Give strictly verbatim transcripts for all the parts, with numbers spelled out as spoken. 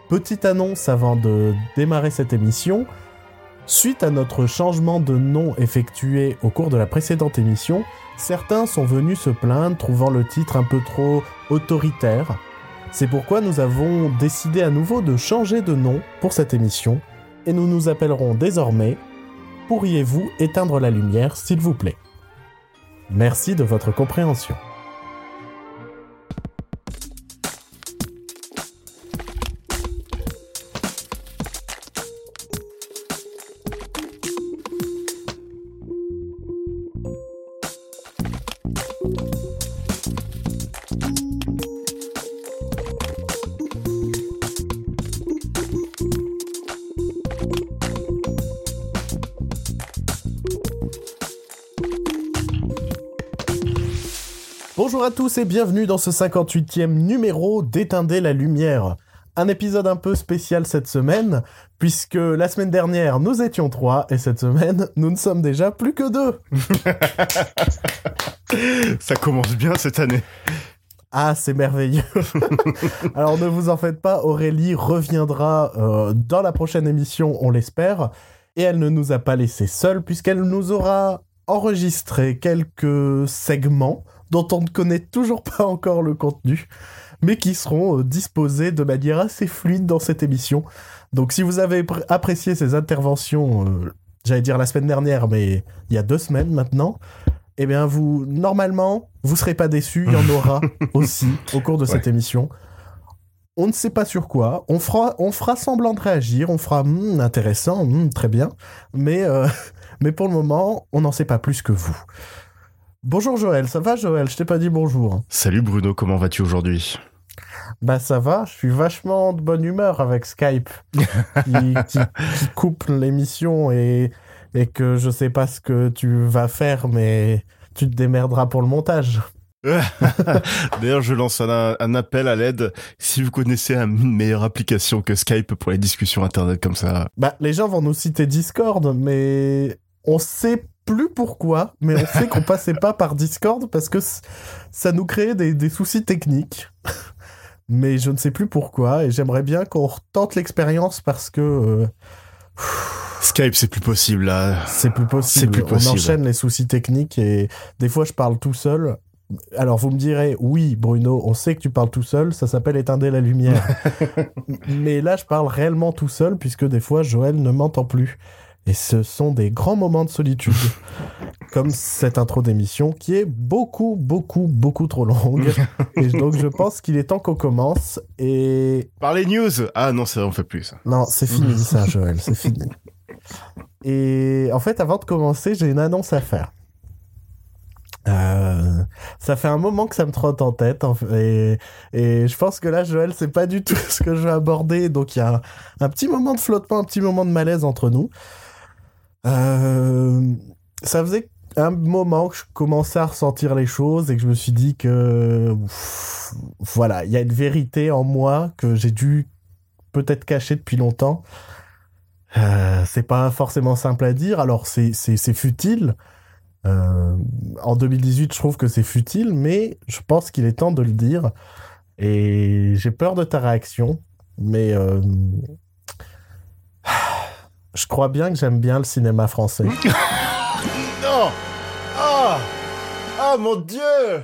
Petite annonce avant de démarrer cette émission. Suite à notre changement de nom effectué au cours de la précédente émission, certains sont venus se plaindre, trouvant le titre un peu trop autoritaire. C'est pourquoi nous avons décidé à nouveau de changer de nom pour cette émission, et nous nous appellerons désormais « Pourriez-vous éteindre la lumière, s'il vous plaît ?» Merci de votre compréhension. Bonjour à tous et bienvenue dans ce cinquante-huitième numéro d'Éteindre la lumière. Un épisode un peu spécial cette semaine, puisque la semaine dernière nous étions trois, et cette semaine nous ne sommes déjà plus que deux. Ça commence bien cette année. Ah, c'est merveilleux. Alors ne vous en faites pas, Aurélie reviendra euh, dans la prochaine émission, on l'espère, et elle ne nous a pas laissés seuls, puisqu'elle nous aura enregistré quelques segments dont on ne connaît toujours pas encore le contenu, mais qui seront euh, disposés de manière assez fluide dans cette émission. Donc si vous avez pr- apprécié ces interventions, euh, j'allais dire la semaine dernière, mais il y a deux semaines maintenant, eh bien vous, normalement, vous serez pas déçus, il y en aura aussi au cours de ouais. cette émission. On ne sait pas sur quoi, on fera, on fera semblant de réagir, on fera hmm, intéressant, hmm, très bien, mais, euh, mais pour le moment, on n'en sait pas plus que vous. Bonjour Joël, ça va Joël? Je t'ai pas dit bonjour. Salut Bruno, comment vas-tu aujourd'hui? Bah ça va, je suis vachement de bonne humeur avec Skype qui, qui, qui coupe l'émission et, et que je sais pas ce que tu vas faire, mais tu te démerderas pour le montage. D'ailleurs, je lance un, un appel à l'aide. Si vous connaissez une meilleure application que Skype pour les discussions internet comme ça. Bah les gens vont nous citer Discord, mais on sait plus pourquoi, mais on sait qu'on passait pas par Discord parce que c- ça nous créait des, des soucis techniques. Mais je ne sais plus pourquoi, et j'aimerais bien qu'on retente l'expérience parce que... Euh... Skype, c'est plus possible, là. C'est plus possible. C'est plus possible. On enchaîne les soucis techniques et des fois, je parle tout seul. Alors, vous me direz, oui, Bruno, on sait que tu parles tout seul, ça s'appelle éteindre la lumière. Mais là, je parle réellement tout seul puisque des fois, Joël ne m'entend plus. Et ce sont des grands moments de solitude, comme cette intro d'émission qui est beaucoup, beaucoup, beaucoup trop longue. Et donc, je pense qu'il est temps qu'on commence. Et... Par les news. Ah non, ça, on fait plus, ça. Non, c'est fini, ça, Joël, c'est fini. Et en fait, avant de commencer, j'ai une annonce à faire. Euh, ça fait un moment que ça me trotte en tête en fait, et, et je pense que là Joël c'est pas du tout ce que je veux aborder, donc il y a un, un petit moment de flottement, un petit moment de malaise entre nous. Euh, ça faisait un moment que je commençais à ressentir les choses et que je me suis dit que pff, voilà, il y a une vérité en moi que j'ai dû peut-être cacher depuis longtemps. Euh, c'est pas forcément simple à dire, alors c'est, c'est, c'est futile. Euh, en deux mille dix-huit, je trouve que c'est futile, mais je pense qu'il est temps de le dire. Et j'ai peur de ta réaction, mais euh, je crois bien que j'aime bien le cinéma français. Non! Ah! Ah, mon Dieu!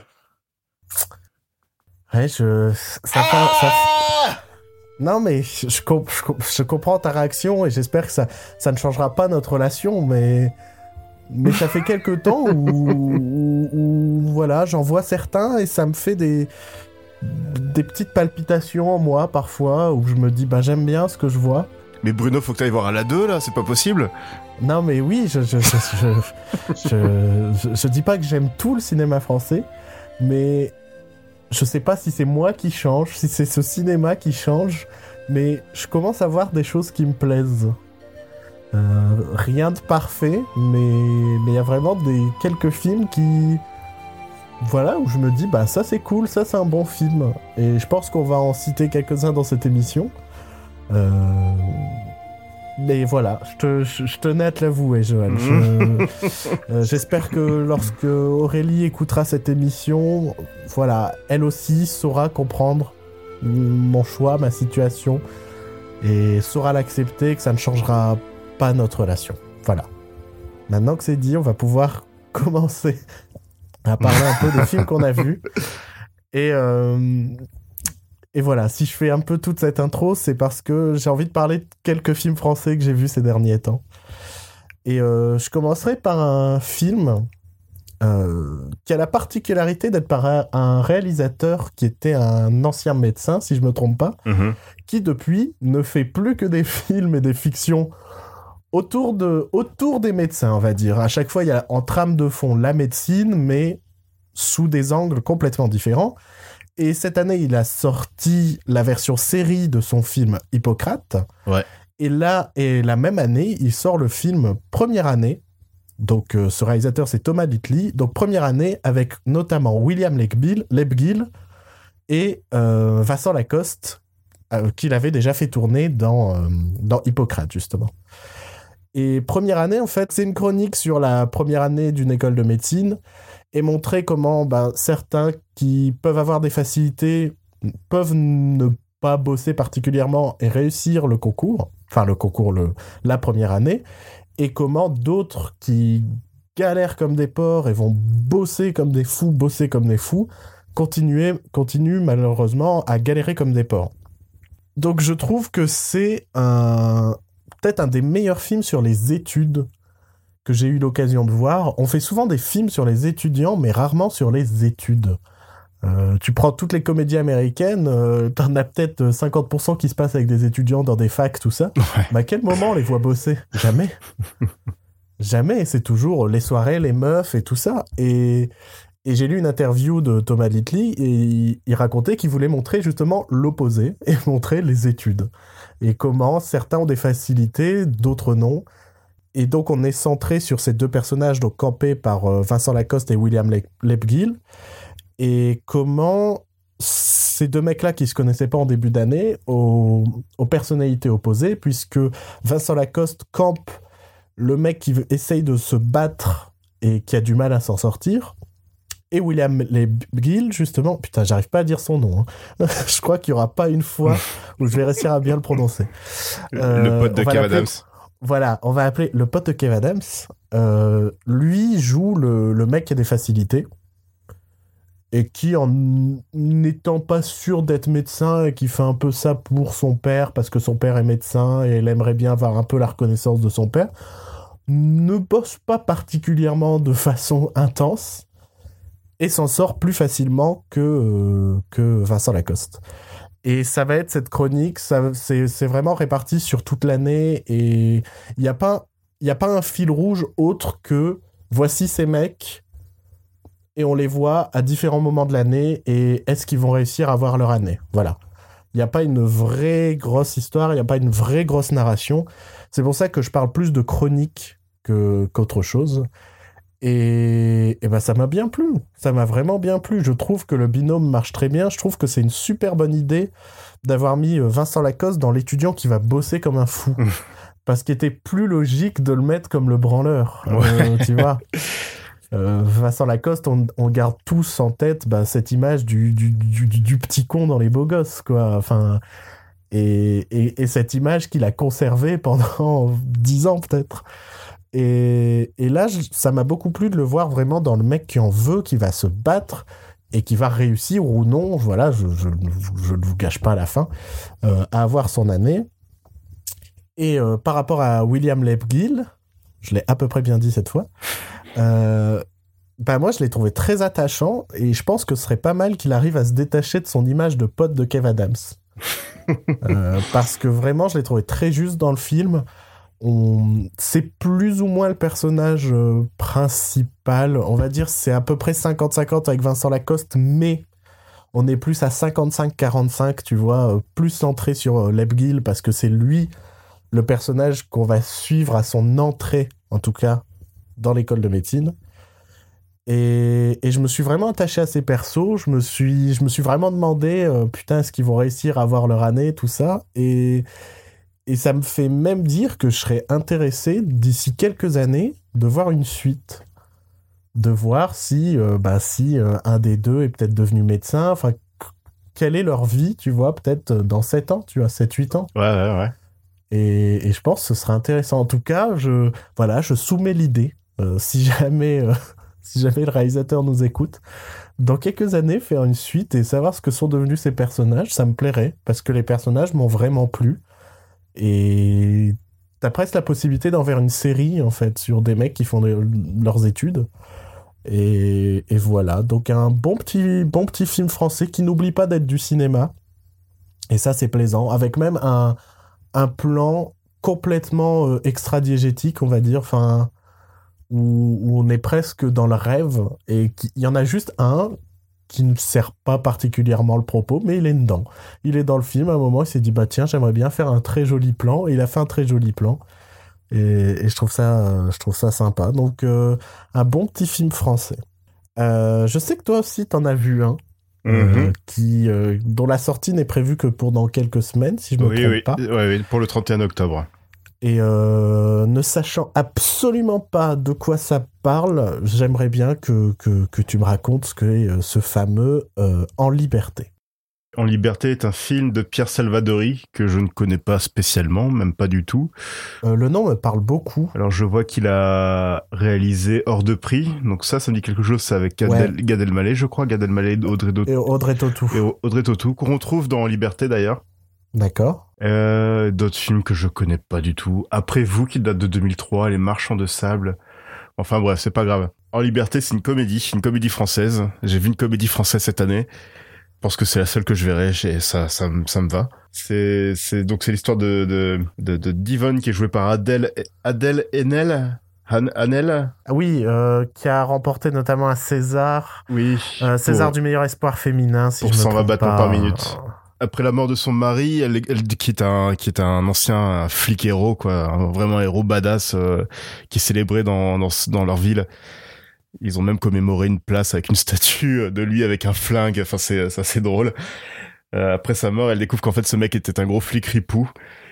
Ouais, je... Ça fait... Ah ça... Non, mais je, je, comp- je, comp- je comprends ta réaction et j'espère que ça, ça ne changera pas notre relation, mais... Mais ça fait quelques temps où, où, où, voilà, j'en vois certains et ça me fait des, des petites palpitations en moi parfois où je me dis, bah j'aime bien ce que je vois. Mais Bruno, faut que t'ailles voir à la deux là, c'est pas possible. Non mais oui, je je, je, je, je, je, je dis pas que j'aime tout le cinéma français, mais je sais pas si c'est moi qui change, si c'est ce cinéma qui change, mais je commence à voir des choses qui me plaisent. Euh, rien de parfait, mais mais il y a vraiment des quelques films qui, voilà, où je me dis bah ça c'est cool, ça c'est un bon film, et je pense qu'on va en citer quelques-uns dans cette émission. Euh... Mais voilà, je, te, je, je tenais à te l'avouer, Joël. Je, euh, j'espère que lorsque Aurélie écoutera cette émission, voilà, elle aussi saura comprendre mon choix, ma situation. et saura l'accepter, que ça ne changera pas notre relation. Voilà. Maintenant que c'est dit, on va pouvoir commencer à parler un peu des films qu'on a vus. Et, euh, et voilà, si je fais un peu toute cette intro, c'est parce que j'ai envie de parler de quelques films français que j'ai vus ces derniers temps. Et euh, je commencerai par un film euh, qui a la particularité d'être par un, un réalisateur qui était un ancien médecin, si je me trompe pas, Mm-hmm. qui depuis ne fait plus que des films et des fictions autour, de, autour des médecins, on va dire. À chaque fois, il y a en trame de fond la médecine, mais sous des angles complètement différents. Et cette année, il a sorti la version série de son film Hippocrate. Ouais. Et là, et la même année, il sort le film Première année. Donc, euh, ce réalisateur, c'est Thomas Littley. Donc, Première année, avec notamment William Lebguil, Lebguil et euh, Vincent Lacoste, euh, qu'il avait déjà fait tourner dans, euh, dans Hippocrate, justement. Et Première année, en fait, c'est une chronique sur la première année d'une école de médecine et montrer comment ben, certains qui peuvent avoir des facilités peuvent ne pas bosser particulièrement et réussir le concours, enfin le concours, le, la première année, et comment d'autres qui galèrent comme des porcs et vont bosser comme des fous, bosser comme des fous, continuer, continuent malheureusement à galérer comme des porcs. Donc je trouve que c'est un, peut-être un des meilleurs films sur les études que j'ai eu l'occasion de voir. On fait souvent des films sur les étudiants, mais rarement sur les études. Euh, tu prends toutes les comédies américaines, euh, t'en as peut-être cinquante pour cent qui se passent avec des étudiants dans des facs, tout ça. Ouais. Mais à quel moment on les voit bosser ? Jamais. Jamais. C'est toujours les soirées, les meufs et tout ça. Et, et j'ai lu une interview de Thomas Littley et il, il racontait qu'il voulait montrer justement l'opposé et montrer les études. Et comment certains ont des facilités, d'autres non. Et donc, on est centré sur ces deux personnages, donc campés par euh, Vincent Lacoste et William Le- Lebguil. Et comment ces deux mecs-là qui se connaissaient pas en début d'année, aux, aux personnalités opposées, puisque Vincent Lacoste campe le mec qui veut- essaye de se battre et qui a du mal à s'en sortir. Et William Lebguil, justement, putain, j'arrive pas à dire son nom. Hein. Je crois qu'il y aura pas une fois où je vais réussir à bien le prononcer. Euh, le pote de Kev Adams. Voilà, on va appeler le pote de Kev Adams. Euh, lui joue le, le mec qui a des facilités et qui, en n'étant pas sûr d'être médecin et qui fait un peu ça pour son père parce que son père est médecin et elle aimerait bien avoir un peu la reconnaissance de son père, ne bosse pas particulièrement de façon intense et s'en sort plus facilement que, euh, que Vincent Lacoste. Et ça va être cette chronique, ça, c'est, c'est vraiment réparti sur toute l'année et il n'y a pas, il y a pas un fil rouge autre que voici ces mecs et on les voit à différents moments de l'année et est-ce qu'ils vont réussir à avoir leur année. Voilà. Il n'y a pas une vraie grosse histoire, il n'y a pas une vraie grosse narration. C'est pour ça que je parle plus de chronique que, qu'autre chose. Et, et ben ça m'a bien plu, ça m'a vraiment bien plu. Je trouve que le binôme marche très bien. Je trouve que c'est une super bonne idée d'avoir mis Vincent Lacoste dans l'étudiant qui va bosser comme un fou. Parce qu'il était plus logique de le mettre comme le branleur. Ouais. Euh, tu vois euh, Vincent Lacoste, on, on garde tous en tête bah, cette image du, du, du, du petit con dans Les Beaux Gosses, quoi. Enfin, et, et, et cette image qu'il a conservée pendant dix ans peut-être. Et, et là, je, ça m'a beaucoup plu de le voir vraiment dans le mec qui en veut, qui va se battre et qui va réussir ou non, voilà, je, je, je ne vous gâche pas à la fin, euh, à avoir son année. Et euh, par rapport à William Lebguil, je l'ai à peu près bien dit cette fois, euh, ben moi je l'ai trouvé très attachant et je pense que ce serait pas mal qu'il arrive à se détacher de son image de pote de Kev Adams. euh, parce que vraiment, je l'ai trouvé très juste dans le film. On... C'est plus ou moins le personnage euh, principal. On va dire c'est à peu près cinquante cinquante avec Vincent Lacoste, mais on est plus à cinquante-cinq quarante-cinq, tu vois, euh, plus centré sur euh, Lebguil, parce que c'est lui le personnage qu'on va suivre à son entrée, en tout cas, dans l'école de médecine. Et, et je me suis vraiment attaché à ces persos. Je me suis, je me suis vraiment demandé, euh, putain, est-ce qu'ils vont réussir à avoir leur année, tout ça. Et... Et ça me fait même dire que je serais intéressé, d'ici quelques années, de voir une suite. De voir si, euh, bah, si euh, un des deux est peut-être devenu médecin. Enfin, quelle est leur vie, tu vois, peut-être dans sept ans, tu vois, sept huit ans. Ouais, ouais, ouais. Et, et je pense que ce serait intéressant. En tout cas, je, voilà, je soumets l'idée, euh, si jamais, euh, si jamais le réalisateur nous écoute, dans quelques années, faire une suite et savoir ce que sont devenus ces personnages, ça me plairait, parce que les personnages m'ont vraiment plu. Et t'as presque la possibilité d'en faire une série, en fait, sur des mecs qui font des, leurs études. Et, et voilà, donc un bon petit, bon petit film français qui n'oublie pas d'être du cinéma. Et ça, c'est plaisant, avec même un, un plan complètement euh, extra-diégétique, on va dire, enfin, où, où on est presque dans le rêve. Et il y en a juste un qui ne sert pas particulièrement le propos, mais il est dedans. Il est dans le film, à un moment, il s'est dit, bah tiens, j'aimerais bien faire un très joli plan, et il a fait un très joli plan. Et, et je trouve ça, euh, je trouve ça sympa. Donc, euh, un bon petit film français. Euh, je sais que toi aussi, t'en as vu un, Mm-hmm. euh, qui, euh, dont la sortie n'est prévue que pour dans quelques semaines, si je me oui, trompe oui. pas. Ouais, oui, pour le trente et un octobre. Et euh, ne sachant absolument pas de quoi ça parle, j'aimerais bien que, que, que tu me racontes ce qu'est euh, ce fameux euh, En Liberté. En Liberté est un film de Pierre Salvadori que je ne connais pas spécialement, même pas du tout. Euh, le nom me parle beaucoup. Alors je vois qu'il a réalisé Hors de prix, donc ça, ça me dit quelque chose, c'est avec Gad, ouais. Gad Elmaleh, je crois, Gad Elmaleh, Audrey Tautou. Et Audrey Tautou. Et Audrey Tautou, qu'on retrouve dans En Liberté d'ailleurs. D'accord. Euh, d'autres films que je connais pas du tout. Après vous, qui date de deux mille trois, Les Marchands de Sable. Enfin bref, c'est pas grave. En Liberté, c'est une comédie, une comédie française. J'ai vu une comédie française cette année. Je pense que c'est la seule que je verrai, et ça, ça, ça me va. C'est, c'est donc c'est l'histoire de de de, de Divonne qui est jouée par Adèle Adèle Haenel. Han, Hanel. Oui, euh, qui a remporté notamment un César. Oui. Euh, César pour, du meilleur espoir féminin, si pour je me cent vingt trompe battements pas. par minute. Après la mort de son mari, elle, elle qui est un qui est un ancien flic héros, quoi, un, vraiment un héros badass euh, qui est célébré dans dans dans leur ville. Ils ont même commémoré une place avec une statue de lui avec un flingue. Enfin, c'est, c'est assez drôle. Euh, après sa mort, elle découvre qu'en fait, ce mec était un gros flic ripou.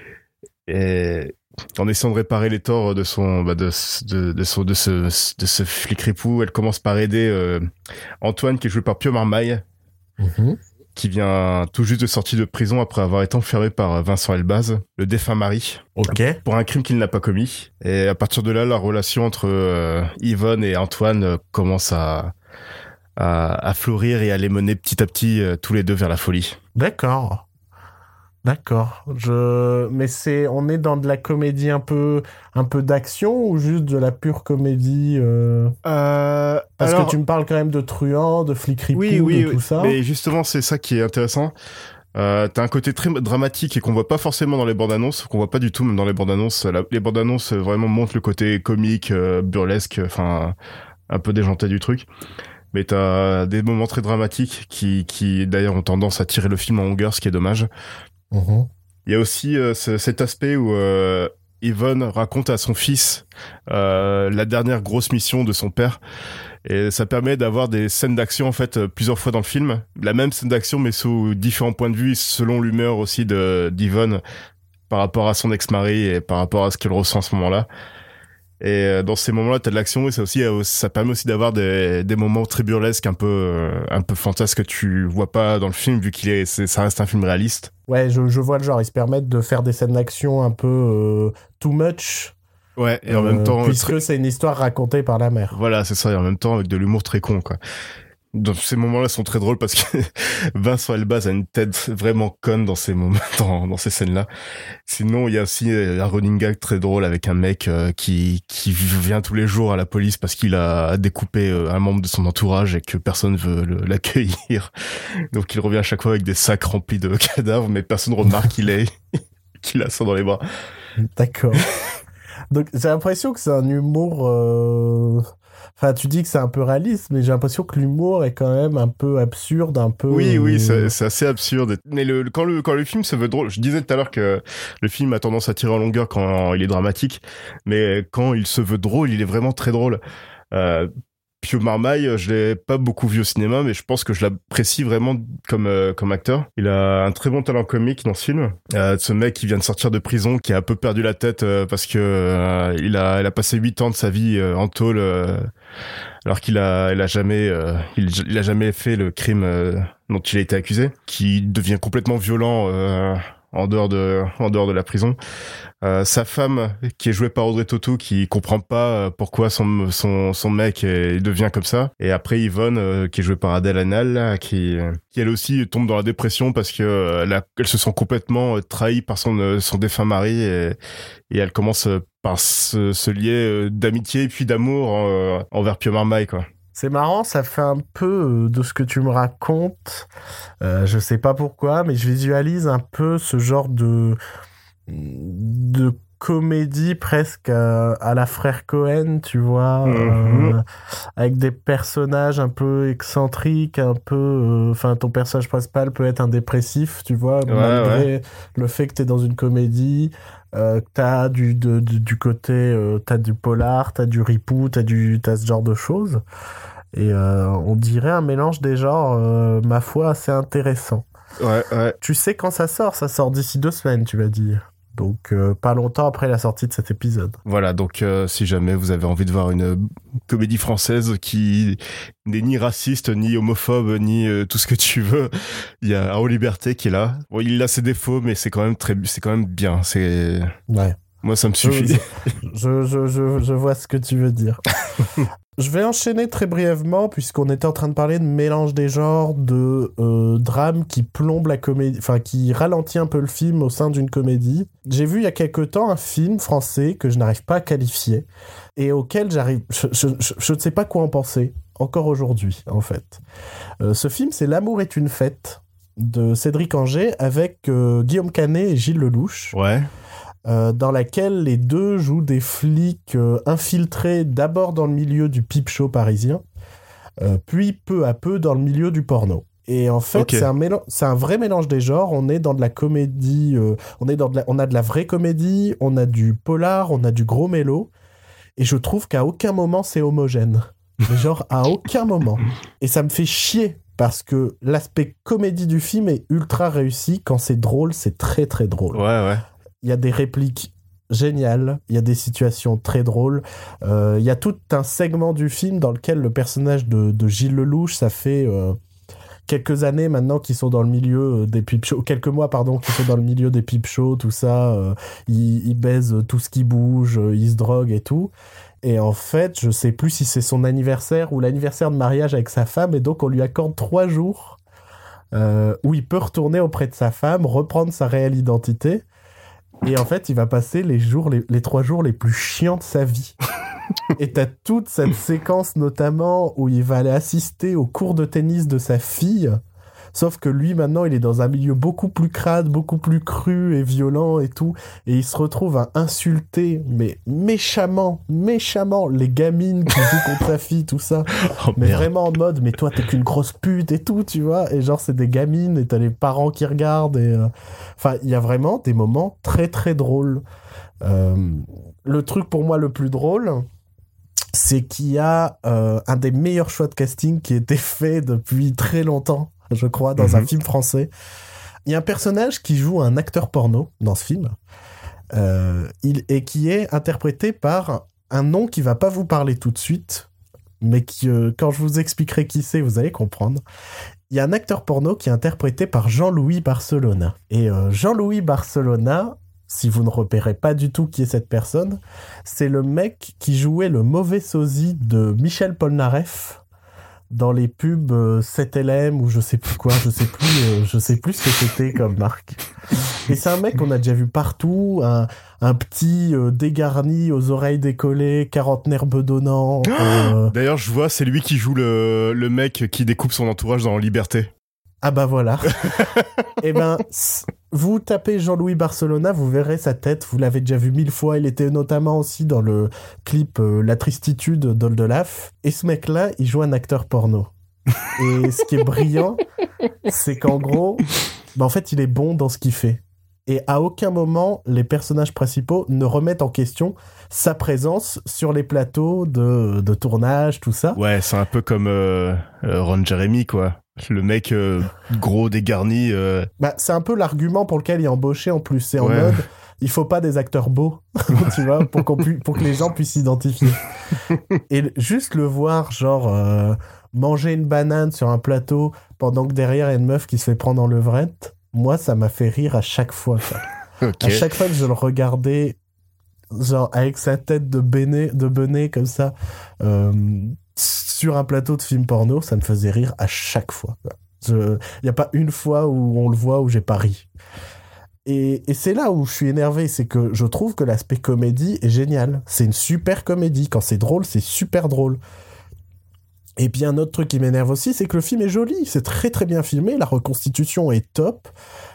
Et en essayant de réparer les torts de son, bah, de, de, de, son, de ce, de ce flic ripou, elle commence par aider euh, Antoine, qui est joué par Pio Marmaille, mm-hmm. qui vient tout juste de sortir de prison après avoir été enfermé par Vincent Elbaz, le défunt mari, okay. pour un crime qu'il n'a pas commis. Et à partir de là, la relation entre euh, Yvonne et Antoine euh, commence à, à, à fleurir et à les mener petit à petit euh, tous les deux vers la folie. D'accord. D'accord. Je, mais c'est, on est dans de la comédie un peu, un peu d'action ou juste de la pure comédie. Euh... Euh, Parce alors... que tu me parles quand même de truands, de flics ripoux, oui, oui, de tout oui. ça. Mais justement, c'est ça qui est intéressant. Euh, t'as un côté très dramatique et qu'on voit pas forcément dans les bandes annonces, qu'on voit pas du tout même dans les bandes annonces. La, les bandes annonces vraiment montrent le côté comique, euh, burlesque, enfin un peu déjanté du truc. Mais t'as des moments très dramatiques qui, qui d'ailleurs ont tendance à tirer le film en longueur, ce qui est dommage. Mmh. Il y a aussi euh, ce, cet aspect où euh, Yvonne raconte à son fils euh, la dernière grosse mission de son père. Et ça permet d'avoir des scènes d'action en fait plusieurs fois dans le film. La même scène d'action mais sous différents points de vue selon l'humeur aussi de d'Yvonne par rapport à son ex-mari et par rapport à ce qu'elle ressent à ce moment-là. Et dans ces moments-là, t'as de l'action et ça aussi, ça permet aussi d'avoir des, des moments très burlesques, un peu, un peu fantasques que tu vois pas dans le film vu qu'il est, c'est, ça reste un film réaliste. Ouais, je, je vois le genre. Ils se permettent de faire des scènes d'action un peu euh, too much. Ouais, et en euh, même temps, puisque très... c'est une histoire racontée par la mère. Voilà, c'est ça. Et en même temps, avec de l'humour très con, quoi. Donc ces moments-là sont très drôles parce que Vincent Elbaz a une tête vraiment conne dans ces moments, dans, dans ces scènes-là. Sinon, il y a aussi un running gag très drôle avec un mec euh, qui qui vient tous les jours à la police parce qu'il a découpé euh, un membre de son entourage et que personne veut le, l'accueillir. Donc il revient à chaque fois avec des sacs remplis de cadavres, mais personne remarque qu'il est qu'il a ça dans les bras. D'accord. Donc j'ai l'impression que c'est un humour. Euh... Enfin, tu dis que c'est un peu réaliste, mais j'ai l'impression que l'humour est quand même un peu absurde, un peu... Oui, oui, c'est, c'est assez absurde. Mais le, quand, le, quand le film se veut drôle... Je disais tout à l'heure que le film a tendance à tirer en longueur quand il est dramatique, mais quand il se veut drôle, il est vraiment très drôle. Euh, Pio Marmaille, je l'ai pas beaucoup vu au cinéma, mais je pense que je l'apprécie vraiment comme euh, comme acteur. Il a un très bon talent comique dans ce film. Euh, ce mec qui vient de sortir de prison, qui a un peu perdu la tête euh, parce que euh, il a il a passé huit ans de sa vie euh, en tôle, euh, alors qu'il a il a jamais euh, il, il a jamais fait le crime euh, dont il a été accusé, qui devient complètement violent euh, en dehors de en dehors de la prison. Euh, sa femme, qui est jouée par Audrey Tautou, qui comprend pas pourquoi son son son mec est, devient comme ça. Et après Yvonne, euh, qui est jouée par Adèle Haenel, là, qui qui elle aussi tombe dans la dépression parce que euh, elle, a, elle se sent complètement trahie par son son défunt mari et, et elle commence par se, se lier d'amitié puis d'amour euh, envers Pio Marmaille, quoi. C'est marrant, ça fait un peu de ce que tu me racontes. Euh, je sais pas pourquoi, mais je visualise un peu ce genre de de comédie presque à, à la Frère Cohen, tu vois, mm-hmm. euh, avec des personnages un peu excentriques, un peu... Enfin, euh, ton personnage principal peut être un dépressif, tu vois, ouais, malgré ouais. le fait que t'es dans une comédie. Euh, t'as du, de, du, du côté... Euh, t'as du polar, t'as du ripou, t'as, du, t'as ce genre de choses. Et euh, on dirait un mélange des genres, euh, ma foi, assez intéressant. Ouais, ouais. Tu sais quand ça sort ? Ça sort d'ici deux semaines, tu m'as dit. Donc, euh, pas longtemps après la sortie de cet épisode. Voilà, donc euh, si jamais vous avez envie de voir une comédie française qui n'est ni raciste, ni homophobe, ni euh, tout ce que tu veux, il y a En Liberté qui est là. Bon, il a ses défauts, mais c'est quand même très, c'est quand même bien. C'est... Ouais. Moi, ça me suffit. Je, je, je, je vois ce que tu veux dire. Je vais enchaîner très brièvement, puisqu'on était en train de parler de mélange des genres, de euh, drame qui plombe la comédie, enfin qui ralentit un peu le film au sein d'une comédie. J'ai vu il y a quelque temps un film français que je n'arrive pas à qualifier, et auquel j'arrive... Je, je, je, je ne sais pas quoi en penser, encore aujourd'hui, en fait. Euh, ce film, c'est L'amour est une fête, de Cédric Angers, avec euh, Guillaume Canet et Gilles Lelouch. Ouais. Euh, dans laquelle les deux jouent des flics euh, infiltrés d'abord dans le milieu du peep show parisien, euh, puis peu à peu dans le milieu du porno. Et en fait, okay. c'est, un mél- c'est un vrai mélange des genres. On est dans de la comédie, euh, on, est dans de la- on a de la vraie comédie, on a du polar, on a du gros mélo. Et je trouve qu'à aucun moment c'est homogène. Mais genre, à aucun moment. Et ça me fait chier. Parce que l'aspect comédie du film est ultra réussi. Quand c'est drôle, c'est très très drôle. Ouais, ouais. Il y a des répliques géniales, il y a des situations très drôles. Euh, il y a tout un segment du film dans lequel le personnage de, de Gilles Lelouch, ça fait euh, quelques années maintenant qu'ils sont dans le milieu des peep shows, quelques mois pardon, qu'ils sont dans le milieu des peep shows, tout ça. Euh, ils, ils baisent tout ce qui bouge, ils se droguent et tout. Et en fait, je sais plus si c'est son anniversaire ou l'anniversaire de mariage avec sa femme, et donc on lui accorde trois jours euh, où il peut retourner auprès de sa femme, reprendre sa réelle identité. Et en fait, il va passer les jours, les, les trois jours les plus chiants de sa vie. Et t'as toute cette séquence, notamment, où il va aller assister au cours de tennis de sa fille. Sauf que lui, maintenant, il est dans un milieu beaucoup plus crade, beaucoup plus cru et violent et tout. Et il se retrouve à insulter, mais méchamment, méchamment, les gamines qui jouent contre sa fille, tout ça. Oh, mais merde. Vraiment en mode, mais toi, t'es qu'une grosse pute et tout, tu vois. Et genre, c'est des gamines et t'as les parents qui regardent. Et euh... Enfin, il y a vraiment des moments très, très drôles. Euh... Le truc, pour moi, le plus drôle... c'est qu'il y a euh, un des meilleurs choix de casting qui a été fait depuis très longtemps, je crois, dans mm-hmm. un film français. Il y a un personnage qui joue un acteur porno dans ce film, euh, il, et qui est interprété par un nom qui va pas vous parler tout de suite, mais qui, euh, quand je vous expliquerai qui c'est, vous allez comprendre. Il y a un acteur porno qui est interprété par Jean-Louis Barcelona. Et euh, Jean-Louis Barcelona... si vous ne repérez pas du tout qui est cette personne, c'est le mec qui jouait le mauvais sosie de Michel Polnareff dans les pubs euh, sept L M ou je sais plus quoi, je sais plus, euh, je sais plus ce que c'était comme marque. Et c'est un mec qu'on a déjà vu partout, un, un petit euh, dégarni aux oreilles décollées, quarantenaire bedonnant. Euh... D'ailleurs, je vois, c'est lui qui joue le, le mec qui découpe son entourage dans Liberté. Ah bah voilà. Eh ben, vous tapez Jean-Louis Barcelona, vous verrez sa tête, vous l'avez déjà vu mille fois, il était notamment aussi dans le clip euh, La Tristitude d'Oldelaf, et ce mec-là, il joue un acteur porno. Et ce qui est brillant, c'est qu'en gros, bah en fait, il est bon dans ce qu'il fait. Et à aucun moment, les personnages principaux ne remettent en question sa présence sur les plateaux de, de tournage, tout ça. Ouais, c'est un peu comme euh, Ron Jeremy, quoi. Le mec euh, gros, dégarni. Euh... Bah, c'est un peu l'argument pour lequel il est embauché en plus. C'est en ouais. mode, il faut pas des acteurs beaux, tu vois, pour, qu'on pu- pour que les gens puissent s'identifier. Et juste le voir, genre, euh, manger une banane sur un plateau pendant que derrière, il y a une meuf qui se fait prendre en levrette, moi, ça m'a fait rire à chaque fois, ça. Ok. À chaque fois que je le regardais, genre, avec sa tête de béné, de benet, comme ça, euh, sur un plateau de film porno, ça me faisait rire à chaque fois. Il n'y a pas une fois où on le voit où j'ai pas ri. Et, et c'est là où je suis énervé, c'est que je trouve que l'aspect comédie est génial. C'est une super comédie. Quand c'est drôle, c'est super drôle. Et puis un autre truc qui m'énerve aussi, c'est que le film est joli. C'est très très bien filmé, la reconstitution est top,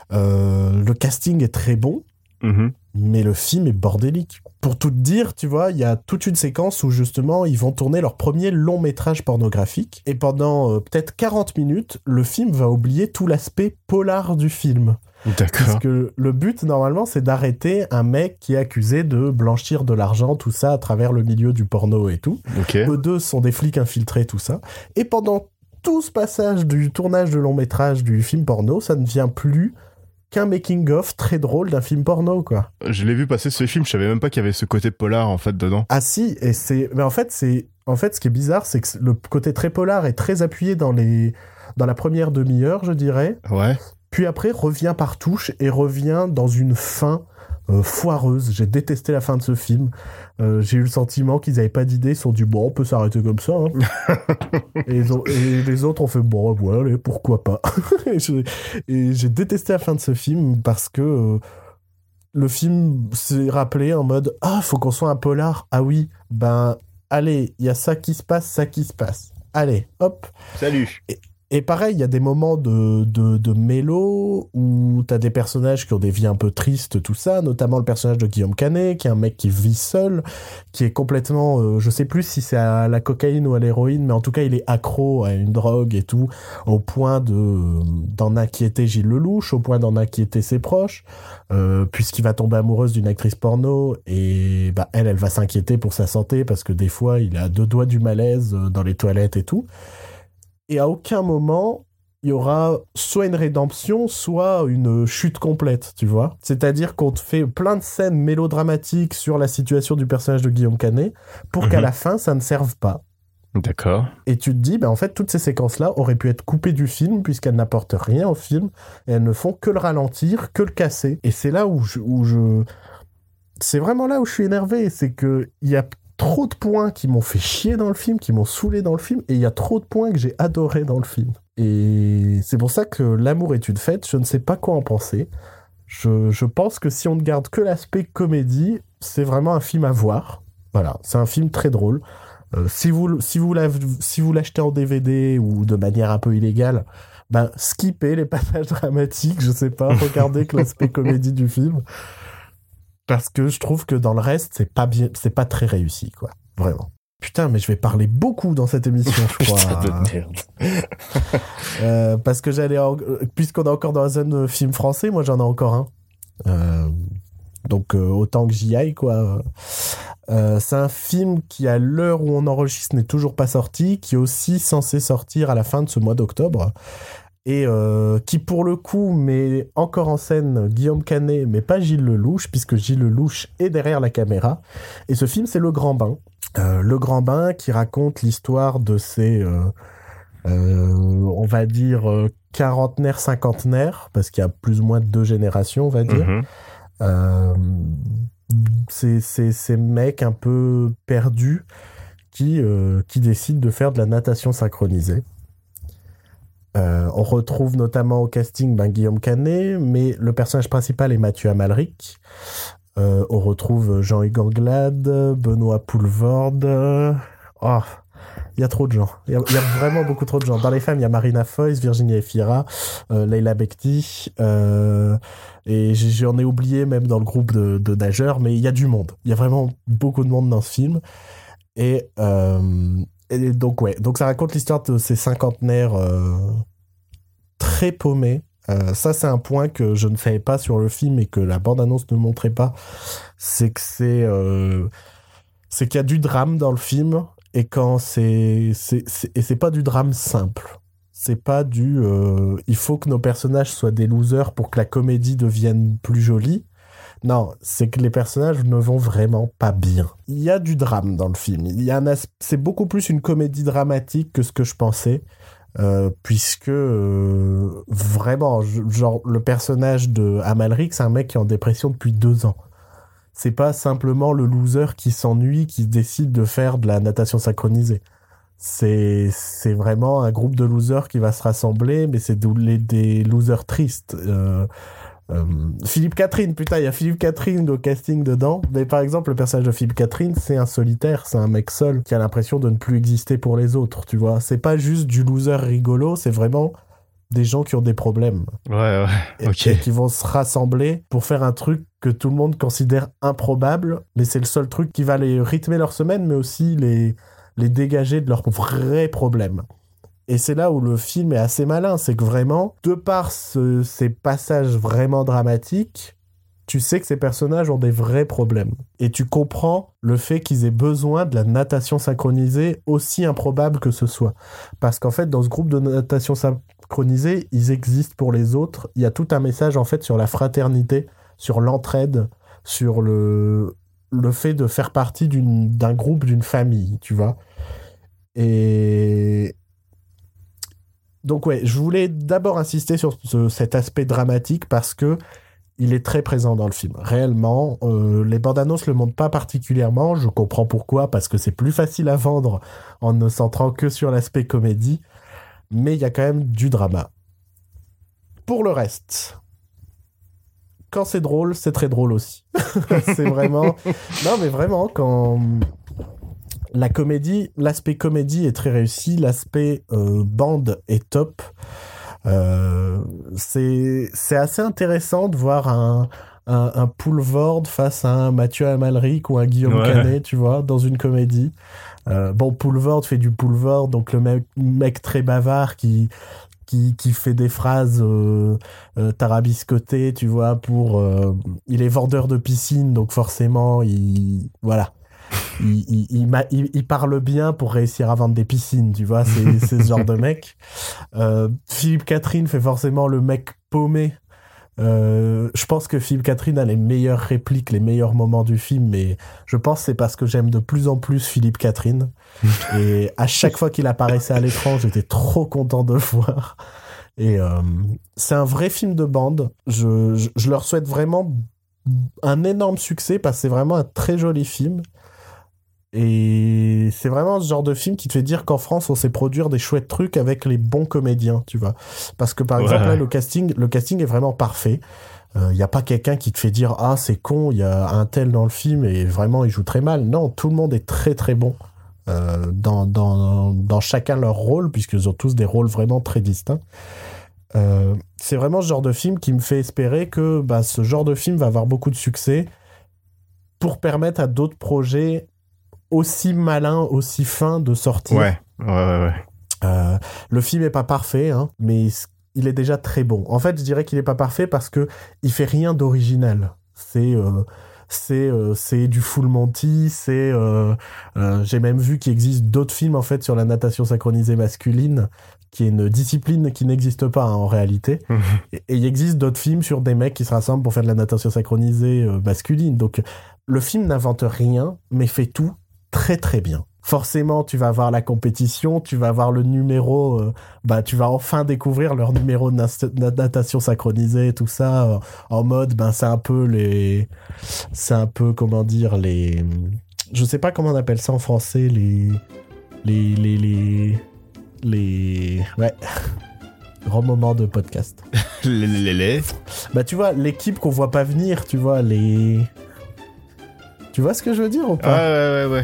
euh, le casting est très bon, Mhm. mais le film est bordélique. Pour tout te dire, tu vois, il y a toute une séquence où justement ils vont tourner leur premier long métrage pornographique, et pendant euh, peut-être quarante minutes, le film va oublier tout l'aspect polar du film. D'accord. Parce que le but, normalement, c'est d'arrêter un mec qui est accusé de blanchir de l'argent, tout ça, à travers le milieu du porno et tout. Ok. Eux deux sont des flics infiltrés, tout ça. Et pendant tout ce passage du tournage de long métrage du film porno, ça ne vient plus qu'un making-of très drôle d'un film porno, quoi. Je l'ai vu passer ce film, je savais même pas qu'il y avait ce côté polar en fait dedans. Ah si, et c'est... Mais en fait, c'est... En fait, ce qui est bizarre, c'est que le côté très polar est très appuyé dans les... dans la première demi-heure, je dirais. Ouais. Puis après, revient par touche et revient dans une fin euh, foireuse. J'ai détesté la fin de ce film. Euh, j'ai eu le sentiment qu'ils n'avaient pas d'idée. Ils se sont dit, bon, on peut s'arrêter comme ça. Hein. et, ils ont- et les autres ont fait, bon, voilà, allez, pourquoi pas. et, j'ai, et j'ai détesté la fin de ce film parce que euh, le film s'est rappelé en mode, ah, faut qu'on soit un polar. Ah oui, ben, allez, il y a ça qui se passe, ça qui se passe. Allez, hop. Salut. Et pareil, il y a des moments de, de, de mélo où t'as des personnages qui ont des vies un peu tristes, tout ça, notamment le personnage de Guillaume Canet, qui est un mec qui vit seul, qui est complètement, euh, je sais plus si c'est à la cocaïne ou à l'héroïne, mais en tout cas, il est accro à une drogue et tout, au point de d'en inquiéter Gilles Lelouch, au point d'en inquiéter ses proches, euh, puisqu'il va tomber amoureuse d'une actrice porno, et bah, elle, elle va s'inquiéter pour sa santé, parce que des fois, il a deux doigts du malaise euh, dans les toilettes et tout. Et à aucun moment, il y aura soit une rédemption, soit une chute complète, tu vois. C'est-à-dire qu'on te fait plein de scènes mélodramatiques sur la situation du personnage de Guillaume Canet pour Mhm. qu'à la fin, ça ne serve pas. D'accord. Et tu te dis, ben en fait, toutes ces séquences-là auraient pu être coupées du film puisqu'elles n'apportent rien au film et elles ne font que le ralentir, que le casser. Et c'est là où je... Où je... C'est vraiment là où je suis énervé, c'est que il y a trop de points qui m'ont fait chier dans le film, qui m'ont saoulé dans le film, et il y a trop de points que j'ai adoré dans le film. Et c'est pour ça que L'amour est une fête, je ne sais pas quoi en penser. Je, je pense que si on ne garde que l'aspect comédie, c'est vraiment un film à voir. Voilà, c'est un film très drôle. Euh, si vous, si vous l'avez- si vous l'achetez en D V D ou de manière un peu illégale, ben, skippez les passages dramatiques, je sais pas, regardez que l'aspect comédie du film. Parce que je trouve que dans le reste, c'est pas bien, c'est pas très réussi, quoi. Vraiment. Putain, mais je vais parler beaucoup dans cette émission, je crois. Putain de merde. Euh, parce que j'allais, en... puisqu'on est encore dans la zone film français, moi j'en ai encore un. Euh, Donc euh, autant que j'y aille, quoi. Euh, c'est un film qui, à l'heure où on enregistre, n'est toujours pas sorti, qui est aussi censé sortir à la fin de ce mois d'octobre. Et euh, qui, pour le coup, met encore en scène Guillaume Canet, mais pas Gilles Lelouch, puisque Gilles Lelouch est derrière la caméra. Et ce film, c'est Le Grand Bain. Euh, Le Grand Bain qui raconte l'histoire de ces, euh, euh, on va dire, euh, quarantenaires, cinquantenaires, parce qu'il y a plus ou moins deux générations, on va dire. Mhm. Euh, c'est, c'est ces mecs un peu perdus qui, euh, qui décident de faire de la natation synchronisée. Euh, on retrouve notamment au casting ben, Guillaume Canet, mais le personnage principal est Mathieu Amalric. Euh, on retrouve Jean-Hugues Anglade, Benoît Poulvorde. Oh, il y a trop de gens. Il y, y a vraiment beaucoup trop de gens. Dans les femmes, il y a Marina Foïs, Virginie Efira, euh, Leila Bekti. Euh, et j'en ai oublié même dans le groupe de, de nageurs, mais il y a du monde. Il y a vraiment beaucoup de monde dans ce film. Et... Euh, Et donc, ouais. Donc, ça raconte l'histoire de ces cinquantenaires euh, très paumés. Euh, ça, c'est un point que je ne savais pas sur le film et que la bande-annonce ne montrait pas. C'est que c'est... Euh, c'est qu'il y a du drame dans le film et quand c'est... c'est, c'est et c'est pas du drame simple. C'est pas du... Euh, il faut que nos personnages soient des losers pour que la comédie devienne plus jolie. Non, c'est que les personnages ne vont vraiment pas bien. Il y a du drame dans le film. Il y a un as... C'est beaucoup plus une comédie dramatique que ce que je pensais. Euh, puisque euh, vraiment, je, genre le personnage de Amalric, c'est un mec qui est en dépression depuis deux ans. C'est pas simplement le loser qui s'ennuie, qui décide de faire de la natation synchronisée. C'est, c'est vraiment un groupe de losers qui va se rassembler, mais c'est des, des losers tristes. Euh, euh, Philippe Catherine, putain, il y a Philippe Catherine au casting dedans. Mais par exemple, le personnage de Philippe Catherine, c'est un solitaire, c'est un mec seul qui a l'impression de ne plus exister pour les autres, tu vois. C'est pas juste du loser rigolo, c'est vraiment des gens qui ont des problèmes. Ouais, ouais, ok. Et, et qui vont se rassembler pour faire un truc que tout le monde considère improbable, mais c'est le seul truc qui va les rythmer leur semaine, mais aussi les, les dégager de leurs vrais problèmes. Et c'est là où le film est assez malin, c'est que vraiment, de par ce, ces passages vraiment dramatiques, tu sais que ces personnages ont des vrais problèmes. Et tu comprends le fait qu'ils aient besoin de la natation synchronisée, aussi improbable que ce soit. Parce qu'en fait, dans ce groupe de natation synchronisée, ils existent pour les autres. Il y a tout un message, en fait, sur la fraternité, sur l'entraide, sur le, le fait de faire partie d'une, d'un groupe, d'une famille, tu vois. Et... Donc ouais, je voulais d'abord insister sur ce, cet aspect dramatique parce que il est très présent dans le film. Réellement, euh, les bandes annonces le montrent pas particulièrement. Je comprends pourquoi, parce que c'est plus facile à vendre en ne centrant que sur l'aspect comédie. Mais il y a quand même du drama. Pour le reste, quand c'est drôle, c'est très drôle aussi. C'est vraiment... Non mais vraiment, quand... La comédie, l'aspect comédie est très réussi, l'aspect euh, bande est top. Euh, c'est, c'est assez intéressant de voir un, un, un Poulvord face à un Mathieu Amalric ou un Guillaume ouais. Canet, tu vois, dans une comédie. Euh, bon, Poulvord fait du Poulvord, donc le mec, mec très bavard qui... Qui, qui fait des phrases euh, euh, tarabiscotées, tu vois, pour... Euh, il est vendeur de piscine, donc forcément, il... Voilà. Il, il, il, il, il parle bien pour réussir à vendre des piscines, tu vois, c'est, c'est ce genre de mec. Euh, Philippe Catherine fait forcément le mec paumé. Euh, je pense que Philippe Catherine a les meilleures répliques, les meilleurs moments du film, mais je pense que c'est parce que j'aime de plus en plus Philippe Catherine. Et à chaque fois qu'il apparaissait à l'écran, j'étais trop content de le voir. Et euh, c'est un vrai film de bande. Je, je, je leur souhaite vraiment un énorme succès parce que c'est vraiment un très joli film. Et c'est vraiment ce genre de film qui te fait dire qu'en France on sait produire des chouettes trucs avec les bons comédiens, tu vois. Parce que par ouais. exemple là le casting, le casting est vraiment parfait. Il euh, y a pas quelqu'un qui te fait dire ah c'est con, il y a un tel dans le film et vraiment il joue très mal. Non, tout le monde est très très bon euh, dans dans dans chacun leur rôle puisqu'ils ont tous des rôles vraiment très distincts. Euh, c'est vraiment ce genre de film qui me fait espérer que bah ce genre de film va avoir beaucoup de succès pour permettre à d'autres projets aussi malin, aussi fin de sortir. Ouais, ouais, ouais. ouais. Euh, le film est pas parfait, hein, mais il est déjà très bon. En fait, je dirais qu'il est pas parfait parce que il fait rien d'original. C'est euh, c'est euh, c'est du Full Monty. C'est euh, euh, j'ai même vu qu'il existe d'autres films en fait sur la natation synchronisée masculine, qui est une discipline qui n'existe pas hein, en réalité. Mmh. Et, et il existe d'autres films sur des mecs qui se rassemblent pour faire de la natation synchronisée euh, masculine. Donc le film n'invente rien, mais fait tout très très bien. Forcément, tu vas voir la compétition, tu vas voir le numéro, euh, bah tu vas enfin découvrir leur numéro de na- natation synchronisée, tout ça, euh, en mode, ben c'est un peu les, c'est un peu comment dire les, je sais pas comment on appelle ça en français, les, les, les, les, les, ouais, grand moment de podcast. les, les, les. Bah tu vois l'équipe qu'on voit pas venir, tu vois les, tu vois ce que je veux dire ou pas? Ouais ouais ouais ouais.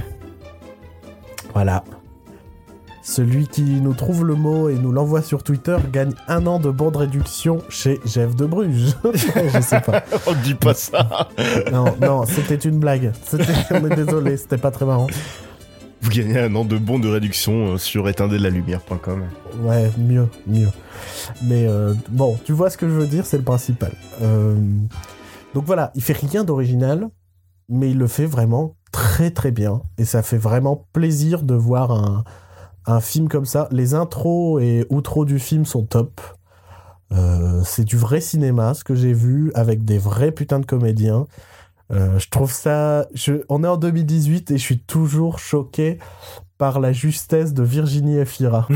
Voilà. Celui qui nous trouve le mot et nous l'envoie sur Twitter gagne un an de bon de réduction chez Jeff de Bruges. Je sais pas. On ne dit pas ça. Non, non, c'était une blague. C'était... On est désolé, c'était pas très marrant. Vous gagnez un an de bon de réduction sur éteindre la lumière point com. Ouais, mieux, mieux. Mais euh, bon, tu vois ce que je veux dire, c'est le principal. Euh... Donc voilà, il fait rien d'original, mais il le fait vraiment très très bien et ça fait vraiment plaisir de voir un, un film comme ça. Les intros et outros du film sont top. Euh, c'est du vrai cinéma, ce que j'ai vu, avec des vrais putains de comédiens. Euh, je trouve ça... Je... On est en deux mille dix-huit et je suis toujours choqué par la justesse de Virginie Efira.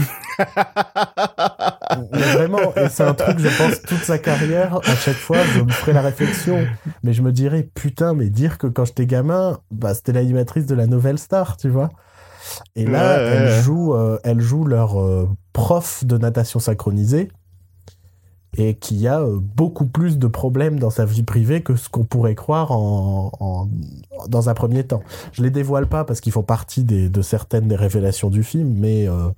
Mais vraiment, et c'est un truc, je pense, toute sa carrière, à chaque fois, je me ferai la réflexion. Mais je me dirais, putain, mais dire que quand j'étais gamin, bah, c'était l'animatrice de la Nouvelle Star, tu vois. Et là, Ouais, ouais, elle, ouais. joue, euh, elle joue leur euh, prof de natation synchronisée, et qui a euh, beaucoup plus de problèmes dans sa vie privée que ce qu'on pourrait croire en, en, dans un premier temps. Je les dévoile pas parce qu'ils font partie des, de certaines des révélations du film, mais euh,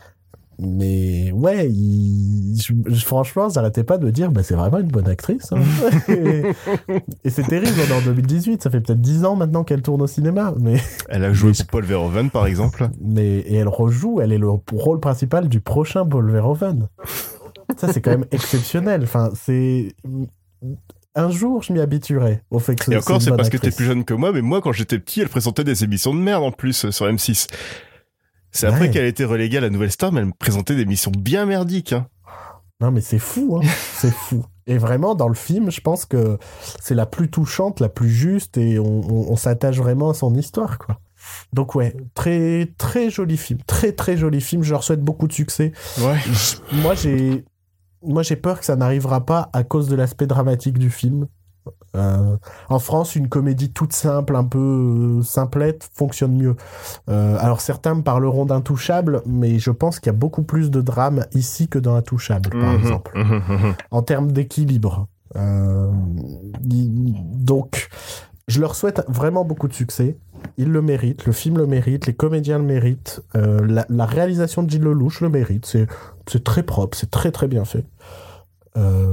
mais ouais, il, je, je, franchement, j'arrêtais pas de me dire, bah c'est vraiment une bonne actrice. Hein. et, et c'est terrible, on est en deux mille dix-huit, ça fait peut-être dix ans maintenant qu'elle tourne au cinéma, mais Elle a joué pour Paul Verhoeven, par exemple. mais et elle rejoue, elle est le rôle principal du prochain Paul Verhoeven. Ça, c'est quand même exceptionnel. Enfin, c'est... Un jour, je m'y habituerai au fait que ce, Et encore, c'est, c'est parce actrice. que t'es plus jeune que moi, mais moi, quand j'étais petit, elle présentait des émissions de merde, en plus, sur M six. C'est après ouais. qu'elle a été reléguée à la Nouvelle Star, mais elle me présentait des émissions bien merdiques, hein. Non, mais c'est fou, hein. C'est fou. Et vraiment, dans le film, je pense que c'est la plus touchante, la plus juste, et on, on, on s'attache vraiment à son histoire, quoi. Donc ouais, très très joli film, très très joli film. Je leur souhaite beaucoup de succès. Ouais. Je, moi j'ai, moi j'ai peur que ça n'arrivera pas à cause de l'aspect dramatique du film. Euh, en France, une comédie toute simple, un peu euh, simplette, fonctionne mieux. Euh, alors certains me parleront d'Intouchable, mais je pense qu'il y a beaucoup plus de drame ici que dans Intouchable, par Mmh, exemple, mmh, mmh. en termes d'équilibre. Euh, donc, je leur souhaite vraiment beaucoup de succès. Ils le méritent, le film le mérite, les comédiens le méritent, euh, la, la réalisation de Gilles Lelouch le mérite. C'est, c'est très propre, c'est très très bien fait. Euh,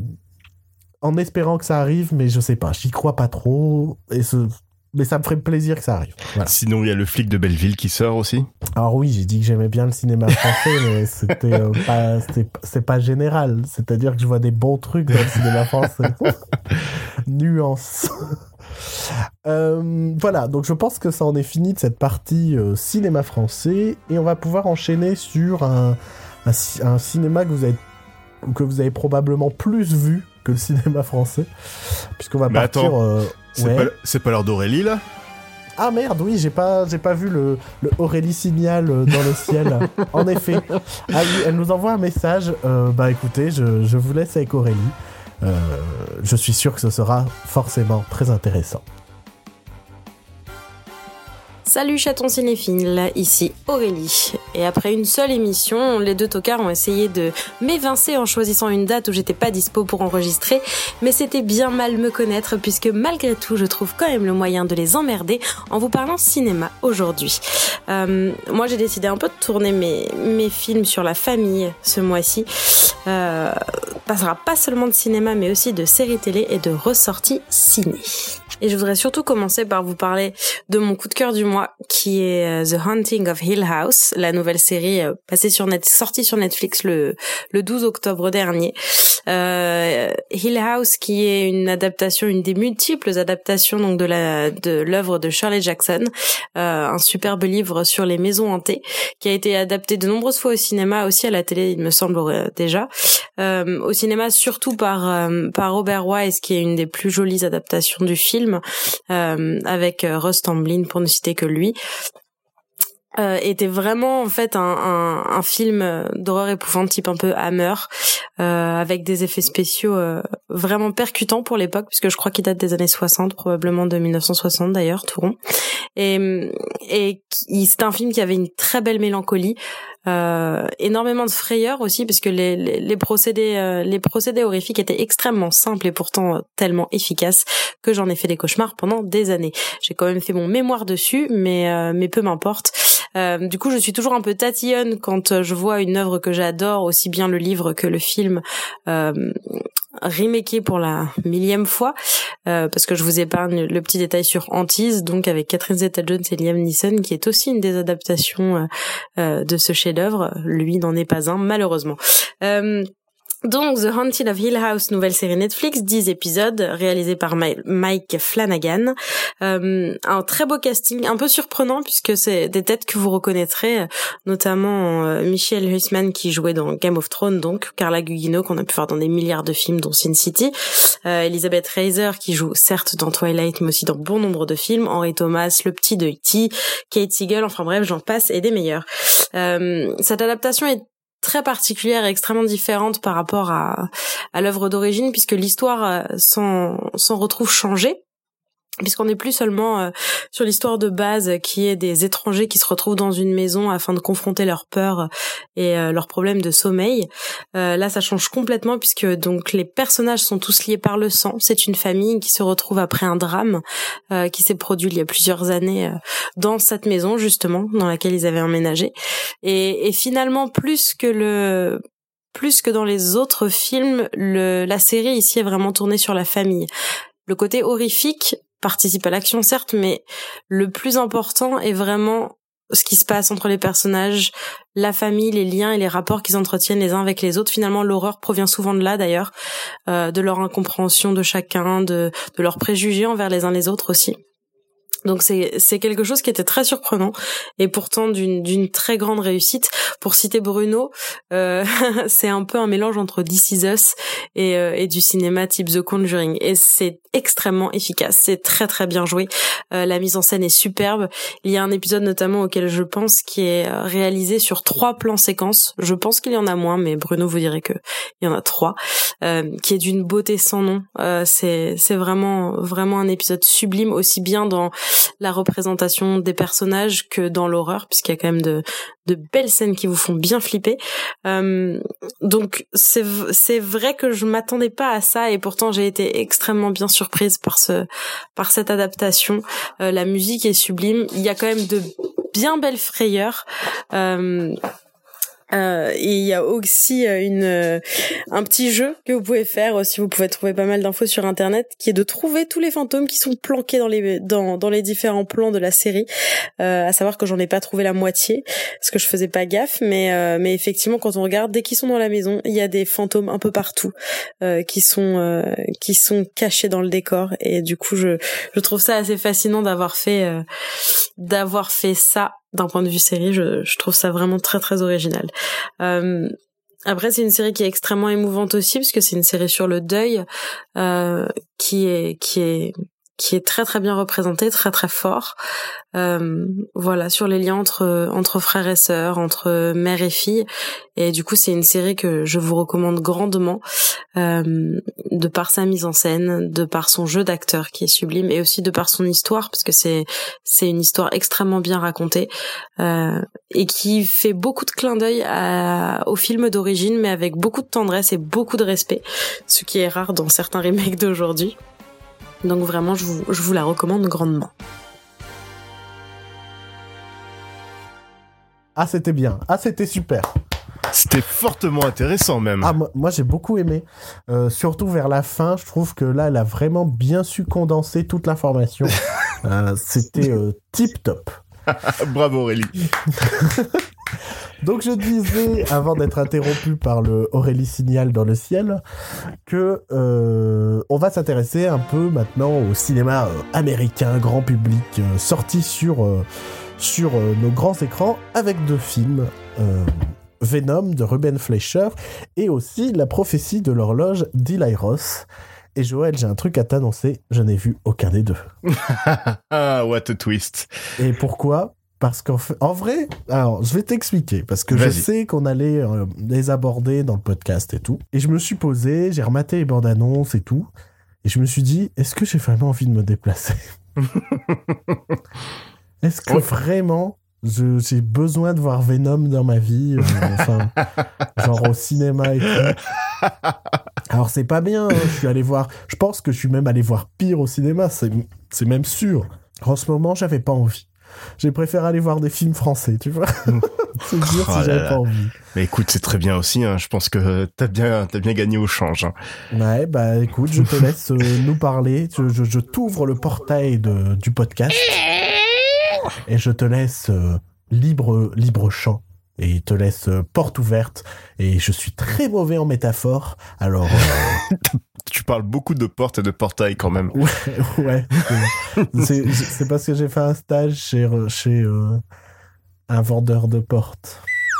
en espérant que ça arrive, mais je sais pas, j'y crois pas trop. Et ce, mais ça me ferait plaisir que ça arrive. Voilà. Sinon, il y a le flic de Belleville qui sort aussi. Alors oui, j'ai dit que j'aimais bien le cinéma français, mais c'était euh, pas, c'était, c'est pas général. C'est-à-dire que je vois des bons trucs dans le cinéma français. Nuance. Euh, voilà, donc je pense que ça en est fini de cette partie euh, cinéma français et on va pouvoir enchaîner sur un, un, un cinéma que vous avez, que vous avez probablement plus vu que le cinéma français, puisqu'on va Mais partir... attends, euh, c'est, ouais. pas, c'est pas l'heure d'Aurélie, là ? Ah merde, oui, j'ai pas, j'ai pas vu le, le Aurélie Signal dans le ciel. En effet. Ah oui, elle nous envoie un message. Euh, bah écoutez, je, je vous laisse avec Aurélie. Euh, je suis sûr que ce sera forcément très intéressant. Salut chaton cinéphile, ici Aurélie. Et après une seule émission, les deux tocards ont essayé de m'évincer en choisissant une date où j'étais pas dispo pour enregistrer, mais c'était bien mal me connaître puisque malgré tout, je trouve quand même le moyen de les emmerder en vous parlant cinéma aujourd'hui. Euh, moi, j'ai décidé un peu de tourner mes, mes films sur la famille ce mois-ci. Euh, passera pas seulement de cinéma, mais aussi de séries télé et de ressorties ciné. Et je voudrais surtout commencer par vous parler de mon coup de cœur du mois, qui est The Haunting of Hill House, la nouvelle série euh, passée sur net, sortie sur Netflix le le douze octobre dernier. Euh, Hill House, qui est une adaptation, une des multiples adaptations donc de la de l'œuvre de Shirley Jackson, euh, un superbe livre sur les maisons hantées, qui a été adapté de nombreuses fois au cinéma, aussi à la télé, il me semble euh, déjà. Euh, au cinéma, surtout par euh, par Robert Wise, qui est une des plus jolies adaptations du film. Euh, avec euh, Russ Tamblyn pour ne citer que lui, euh, était vraiment en fait un, un, un film d'horreur épouvante type un peu Hammer, euh, avec des effets spéciaux euh, vraiment percutants pour l'époque, puisque je crois qu'il date des années soixante, probablement de dix-neuf cent soixante d'ailleurs, tout rond. Et, et c'est un film qui avait une très belle mélancolie, euh, énormément de frayeur aussi, parce que les, les, les procédés euh, les procédés horrifiques étaient extrêmement simples et pourtant tellement efficaces que j'en ai fait des cauchemars pendant des années. J'ai quand même fait mon mémoire dessus, mais euh, mais peu m'importe. Euh, du coup, je suis toujours un peu tatillonne quand je vois une œuvre que j'adore, aussi bien le livre que le film, euh, remaké pour la millième fois, euh, parce que je vous épargne le petit détail sur Antise, donc avec Catherine Zeta-Jones et Liam Neeson, qui est aussi une des adaptations euh, euh, de ce chef-d'œuvre. Lui n'en est pas un, malheureusement. Euh, Donc, The Haunted of Hill House, nouvelle série Netflix, dix épisodes, réalisée par My- Mike Flanagan. Euh, un très beau casting, un peu surprenant puisque c'est des têtes que vous reconnaîtrez, notamment euh, Michelle Huisman qui jouait dans Game of Thrones, donc Carla Gugino qu'on a pu voir dans des milliards de films dont Sin City, euh, Elizabeth Fraser qui joue certes dans Twilight mais aussi dans bon nombre de films, Henry Thomas, le petit de E T, Kate Siegel, enfin bref, j'en passe et des meilleurs. Euh, cette adaptation est très particulière et extrêmement différente par rapport à, à l'œuvre d'origine puisque l'histoire s'en, s'en retrouve changée. Puisqu'on n'est plus seulement euh, sur l'histoire de base qui est des étrangers qui se retrouvent dans une maison afin de confronter leurs peurs et euh, leurs problèmes de sommeil. Euh, là, ça change complètement puisque donc les personnages sont tous liés par le sang. C'est une famille qui se retrouve après un drame euh, qui s'est produit il y a plusieurs années euh, dans cette maison justement dans laquelle ils avaient emménagé. Et, et finalement, plus que le plus que dans les autres films, le, la série ici est vraiment tournée sur la famille. Le côté horrifique participe à l'action certes, mais le plus important est vraiment ce qui se passe entre les personnages, la famille, les liens et les rapports qu'ils entretiennent les uns avec les autres. Finalement, l'horreur provient souvent de là d'ailleurs, euh, de leur incompréhension de chacun, de, de leurs préjugés envers les uns les autres aussi. Donc c'est c'est quelque chose qui était très surprenant et pourtant d'une d'une très grande réussite. Pour citer Bruno, euh, c'est un peu un mélange entre This Is Us et euh, et du cinéma type The Conjuring et c'est extrêmement efficace. C'est très très bien joué. Euh, la mise en scène est superbe. Il y a un épisode notamment auquel je pense qui est réalisé sur trois plans séquences. Je pense qu'il y en a moins, mais Bruno vous dirait que il y en a trois, euh, qui est d'une beauté sans nom. Euh, c'est c'est vraiment vraiment un épisode sublime aussi bien dans la représentation des personnages que dans l'horreur puisqu'il y a quand même de de belles scènes qui vous font bien flipper. Euh, donc c'est c'est vrai que je m'attendais pas à ça et pourtant j'ai été extrêmement bien surprise par ce par cette adaptation. Euh, la musique est sublime, il y a quand même de bien belles frayeurs. Euh, Euh, et il y a aussi une euh, un petit jeu que vous pouvez faire aussi, vous pouvez trouver pas mal d'infos sur internet, qui est de trouver tous les fantômes qui sont planqués dans les dans dans les différents plans de la série. Euh, à savoir que j'en ai pas trouvé la moitié parce que je faisais pas gaffe, mais euh, mais effectivement quand on regarde dès qu'ils sont dans la maison, il y a des fantômes un peu partout euh, qui sont euh, qui sont cachés dans le décor et du coup je je trouve ça assez fascinant d'avoir fait euh, d'avoir fait ça. D'un point de vue série, je, je trouve ça vraiment très très original. Euh, après, c'est une série qui est extrêmement émouvante aussi, parce que c'est une série sur le deuil, euh, qui est qui est qui est très très bien représentée, très très fort. Euh, voilà, sur les liens entre entre frères et sœurs, entre mère et fille. Et du coup, c'est une série que je vous recommande grandement, euh, de par sa mise en scène, de par son jeu d'acteur qui est sublime, et aussi de par son histoire, parce que c'est c'est une histoire extrêmement bien racontée, euh, et qui fait beaucoup de clins d'œil à, au film d'origine, mais avec beaucoup de tendresse et beaucoup de respect, ce qui est rare dans certains remakes d'aujourd'hui. Donc vraiment, je vous, je vous la recommande grandement. Ah, c'était bien. Ah, c'était super. C'était fortement intéressant même. Ah, moi, moi j'ai beaucoup aimé. Euh, surtout vers la fin, je trouve que là, elle a vraiment bien su condenser toute l'information. euh, c'était euh, tip top. Bravo Aurélie. Donc je disais, avant d'être interrompu par le Aurélie Signal dans le ciel, que euh, on va s'intéresser un peu maintenant au cinéma euh, américain, grand public, euh, sorti sur, euh, sur euh, nos grands écrans, avec deux films, euh, Venom de Ruben Fleischer, et aussi La prophétie de l'horloge d'Eli Roth. Et Joël, j'ai un truc à t'annoncer, je n'ai vu aucun des deux. Ah, what a twist. Et pourquoi ? Parce qu'en fait, en vrai, alors je vais t'expliquer, parce que Vas-y. je sais qu'on allait euh, les aborder dans le podcast et tout. Et je me suis posé, j'ai rematé les bandes annonces et tout, et je me suis dit, est-ce que j'ai vraiment envie de me déplacer ? Est-ce que Ouais. vraiment je, j'ai besoin de voir Venom dans ma vie, euh, enfin, genre au cinéma et tout. Alors c'est pas bien, hein, je suis allé voir, je pense que je suis même allé voir pire au cinéma, c'est, c'est même sûr. En ce moment, j'avais pas envie. J'ai préféré aller voir des films français, tu vois. C'est dire Oh si là j'avais là. pas envie. Mais écoute, c'est très bien aussi, hein. Je pense que t'as bien, t'as bien gagné au change, hein. Ouais, bah écoute, je te laisse euh, nous parler. Je, je, je t'ouvre le portail de, du podcast et je te laisse euh, libre, libre champ et il te laisse euh, porte ouverte. Et je suis très mauvais en métaphore, alors... Euh... Tu parles beaucoup de portes et de portails quand même. Ouais, ouais. C'est, c'est parce que j'ai fait un stage chez, chez euh, un vendeur de portes.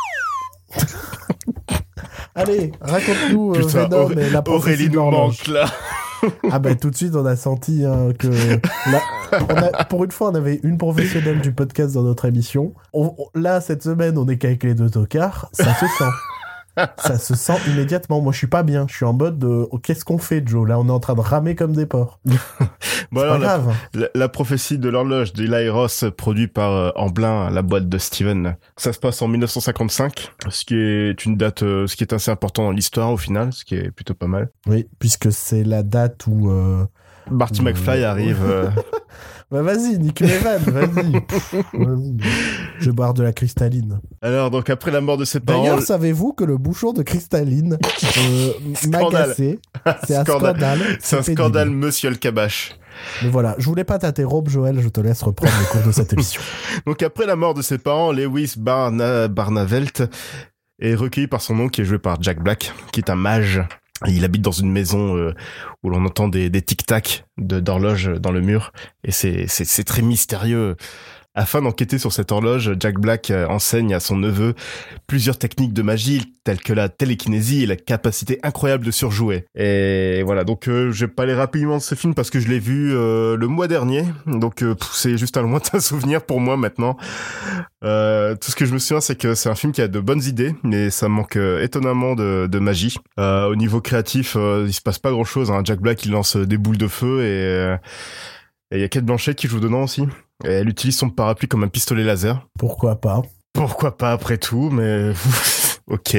Allez, raconte-nous euh, Putain, Venom Auré- et la prophétie Aurélie de nous l'horloge. manque là. Ah ben tout de suite on a senti hein, que là, on a, pour une fois on avait une professionnelle du podcast dans notre émission. On, on- là cette semaine on est qu'avec les deux tocards, ça se sent. Ça se sent immédiatement. Moi je suis pas bien, je suis en mode de, oh, qu'est-ce qu'on fait Joe? Là on est en train de ramer comme des porcs. Bon, C'est alors, pas la, grave. la, la prophétie de l'horloge d'Eli Ross, produit par euh, Amblin, la boîte de Steven. Ça se passe en mille neuf cent cinquante-cinq, ce qui est une date, euh, ce qui est assez important dans l'histoire au final, ce qui est plutôt pas mal. Oui, puisque c'est la date où... Euh... Marty Euh, McFly arrive. euh, Bah vas-y, nique mes vannes, vas-y. Pff, vas-y. Je vais boire de la cristalline. Alors, donc après la mort de ses parents... D'ailleurs, savez-vous que le bouchon de cristalline euh, Scandale. m'agaçait. C'est un Scandale. scandale. C'est un pénible. scandale, monsieur le Kabash. Mais voilà, je voulais pas t'interrompre, Joël, je te laisse reprendre le cours de cette émission. Donc après la mort de ses parents, Lewis Barna, Barnavelt est recueilli par son oncle qui est joué par Jack Black, qui est un mage. Et il habite dans une maison euh, où l'on entend des, des tic-tac de, d'horloge dans le mur. Et c'est, c'est, c'est très mystérieux. Afin d'enquêter sur cette horloge, Jack Black euh, enseigne à son neveu plusieurs techniques de magie, telles que la télékinésie et la capacité incroyable de surjouer. Et voilà, donc euh, je vais parler rapidement de ce film parce que je l'ai vu euh, le mois dernier. Donc euh, pff, c'est juste un lointain souvenir pour moi maintenant. Euh, tout ce que je me souviens, c'est que c'est un film qui a de bonnes idées, mais ça manque euh, étonnamment de, de magie. Euh, au niveau créatif, euh, il se passe pas grand-chose. Hein. Jack Black, il lance des boules de feu et... Euh, et il y a Cate Blanchett qui joue dedans aussi. Et elle utilise son parapluie comme un pistolet laser. Pourquoi pas? Pourquoi pas après tout, mais ok.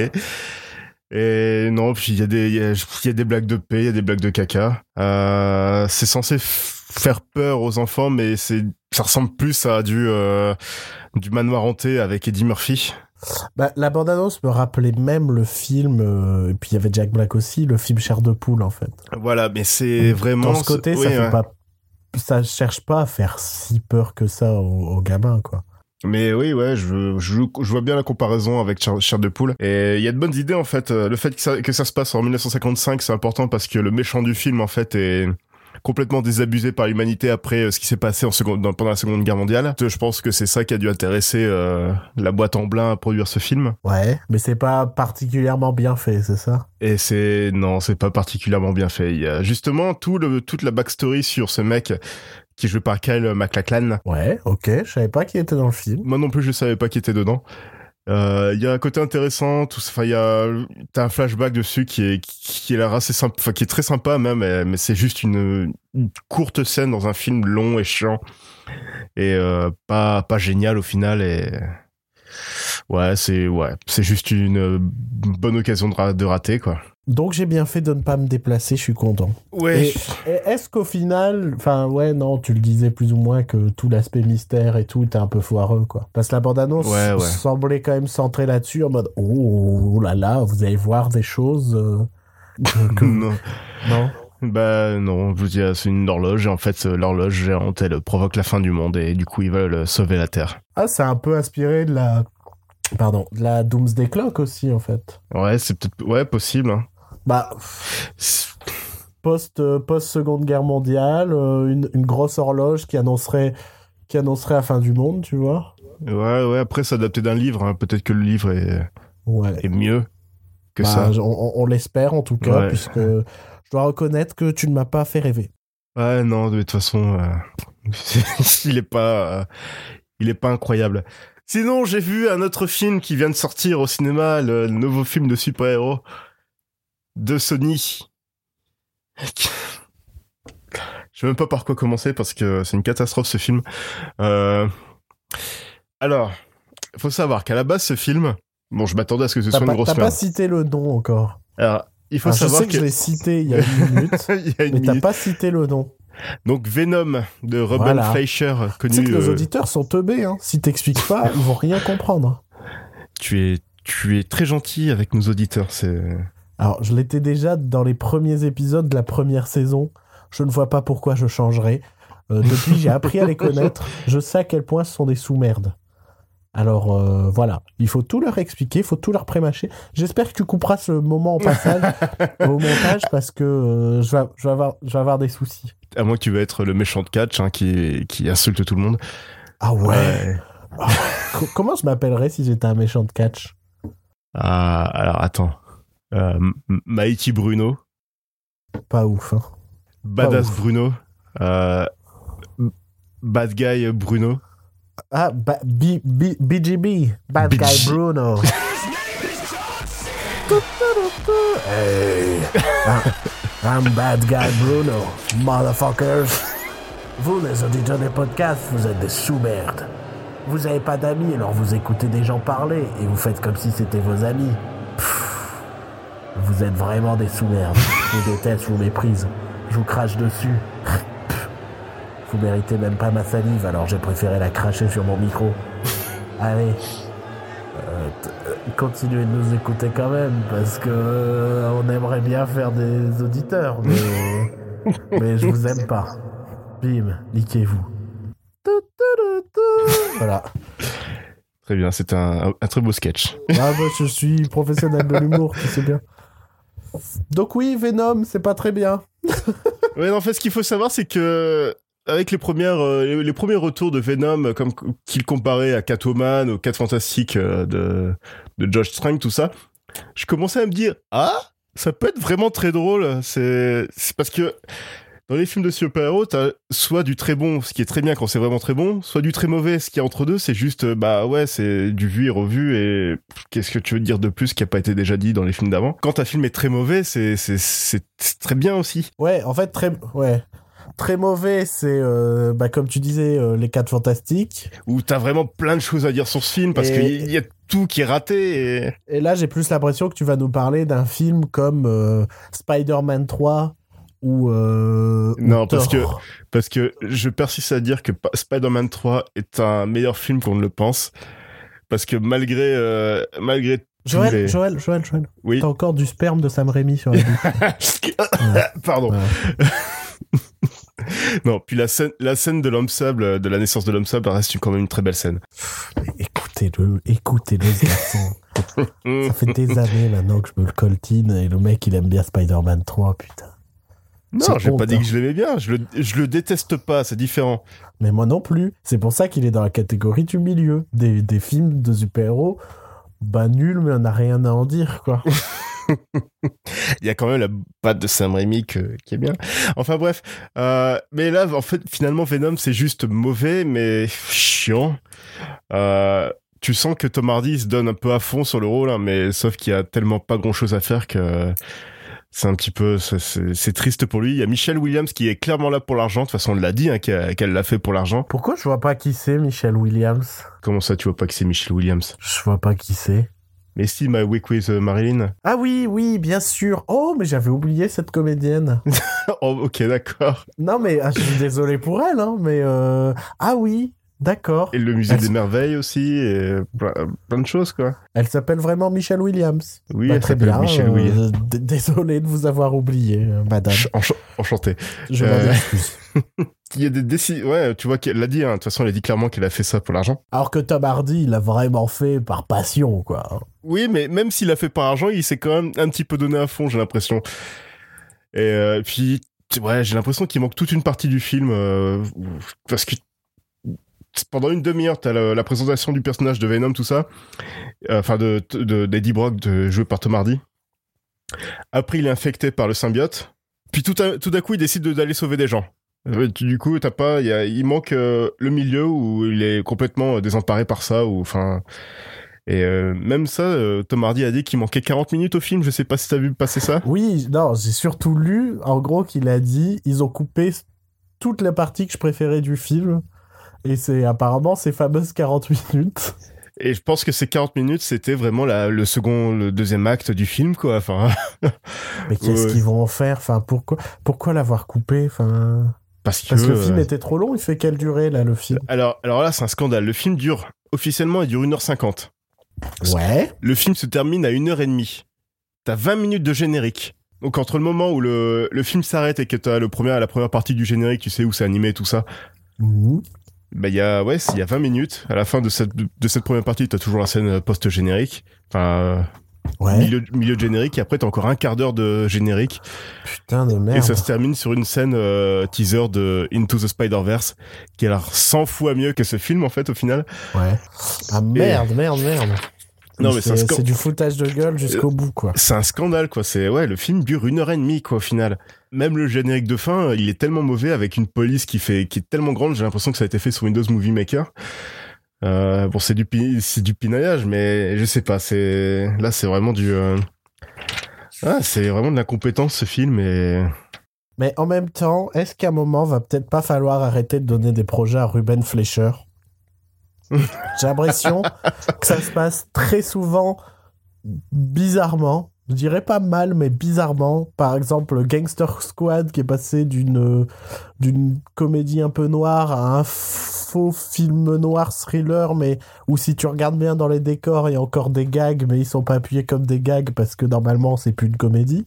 Et non, puis il y a des, il y a, il y a des blagues de paix, il y a des blagues de caca. Euh, c'est censé f- faire peur aux enfants, mais c'est, ça ressemble plus à du, euh, du manoir hanté avec Eddie Murphy. Bah, la bande-annonce me rappelait même le film, euh, et puis il y avait Jack Black aussi, le film Chair de poule en fait. Voilà, mais c'est vraiment... Dans ce côté, oui, ça fait ouais. pas... Ça cherche pas à faire si peur que ça aux, aux gamins, quoi. Mais oui, ouais, je, je, je vois bien la comparaison avec Chair, Chair de poule. Et il y a de bonnes idées, en fait. Le fait que ça, que ça se passe en mille neuf cent cinquante-cinq, c'est important parce que le méchant du film, en fait, est complètement désabusé par l'humanité après ce qui s'est passé en seconde, dans, pendant la Seconde Guerre mondiale. Je pense que c'est ça qui a dû intéresser euh, la boîte Amblin à produire ce film. Ouais, mais c'est pas particulièrement bien fait, c'est ça? Et c'est... Non, c'est pas particulièrement bien fait. Il y a justement tout le, toute la backstory sur ce mec qui est joué par Kyle MacLachlan. Ouais, ok, je savais pas qu'il était dans le film. Moi non plus, je savais pas qui était dedans. Il euh, y a un côté intéressant, tout, enfin il y a, t'as un flashback dessus qui est qui est là assez sympa, enfin qui est très sympa même, mais, mais c'est juste une, une courte scène dans un film long et chiant et euh, pas pas génial au final et ouais c'est ouais c'est juste une bonne occasion de, ra- de rater quoi. Donc j'ai bien fait de ne pas me déplacer, je suis content. Ouais. Et, et est-ce qu'au final, enfin ouais non, tu le disais plus ou moins que tout l'aspect mystère et tout était un peu foireux quoi. Parce que la bande-annonce Ouais, ouais. semblait quand même centrée là-dessus en mode oh là là, vous allez voir des choses euh, que, que- Non. non. Bah non, je vous dis, c'est une horloge et en fait l'horloge géante elle provoque la fin du monde et du coup ils veulent sauver la Terre. Ah, c'est un peu inspiré de la pardon, de la Doomsday Clock aussi en fait. Ouais, c'est peut-être ouais possible. Hein. Bah post euh, post Seconde Guerre mondiale, euh, une, une grosse horloge qui annoncerait qui annoncerait la fin du monde, tu vois. Ouais, ouais. Après, c'est adapté d'un livre. Hein. Peut-être que le livre est, Ouais. est mieux que Bah, ça. je- on, on l'espère en tout cas, Ouais. puisque je dois reconnaître que tu ne m'as pas fait rêver. Ouais, non, de toute façon, euh, il est pas, euh, il est pas incroyable. Sinon, j'ai vu un autre film qui vient de sortir au cinéma, le nouveau film de super-héros de Sony. Je sais même pas par quoi commencer parce que c'est une catastrophe ce film. Euh... Alors, faut savoir qu'à la base ce film, bon, je m'attendais à ce que ce T'as soit pas, une grosse t'as pas merde. cité le nom encore. Alors, il faut Alors, je savoir sais que, je l'ai cité il y a une minute, il y a une mais t'as minute. pas cité le nom. Donc Venom de Ruben Voilà. Fleischer, Tu sais connu. que nos euh, auditeurs sont teubés, hein. Si t'expliques pas, ils vont rien comprendre. Tu es, tu es très gentil avec nos auditeurs. C'est. Alors, je l'étais déjà dans les premiers épisodes de la première saison. Je ne vois pas pourquoi je changerais. Euh, depuis, j'ai appris à les connaître. Je sais à quel point ce sont des sous-merdes. Alors euh, voilà, il faut tout leur expliquer, il faut tout leur prémâcher. J'espère que tu couperas ce moment au passage, au montage, parce que euh, je, vais, je, vais avoir, je vais avoir des soucis. À moins que tu vas être le méchant de catch hein, qui, qui insulte tout le monde. Ah ouais, ouais. Ah, comment je m'appellerais si j'étais un méchant de catch? Ah, alors attends. Euh, Mighty Bruno. Pas ouf, hein. Badass Pas ouf. Bruno. Euh, Bad Guy Bruno. Ah, ba- B- B- BGB. Bad B G Guy Bruno. Hey, I'm Bad Guy Bruno, motherfuckers. Vous, les auditeurs des podcasts, vous êtes des sous-merdes. Vous avez pas d'amis, alors vous écoutez des gens parler et vous faites comme si c'était vos amis. Pfff. Vous êtes vraiment des sous-merdes. Je vous déteste, je vous méprise. Je vous crache dessus. Vous méritez même pas ma salive, alors j'ai préféré la cracher sur mon micro. Allez, euh, t- euh, continuez de nous écouter quand même, parce que euh, on aimerait bien faire des auditeurs, mais mais je vous aime pas. Bim, niquez-vous. Voilà. Très bien, c'est un, un très beau sketch. Ah bah, je suis professionnel de l'humour, tu sais bien. Donc oui, Venom, c'est pas très bien. Ouais, non, en fait, ce qu'il faut savoir, c'est que avec les premières, euh, les, les premiers retours de Venom, comme qu'il comparait à Catwoman, aux quatre Fantastiques euh, de de Josh Trank, tout ça, je commençais à me dire ah, ça peut être vraiment très drôle. C'est c'est parce que dans les films de super-héros, t'as soit du très bon, ce qui est très bien quand c'est vraiment très bon, soit du très mauvais, ce qui est entre deux, c'est juste, bah ouais, c'est du vu et revu, et qu'est-ce que tu veux dire de plus qui a pas été déjà dit dans les films d'avant? Quand un film est très mauvais, c'est, c'est, c'est, c'est très bien aussi. Ouais, en fait, très, ouais. Très mauvais, c'est, euh, bah, comme tu disais, euh, les quatre Fantastiques. Où t'as vraiment plein de choses à dire sur ce film, parce Et... qu'il y a tout qui est raté, et... Et là, j'ai plus l'impression que tu vas nous parler d'un film comme euh, Spider-Man trois, ou euh, non ou parce que Thor. parce que je persiste à dire que Spider-Man trois est un meilleur film qu'on ne le pense, parce que malgré euh, malgré Joël, les... Joël, Joël, Joël, oui, t'as encore du sperme de Sam Raimi sur la bouche. ouais. Pardon. Ouais. Non, puis la scène la scène de l'homme sable, de la naissance de l'homme sable, reste quand même une très belle scène. Écoutez-le, écoutez-le, ce garçon. Ça fait des années maintenant que je me le coltine et le mec il aime bien Spider-Man trois, putain. Non, j'ai honte, pas dit hein. que je l'aimais bien, je le, je le déteste pas, c'est différent. Mais moi non plus. C'est pour ça qu'il est dans la catégorie du milieu. Des, des films de super-héros, bah nul, mais on n'a rien à en dire, quoi. Il y a quand même la patte de Sam Raimi que, qui est bien. Enfin bref, euh, mais là, en fait, finalement, Venom, c'est juste mauvais, mais chiant. Euh, tu sens que Tom Hardy se donne un peu à fond sur le rôle, hein, mais sauf qu'il y a tellement pas grand-chose à faire que... C'est un petit peu, c'est, c'est, c'est triste pour lui. Il y a Michelle Williams qui est clairement là pour l'argent. De toute façon, on l'a dit, hein, qu'elle, qu'elle l'a fait pour l'argent. Pourquoi je vois pas qui c'est, Michelle Williams? Comment ça, tu vois pas que c'est Michelle Williams? Je vois pas qui c'est. Mais si, My Week with Marilyn. Ah oui, oui, bien sûr. Oh, mais j'avais oublié cette comédienne. Oh, ok, d'accord. Non, mais ah, je suis désolé pour elle, hein, mais... Euh... Ah oui, d'accord. Et le musée Elle des s- merveilles aussi, et plein, plein de choses, quoi. Elle s'appelle vraiment Michelle Williams. Oui, Bah, elle très s'appelle bien. Michelle euh, Williams. d- Désolé de vous avoir oublié, euh, madame. Ch- encha- Enchanté. Je Euh, m'en excuse. Il y a des décisions... Ouais, tu vois qu'elle l'a dit, hein. De toute façon, elle a dit clairement qu'elle a fait ça pour l'argent. Alors que Tom Hardy, il l'a vraiment fait par passion, quoi. Oui, mais même s'il l'a fait par argent, il s'est quand même un petit peu donné à fond, j'ai l'impression. Et euh, puis, ouais, j'ai l'impression qu'il manque toute une partie du film, euh, parce que pendant une demi-heure, t'as la, la présentation du personnage de Venom, tout ça, euh, enfin de, de d'Eddie Brock, de, joué par Tom Hardy. Après, il est infecté par le symbiote. Puis tout, à, tout d'un coup, il décide de, d'aller sauver des gens. Euh, tu- du coup, t'as pas, il y a- il manque euh, le milieu où il est complètement euh, désemparé par ça, ou enfin. Et euh, même ça, euh, Tom Hardy a dit qu'il manquait quarante minutes au film. Je sais pas si t'as vu passer ça. Oui, non, j'ai surtout lu, en gros, qu'il a dit, ils ont coupé toute la partie que je préférais du film. Et c'est apparemment ces fameuses quarante minutes. Et je pense que ces quarante minutes, c'était vraiment la, le second, le deuxième acte du film, quoi. Enfin, Mais qu'est-ce Ouais. qu'ils vont en faire? Enfin, pourquoi, pourquoi l'avoir coupé? Enfin, parce que. parce que le film euh, était trop long. Il fait quelle durée, là, le film? Alors, alors là, c'est un scandale. Le film dure, officiellement, il dure une heure cinquante. Ouais. Le film se termine à une heure trente. T'as vingt minutes de générique. Donc, entre le moment où le, le film s'arrête et que t'as le premier, la première partie du générique, tu sais, où c'est animé, tout ça. Mmh. Bah il y a ouais, il y a vingt minutes à la fin de cette de cette première partie, t'as toujours la scène post-générique. Enfin Ouais. Milieu, milieu de générique, et après t'as encore un quart d'heure de générique. Putain de merde. Et ça se termine sur une scène euh, teaser de Into the Spider-Verse, qui a l'air cent fois mieux que ce film, en fait, au final. Ouais. Ah merde, merde, merde. Non, mais c'est, c'est, un sc- c'est du foutage de gueule jusqu'au euh, bout, quoi. C'est un scandale, quoi. C'est, ouais, le film dure une heure et demie, quoi, au final. Même le générique de fin, il est tellement mauvais, avec une police qui fait, qui est tellement grande, j'ai l'impression que ça a été fait sur Windows Movie Maker. Euh, bon, c'est du, pi- c'est du pinaillage, mais je sais pas, c'est, là, c'est vraiment du, euh... ah, c'est vraiment de l'incompétence, ce film, et... Mais en même temps, est-ce qu'à un moment, va peut-être pas falloir arrêter de donner des projets à Ruben Fleischer? J'ai l'impression que ça se passe très souvent bizarrement. Je dirais pas mal, mais bizarrement. Par exemple, Gangster Squad, qui est passé d'une, d'une comédie un peu noire à un faux film noir thriller, mais où si tu regardes bien dans les décors, il y a encore des gags, mais ils sont pas appuyés comme des gags parce que normalement, c'est plus une comédie.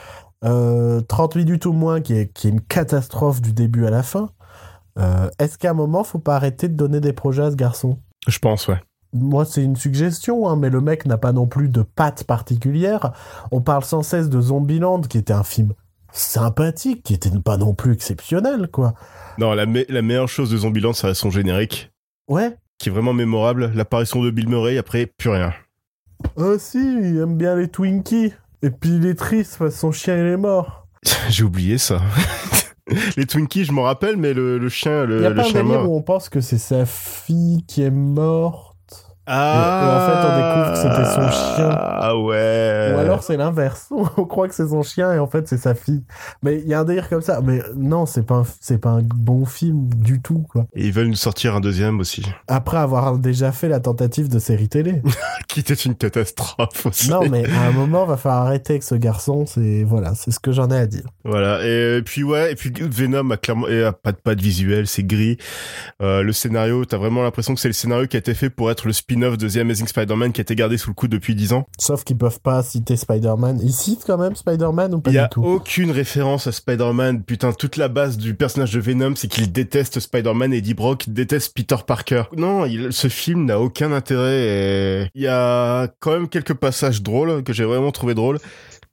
Euh, trente minutes ou moins, qui est, qui est une catastrophe du début à la fin. Euh, est-ce qu'à un moment, faut pas arrêter de donner des projets à ce garçon? Je pense, ouais. Moi, c'est une suggestion, hein, mais le mec n'a pas non plus de patte particulière. On parle sans cesse de Zombieland, qui était un film sympathique, qui était pas non plus exceptionnel, quoi. Non, la, me- la meilleure chose de Zombieland, ça reste son générique. Ouais. Qui est vraiment mémorable. L'apparition de Bill Murray, après, plus rien. Ah si, il aime bien les Twinkies. Et puis il est triste parce que son chien, il est mort. J'ai oublié ça. Les Twinkies, je m'en rappelle, mais le, le chien, le, il y a le pas chien un délire mort. où on pense que c'est sa fille qui est morte. Ah, et, et en fait, on découvre que c'était son chien. Ah ouais. Ou alors c'est l'inverse. On croit que c'est son chien et en fait c'est sa fille. Mais il y a un délire comme ça. Mais non, c'est pas un, c'est pas un bon film du tout, quoi. Et ils veulent nous sortir un deuxième aussi. Après avoir déjà fait la tentative de série télé. Qui était une catastrophe aussi. Non, mais à un moment, va falloir arrêter avec ce garçon. C'est voilà, c'est ce que j'en ai à dire. Voilà. Et puis ouais, et puis Venom a clairement, et a pas de pas de visuel, c'est gris. Euh, le scénario, t'as vraiment l'impression que c'est le scénario qui a été fait pour être le spin-off de The Amazing Spider-Man qui a été gardé sous le coude depuis dix ans. Sauf qu'ils peuvent pas citer Spider-Man. Ils citent quand même Spider-Man ou pas du tout? Il y a aucune référence à Spider-Man. Putain, toute la base du personnage de Venom, c'est qu'il déteste Spider-Man, et Eddie Brock déteste Peter Parker. Non, il, ce film n'a aucun intérêt. Et il y a quand même quelques passages drôles que j'ai vraiment trouvé drôles.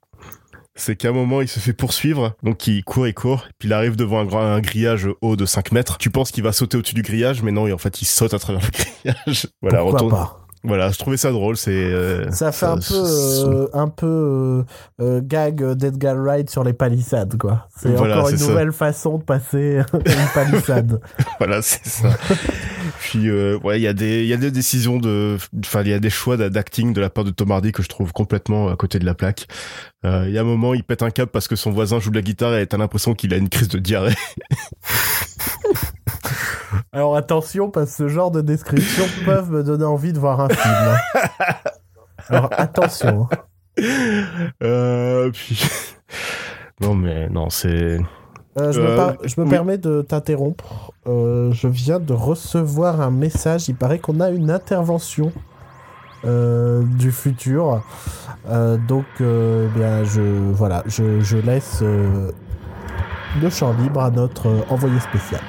C'est qu'à un moment, il se fait poursuivre, donc il court et court, puis il arrive devant un, grand, un grillage haut de cinq mètres. Tu penses qu'il va sauter au-dessus du grillage, mais non, en fait, il saute à travers le grillage. Voilà, Pourquoi retourne. pas? Voilà, je trouvais ça drôle, c'est... Euh, ça fait ça, un peu, euh, un peu euh, euh, gag d'Edgar Wright sur les palissades, quoi. C'est voilà, encore c'est une ça. nouvelle façon de passer une palissade. Voilà, c'est ça. Puis, euh, ouais, il y a des, il y a des décisions de... Enfin, il y a des choix d'acting de la part de Tom Hardy que je trouve complètement à côté de la plaque. Il euh, y a un moment, il pète un câble parce que son voisin joue de la guitare et t'as l'impression qu'il a une crise de diarrhée. Alors attention, parce que ce genre de descriptions peuvent me donner envie de voir un film. Hein. Alors attention. Euh, puis... Non mais non, c'est... Euh, je, euh, me, par... je me oui. permets de t'interrompre. Euh, je viens de recevoir un message. Il paraît qu'on a une intervention euh, du futur. Euh, donc, euh, bien, je, voilà, je, je laisse euh, le champ libre à notre euh, envoyé spécial.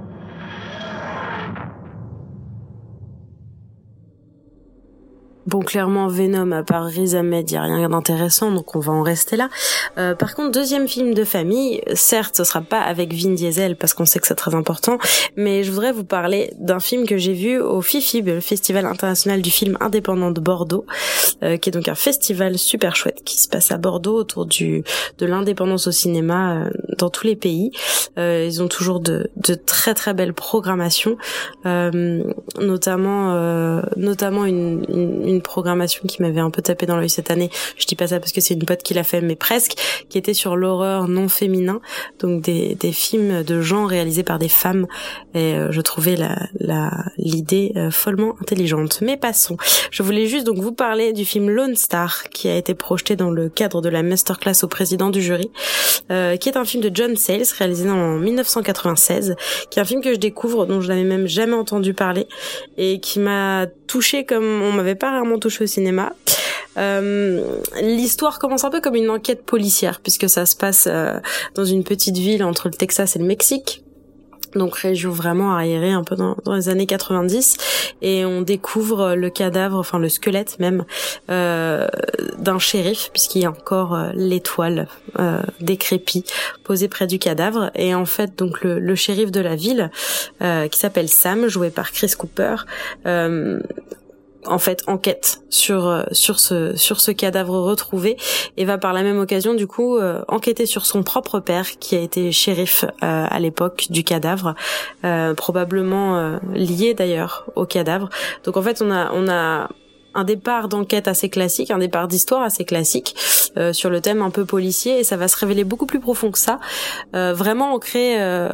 Bon, clairement, Venom, à part Riz Ahmed, il n'y a rien d'intéressant, donc on va en rester là. Euh, par contre, deuxième film de famille, certes, ce sera pas avec Vin Diesel, parce qu'on sait que c'est très important, mais je voudrais vous parler d'un film que j'ai vu au FIFIB, le Festival international du film indépendant de Bordeaux, euh, qui est donc un festival super chouette qui se passe à Bordeaux autour du de l'indépendance au cinéma euh, dans tous les pays. Euh, ils ont toujours de, de très très belles programmations, euh, notamment euh, notamment une, une, une programmation qui m'avait un peu tapé dans l'œil cette année. Je dis pas ça parce que c'est une pote qui l'a fait, mais presque, qui était sur l'horreur non féminin, donc des, des films de genre réalisés par des femmes. Et euh, je trouvais la, la l'idée euh, follement intelligente. Mais passons. Je voulais juste donc vous parler du film Lone Star qui a été projeté dans le cadre de la masterclass au président du jury, euh, qui est un film de John Sayles réalisé en dix-neuf cent quatre-vingt-seize, qui est un film que je découvre, dont je n'avais même jamais entendu parler et qui m'a touchée comme on m'avait pas rarement touchée au cinéma. Euh, l'histoire commence un peu comme une enquête policière puisque ça se passe euh, dans une petite ville entre le Texas et le Mexique. donc région vraiment arriérée un peu dans, dans les années quatre-vingt-dix, et on découvre le cadavre, enfin le squelette même, euh, d'un shérif, puisqu'il y a encore euh, l'étoile euh, décrépie posée près du cadavre. Et en fait, donc le, le shérif de la ville, euh, qui s'appelle Sam, joué par Chris Cooper, euh, en fait enquête sur sur ce sur ce cadavre retrouvé, et va par la même occasion du coup euh, enquêter sur son propre père qui a été shérif euh, à l'époque du cadavre, euh, probablement euh, lié d'ailleurs au cadavre. Donc en fait on a on a un départ d'enquête assez classique, un départ d'histoire assez classique euh, sur le thème un peu policier, et ça va se révéler beaucoup plus profond que ça, euh, vraiment ancré euh,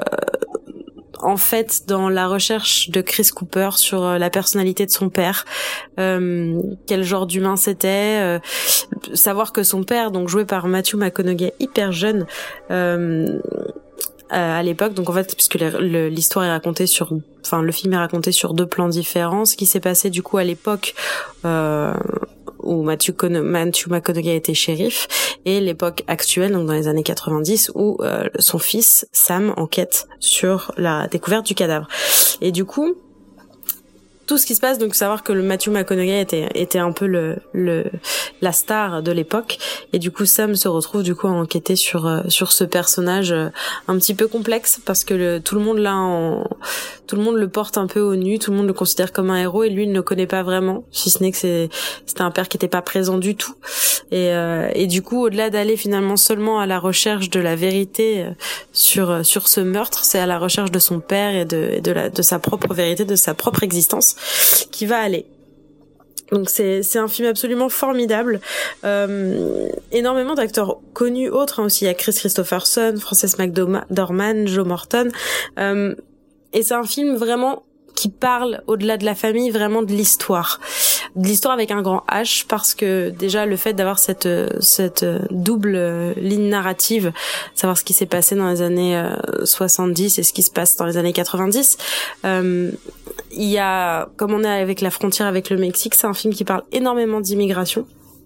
en fait dans la recherche de Chris Cooper sur euh, la personnalité de son père, euh, quel genre d'humain c'était, euh, savoir que son père, donc joué par Matthew McConaughey hyper jeune euh, à l'époque, donc en fait puisque le, l'histoire est racontée sur, enfin le film est raconté sur deux plans différents, ce qui s'est passé du coup à l'époque euh, où Matthew, Matthew McConaughey était shérif, et l'époque actuelle, donc dans les années quatre-vingt-dix, où euh, son fils Sam enquête sur la découverte du cadavre. Et du coup, tout ce qui se passe, donc savoir que le Matthew McConaughey était était un peu le le la star de l'époque, et du coup Sam se retrouve du coup à enquêter sur euh, sur ce personnage euh, un petit peu complexe, parce que le, tout le monde là en tout le monde le porte un peu au nu, tout le monde le considère comme un héros, et lui il ne le connaît pas vraiment, si ce n'est que c'est c'était un père qui était pas présent du tout, et euh, et du coup au-delà d'aller finalement seulement à la recherche de la vérité sur sur ce meurtre, c'est à la recherche de son père et de de la de sa propre vérité, de sa propre existence qui va aller. Donc c'est c'est un film absolument formidable, euh, énormément d'acteurs connus autres hein, aussi, il y a Chris Christopherson, Frances McDormand, Joe Morton, euh, et c'est un film vraiment qui parle au-delà de la famille, vraiment de l'histoire, de l'histoire avec un grand H, parce que déjà le fait d'avoir cette cette double ligne narrative, savoir ce qui s'est passé dans les années soixante-dix et ce qui se passe dans les années quatre-vingt-dix, euh, il y a, comme on est avec la frontière avec le Mexique, c'est un film qui parle énormément d'immigration,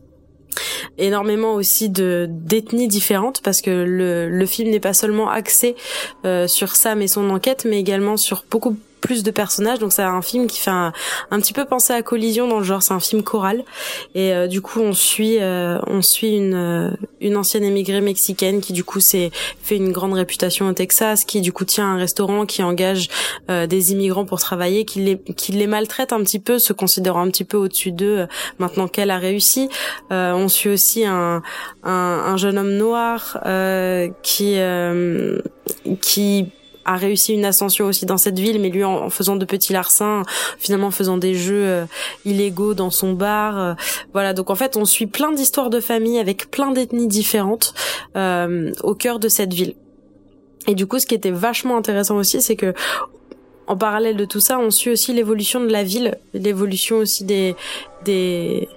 énormément aussi de d'ethnies différentes, parce que le le film n'est pas seulement axé euh, sur Sam et son enquête, mais également sur beaucoup plus de personnages. Donc c'est un film qui fait un, un petit peu penser à Collision dans le genre, c'est un film choral, et euh, du coup on suit euh, on suit une euh, une ancienne émigrée mexicaine qui du coup s'est fait une grande réputation au Texas, qui du coup tient un restaurant, qui engage euh, des immigrants pour travailler, qui les qui les maltraite un petit peu, se considérant un petit peu au-dessus d'eux euh, maintenant qu'elle a réussi. Euh, on suit aussi un un, un jeune homme noir euh, qui euh, qui a réussi une ascension aussi dans cette ville, mais lui en, en faisant de petits larcins, finalement en faisant des jeux euh, illégaux dans son bar. Euh, voilà, donc en fait on suit plein d'histoires de famille avec plein d'ethnies différentes euh, au cœur de cette ville. Et du coup ce qui était vachement intéressant aussi, c'est que en parallèle de tout ça, on suit aussi l'évolution de la ville, l'évolution aussi des des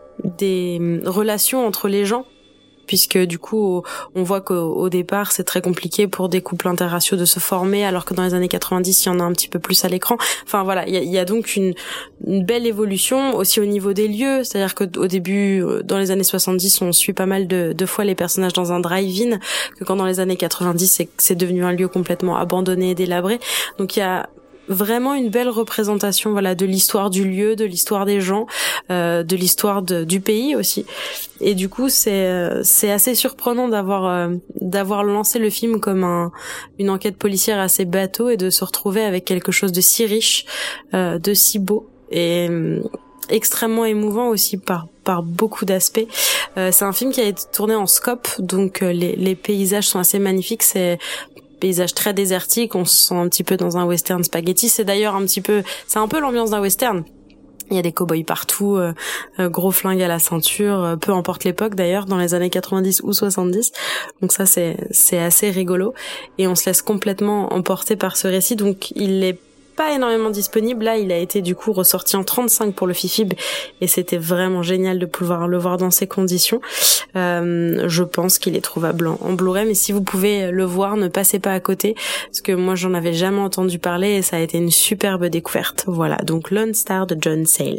des relations entre les gens, puisque du coup on voit qu'au au départ c'est très compliqué pour des couples interraciaux de se former, alors que dans les années quatre-vingt-dix il y en a un petit peu plus à l'écran. Enfin voilà, il y a, y a donc une, une belle évolution aussi au niveau des lieux, c'est-à-dire que au début dans les années soixante-dix on suit pas mal de, de fois les personnages dans un drive-in, que quand dans les années quatre-vingt-dix c'est, c'est devenu un lieu complètement abandonné et délabré. Donc il y a vraiment une belle représentation, voilà, de l'histoire du lieu, de l'histoire des gens, euh, de l'histoire de, du pays aussi. Et du coup, c'est c'est assez surprenant d'avoir euh, d'avoir lancé le film comme un une enquête policière assez bateau, et de se retrouver avec quelque chose de si riche, euh, de si beau, et euh, extrêmement émouvant aussi par par beaucoup d'aspects. Euh, c'est un film qui a été tourné en scope, donc euh, les les paysages sont assez magnifiques. C'est paysage très désertique, on se sent un petit peu dans un western spaghetti. C'est d'ailleurs un petit peu, c'est un peu l'ambiance d'un western. Il y a des cow-boys partout, euh, euh, gros flingues à la ceinture, euh, peu importe l'époque d'ailleurs, dans les années quatre-vingt-dix ou soixante-dix. Donc ça c'est c'est assez rigolo, et on se laisse complètement emporter par ce récit. Donc il est pas énormément disponible. Là, il a été du coup ressorti en trente-cinq pour le Fifib, et c'était vraiment génial de pouvoir le voir dans ces conditions. Euh, je pense qu'il est trouvable en, en Blu-ray, mais si vous pouvez le voir, ne passez pas à côté, parce que moi j'en avais jamais entendu parler, et ça a été une superbe découverte. Voilà, donc Lone Star de John Sayles.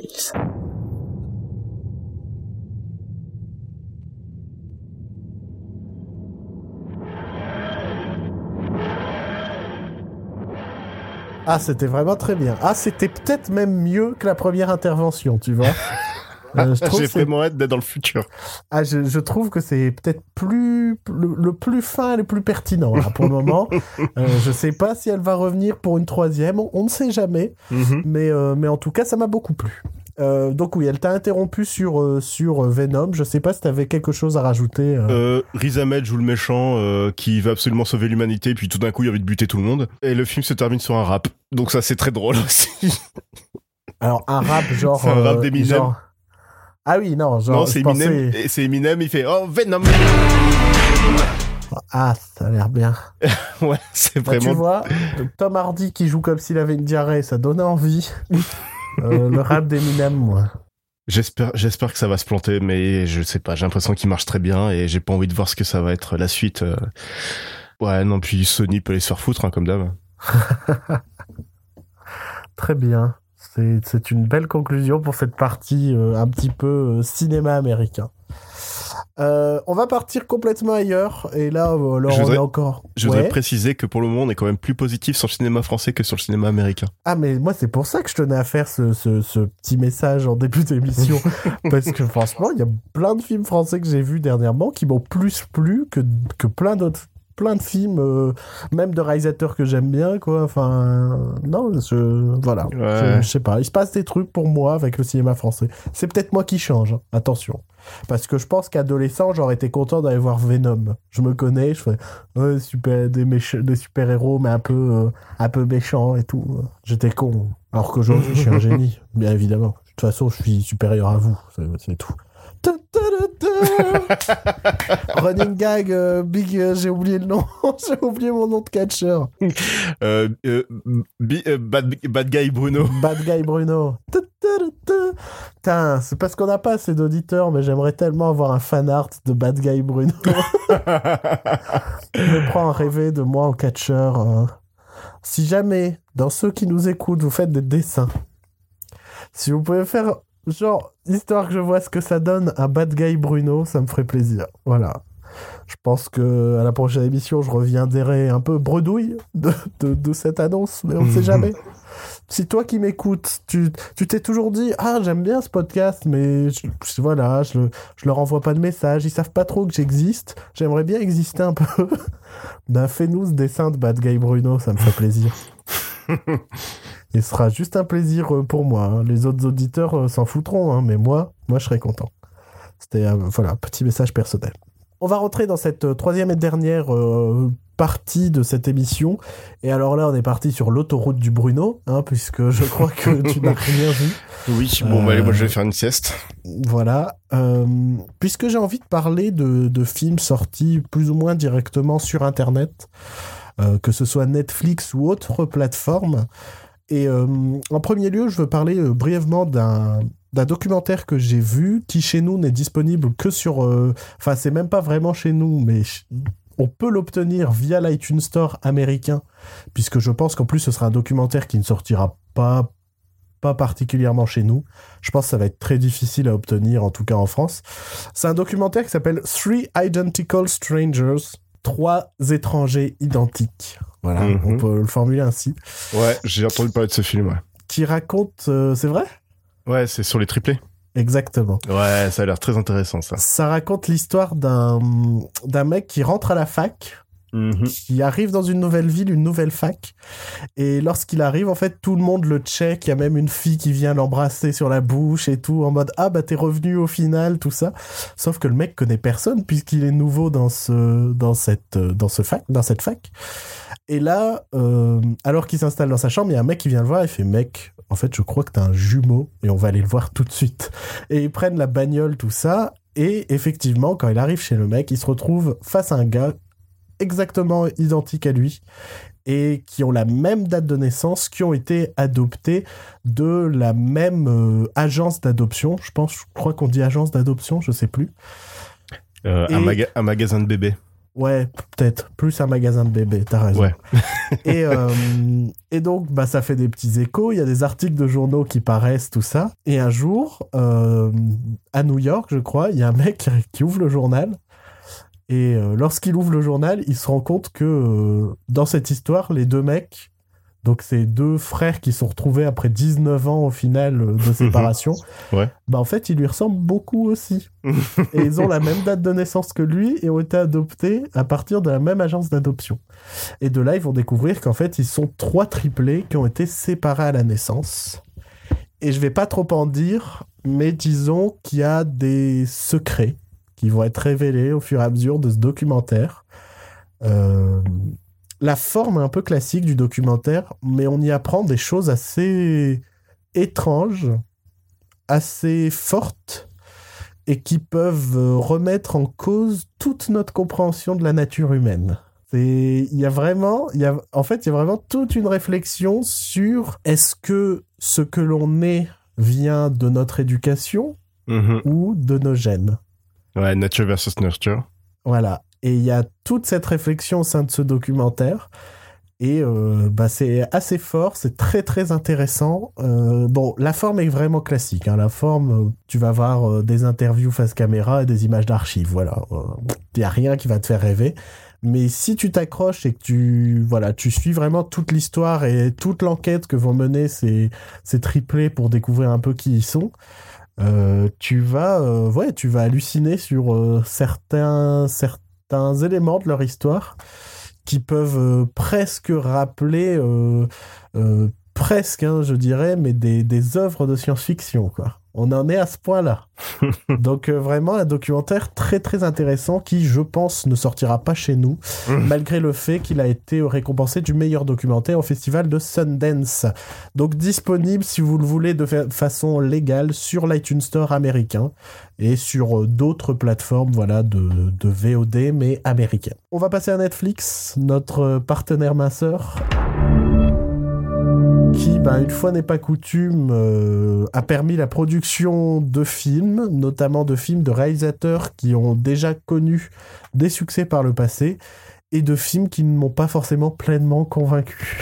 Ah, c'était vraiment très bien. Ah, c'était peut-être même mieux que la première intervention, tu vois. Euh, J'ai vraiment hâte d'être dans le futur. Ah, je, je trouve que c'est peut-être plus le, le plus fin et le plus pertinent là, pour le moment. euh, je sais pas si elle va revenir pour une troisième, on, on ne sait jamais. Mm-hmm. Mais, euh, mais en tout cas, ça m'a beaucoup plu. Euh, donc oui, elle t'a interrompu sur, euh, sur Venom. Je sais pas si t'avais quelque chose à rajouter. Euh... Euh, Riz Ahmed joue le méchant euh, qui va absolument sauver l'humanité, puis tout d'un coup il a envie de buter tout le monde. Et le film se termine sur un rap. Donc ça c'est très drôle aussi. Alors un rap genre... C'est un rap euh, d'Eminem. Genre... Ah oui, non, genre... Non, c'est Eminem, pensais... c'est Eminem, il fait « Oh, Venom !» Ah, ça a l'air bien. Ouais, c'est bah, vraiment... Tu vois, Tom Hardy qui joue comme s'il avait une diarrhée, ça donnait envie. euh, le rap d'Eminem, moi. J'espère, j'espère que ça va se planter, mais je sais pas, j'ai l'impression qu'il marche très bien et j'ai pas envie de voir ce que ça va être la suite. Euh... Ouais, non, puis Sony peut aller se faire foutre, hein, comme d'hab. Très bien. C'est, c'est une belle conclusion pour cette partie euh, un petit peu euh, cinéma américain. Euh, on va partir complètement ailleurs, et là, alors je voudrais, on est encore... Je ouais. voudrais préciser que pour le moment, on est quand même plus positif sur le cinéma français que sur le cinéma américain. Ah, mais moi, c'est pour ça que je tenais à faire ce, ce, ce petit message en début d'émission, parce que franchement, il y a plein de films français que j'ai vus dernièrement qui m'ont plus plu que, que plein d'autres plein de films, euh, même de réalisateurs que j'aime bien, quoi. Enfin, euh, non, je, voilà. Ouais. Je, je sais pas. Il se passe des trucs pour moi avec le cinéma français. C'est peut-être moi qui change, hein. Attention. Parce que je pense qu'adolescent, j'aurais été content d'aller voir Venom. Je me connais, je fais ouais, super, des, méch- des super-héros, mais un peu, euh, un peu méchants et tout. J'étais con. Alors qu'aujourd'hui, je suis un génie, bien évidemment. De toute façon, je suis supérieur à vous. C'est, c'est tout. Running gag, euh, big, euh, j'ai oublié le nom, j'ai oublié mon nom de catcheur. Euh, euh, bi, euh, bad, bad Guy Bruno. Bad Guy Bruno. Putain, c'est parce qu'on n'a pas assez d'auditeurs, mais j'aimerais tellement avoir un fan art de Bad Guy Bruno. Je me prends à rêver de moi en catcheur. Euh. Si jamais, dans ceux qui nous écoutent, vous faites des dessins, si vous pouvez faire... genre, histoire que je vois ce que ça donne un Bad Guy Bruno, ça me ferait plaisir. Voilà. Je pense que à la prochaine émission, je reviendrai un peu bredouille de, de, de cette annonce, mais on ne sait jamais. Si toi qui m'écoutes, tu, tu t'es toujours dit « Ah, j'aime bien ce podcast, mais je, je, voilà, je, je leur envoie pas de message, ils savent pas trop que j'existe. J'aimerais bien exister un peu. » Ben, fais-nous ce dessin de Bad Guy Bruno, ça me fait plaisir. Il sera juste un plaisir pour moi. Hein. Les autres auditeurs euh, s'en foutront, hein, mais moi, moi, je serai content. C'était euh, voilà, petit message personnel. On va rentrer dans cette euh, troisième et dernière euh, partie de cette émission. Et alors là, on est parti sur l'autoroute du Bruno, hein, puisque je crois que tu n'as rien vu. Oui, bon, euh, bah, allez, moi, je vais faire une sieste. Voilà. Euh, puisque j'ai envie de parler de, de films sortis plus ou moins directement sur Internet, euh, que ce soit Netflix ou autre plateforme. Et euh, en premier lieu, je veux parler euh, brièvement d'un, d'un documentaire que j'ai vu, qui chez nous n'est disponible que sur... Enfin, euh, c'est même pas vraiment chez nous, mais ch- on peut l'obtenir via l'iTunes Store américain, puisque je pense qu'en plus, ce sera un documentaire qui ne sortira pas, pas particulièrement chez nous. Je pense que ça va être très difficile à obtenir, en tout cas en France. C'est un documentaire qui s'appelle Three Identical Strangers, trois étrangers identiques. Voilà, mm-hmm. On peut le formuler ainsi. Ouais, j'ai entendu parler de ce film, ouais. Qui raconte... Euh, c'est vrai ? Ouais, c'est sur les triplés. Exactement. Ouais, ça a l'air très intéressant, ça. Ça raconte l'histoire d'un, d'un mec qui rentre à la fac, mm-hmm. qui arrive dans une nouvelle ville, une nouvelle fac, et lorsqu'il arrive, en fait, tout le monde le check, il y a même une fille qui vient l'embrasser sur la bouche et tout, en mode « Ah, bah t'es revenu au final », tout ça. Sauf que le mec connaît personne, puisqu'il est nouveau dans ce, dans cette, dans ce fac, dans cette fac. Et là, euh, alors qu'il s'installe dans sa chambre, il y a un mec qui vient le voir et fait « Mec, en fait, je crois que t'as un jumeau et on va aller le voir tout de suite. » Et ils prennent la bagnole, tout ça. Et effectivement, quand il arrive chez le mec, il se retrouve face à un gars exactement identique à lui et qui ont la même date de naissance, qui ont été adoptés de la même euh, agence d'adoption. Je pense, je crois qu'on dit agence d'adoption, je sais plus. Euh, et... un, maga- un magasin de bébés. Ouais, peut-être. Plus un magasin de bébés, t'as raison. Ouais. et, euh, et donc, bah, ça fait des petits échos. Il y a des articles de journaux qui paraissent, tout ça. Et un jour, euh, à New York, je crois, il y a un mec qui ouvre le journal. Et euh, lorsqu'il ouvre le journal, il se rend compte que euh, dans cette histoire, les deux mecs Donc c'est deux frères qui sont retrouvés après dix-neuf ans au final de séparation. Ouais. Bah en fait, ils lui ressemblent beaucoup aussi. Et ils ont la même date de naissance que lui et ont été adoptés à partir de la même agence d'adoption. Et de là, ils vont découvrir qu'en fait, ils sont trois triplés qui ont été séparés à la naissance. Et je vais pas trop en dire, mais disons qu'il y a des secrets qui vont être révélés au fur et à mesure de ce documentaire. Euh... La forme est un peu classique du documentaire, mais on y apprend des choses assez étranges, assez fortes, et qui peuvent remettre en cause toute notre compréhension de la nature humaine. C'est... Il y a vraiment, il y a... en fait, il y a vraiment toute une réflexion sur est-ce que ce que l'on est vient de notre éducation mm-hmm. ou de nos gènes. Ouais, nature versus nurture. Voilà. Et il y a toute cette réflexion au sein de ce documentaire. Et euh, bah, c'est assez fort, c'est très très intéressant. Euh, bon, la forme est vraiment classique. Hein. La forme, tu vas avoir euh, des interviews face caméra et des images d'archives. Voilà. Il euh, n'y a rien qui va te faire rêver. Mais si tu t'accroches et que tu, voilà, tu suis vraiment toute l'histoire et toute l'enquête que vont mener ces, ces triplés pour découvrir un peu qui ils sont, euh, tu, vas, euh, ouais, tu vas halluciner sur euh, certains... certains éléments de leur histoire qui peuvent euh, presque rappeler euh, euh, presque, hein, je dirais, mais des, des œuvres de science-fiction, quoi. On en est à ce point-là. Donc euh, vraiment un documentaire très très intéressant qui, je pense, ne sortira pas chez nous, malgré le fait qu'il a été récompensé du meilleur documentaire au festival de Sundance. Donc disponible, si vous le voulez, de fa- façon légale sur l'iTunes Store américain et sur euh, d'autres plateformes, voilà, de, de V O D, mais américaines. On va passer à Netflix, notre partenaire minceur, qui, ben, une fois n'est pas coutume, euh, a permis la production de films, notamment de films de réalisateurs qui ont déjà connu des succès par le passé, et de films qui ne m'ont pas forcément pleinement convaincu.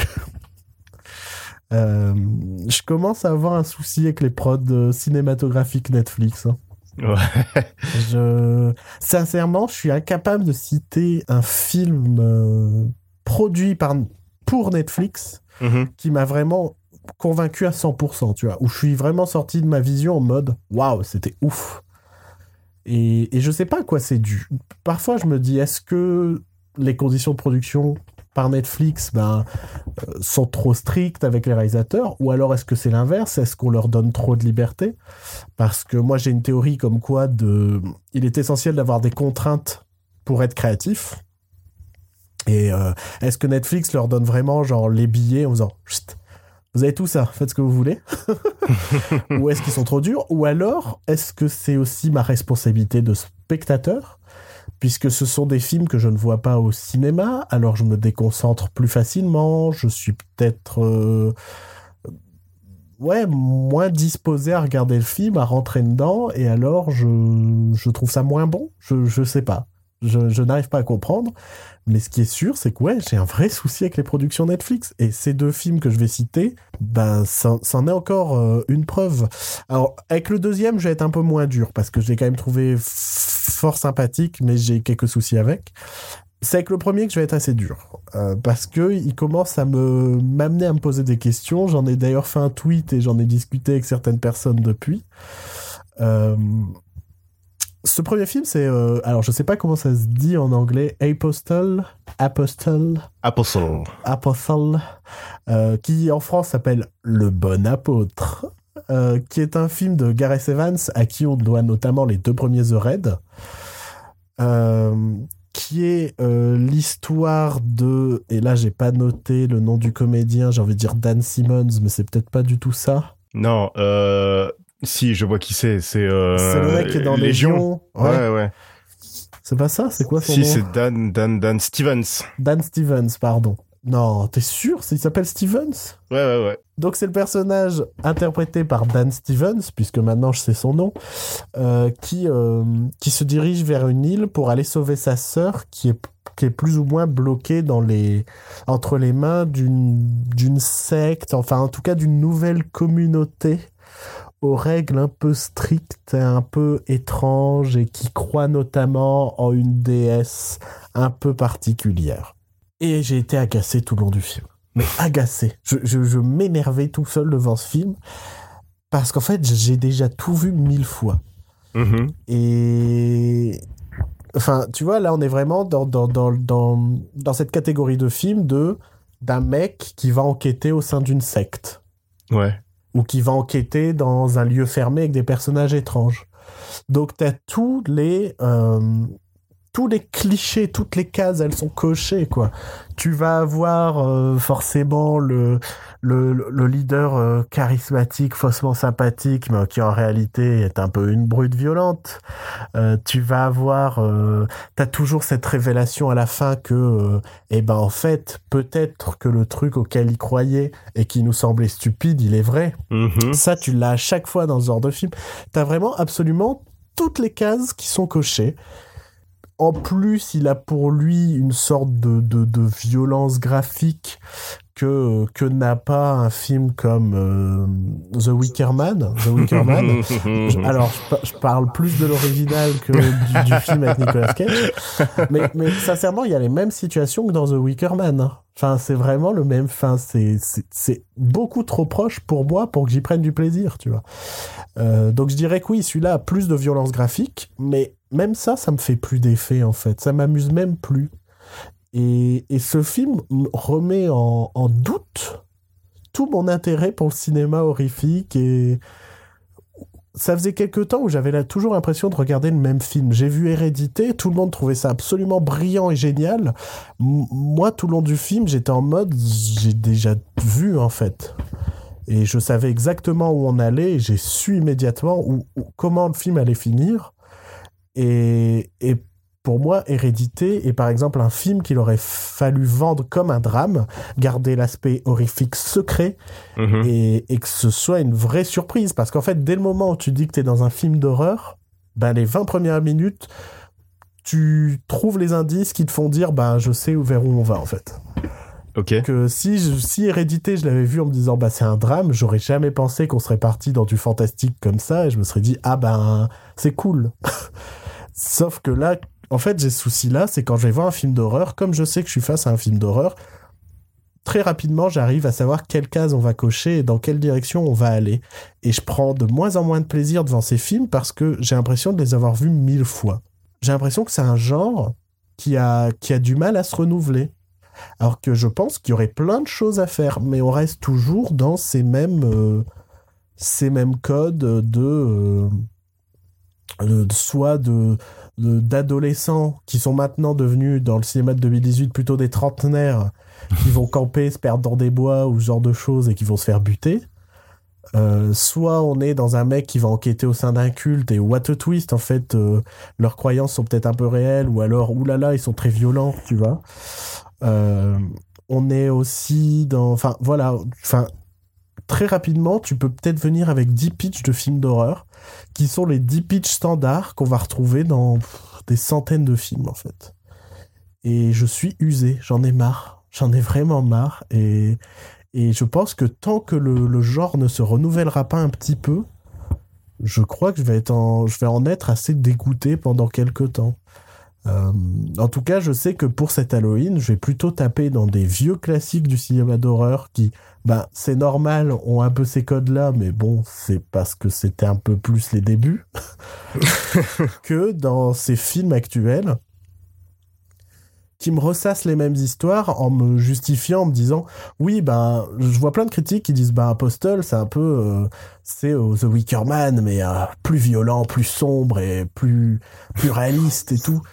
euh, je commence à avoir un souci avec les prods cinématographiques Netflix. Hein. Ouais. Je... Sincèrement, je suis incapable de citer un film euh, produit par... pour Netflix Mmh. qui m'a vraiment convaincu à cent pour cent, tu vois, où je suis vraiment sorti de ma vision en mode waouh, c'était ouf. Et, et je sais pas à quoi c'est dû. Parfois, je me dis, est-ce que les conditions de production par Netflix ben, euh, sont trop strictes avec les réalisateurs, ou alors est-ce que c'est l'inverse? Est-ce qu'on leur donne trop de liberté? Parce que moi, j'ai une théorie comme quoi de... il est essentiel d'avoir des contraintes pour être créatif. Et euh, est-ce que Netflix leur donne vraiment genre les billets en disant vous avez tout ça, faites ce que vous voulez? Ou est-ce qu'ils sont trop durs? Ou alors est-ce que c'est aussi ma responsabilité de spectateur, puisque ce sont des films que je ne vois pas au cinéma, alors je me déconcentre plus facilement, je suis peut-être euh, ouais, moins disposé à regarder le film, à rentrer dedans, et alors je, je trouve ça moins bon, je, je sais pas. Je, je n'arrive pas à comprendre, mais ce qui est sûr, c'est que ouais, j'ai un vrai souci avec les productions Netflix. Et ces deux films que je vais citer, ben, ça, ça en est encore euh, une preuve. Alors, avec le deuxième, je vais être un peu moins dur, parce que je l'ai quand même trouvé f- fort sympathique, mais j'ai quelques soucis avec. C'est avec le premier que je vais être assez dur, euh, parce que il commence à me m'amener à me poser des questions. J'en ai d'ailleurs fait un tweet et j'en ai discuté avec certaines personnes depuis. Euh... Ce premier film, c'est... Euh, alors, je sais pas comment ça se dit en anglais. Apostle Apostle Apostle. Apostle. Euh, qui, en France, s'appelle Le Bon Apôtre. Euh, qui est un film de Gareth Evans, à qui on doit notamment les deux premiers The Raid. Euh, qui est euh, l'histoire de... Et là, j'ai pas noté le nom du comédien. J'ai envie de dire Dan Simmons, mais c'est peut-être pas du tout ça. Non, euh... Si, je vois qui c'est. C'est, euh, c'est le mec qui est dans Légion. Légion. Ouais, ouais. ouais. C'est pas ça? C'est quoi son si, nom? Si, c'est Dan, Dan, Dan Stevens. Dan Stevens, pardon. Non, t'es sûr? Il s'appelle Stevens? Ouais, ouais, ouais. Donc c'est le personnage interprété par Dan Stevens, puisque maintenant je sais son nom, euh, qui, euh, qui se dirige vers une île pour aller sauver sa sœur, qui est, qui est plus ou moins bloquée dans les, entre les mains d'une, d'une secte, enfin en tout cas d'une nouvelle communauté aux règles un peu strictes et un peu étranges et qui croient notamment en une déesse un peu particulière. Et j'ai été agacé tout le long du film. mais agacé. Je, je, je m'énervais tout seul devant ce film parce qu'en fait, j'ai déjà tout vu mille fois. Mmh. Et... Enfin, tu vois, là, on est vraiment dans, dans, dans, dans, dans cette catégorie de film de, d'un mec qui va enquêter au sein d'une secte. Ouais. Ou qui va enquêter dans un lieu fermé avec des personnages étranges. Donc, t'as tous les... Euh, tous les clichés, toutes les cases, elles sont cochées, quoi. Tu vas avoir euh, forcément le, le, le leader euh, charismatique, faussement sympathique, mais qui en réalité est un peu une brute violente. Euh, tu vas avoir... Euh, t'as toujours cette révélation à la fin que, euh, eh ben en fait, peut-être que le truc auquel il croyait et qui nous semblait stupide, il est vrai. Mmh. Ça, tu l'as à chaque fois dans ce genre de film. T'as vraiment absolument toutes les cases qui sont cochées. En plus, il a pour lui une sorte de, de, de violence graphique que, que n'a pas un film comme euh, The Wicker Man. The Wicker Man. je, alors, je, je parle plus de l'original que du, du film avec Nicolas Cage. Mais, mais sincèrement, il y a les mêmes situations que dans The Wicker Man. Hein. Enfin, c'est vraiment le même... Enfin, c'est, c'est, c'est beaucoup trop proche pour moi pour que j'y prenne du plaisir, tu vois. Euh, donc, je dirais que oui, celui-là a plus de violence graphique, mais même ça, ça me fait plus d'effet, en fait. Ça m'amuse même plus. Et, et ce film remet en, en doute tout mon intérêt pour le cinéma horrifique. Et ça faisait quelque temps où j'avais là, toujours l'impression de regarder le même film. J'ai vu Hérédité, tout le monde trouvait ça absolument brillant et génial. M- moi, tout le long du film, j'étais en mode, j'ai déjà vu, en fait. Et je savais exactement où on allait, et j'ai su immédiatement où, où, comment le film allait finir. Et, et pour moi, Hérédité est par exemple un film qu'il aurait fallu vendre comme un drame, garder l'aspect horrifique secret, mmh. et, et que ce soit une vraie surprise. Parce qu'en fait, dès le moment où tu dis que t'es dans un film d'horreur, ben les vingt premières minutes, tu trouves les indices qui te font dire ben je sais vers où on va en fait. Ok. Que si, je, si Hérédité, je l'avais vu en me disant bah c'est un drame, j'aurais jamais pensé qu'on serait parti dans du fantastique comme ça, et je me serais dit ah ben c'est cool. Sauf que là, en fait, j'ai ce souci-là, c'est quand je vais voir un film d'horreur, comme je sais que je suis face à un film d'horreur, très rapidement, j'arrive à savoir quelle case on va cocher et dans quelle direction on va aller. Et je prends de moins en moins de plaisir devant ces films parce que j'ai l'impression de les avoir vus mille fois. J'ai l'impression que c'est un genre qui a, qui a du mal à se renouveler. Alors que je pense qu'il y aurait plein de choses à faire, mais on reste toujours dans ces mêmes, euh, ces mêmes codes de... Euh, de soit de, de, d'adolescents qui sont maintenant devenus, dans le cinéma de deux mille dix-huit, plutôt des trentenaires qui vont camper, se perdre dans des bois ou ce genre de choses et qui vont se faire buter. Euh, soit on est dans un mec qui va enquêter au sein d'un culte et what a twist, en fait, euh, leurs croyances sont peut-être un peu réelles, ou alors, oulala, ils sont très violents, tu vois. Euh, on est aussi dans... Enfin, voilà, enfin... Très rapidement, tu peux peut-être venir avec dix pitchs de films d'horreur qui sont les dix pitchs standards qu'on va retrouver dans pff, des centaines de films, en fait. Et je suis usé, j'en ai marre. J'en ai vraiment marre. Et, et je pense que tant que le, le genre ne se renouvellera pas un petit peu, je crois que je vais, être en, je vais en être assez dégoûté pendant quelques temps. Euh, en tout cas, je sais que pour cet Halloween, je vais plutôt taper dans des vieux classiques du cinéma d'horreur qui, ben, c'est normal, ont un peu ces codes-là, mais bon, c'est parce que c'était un peu plus les débuts, que dans ces films actuels qui me ressassent les mêmes histoires en me justifiant, en me disant oui, ben, je vois plein de critiques qui disent ben, Apostle, c'est un peu euh, c'est euh, The Wicker Man, mais euh, plus violent, plus sombre et plus, plus réaliste et tout.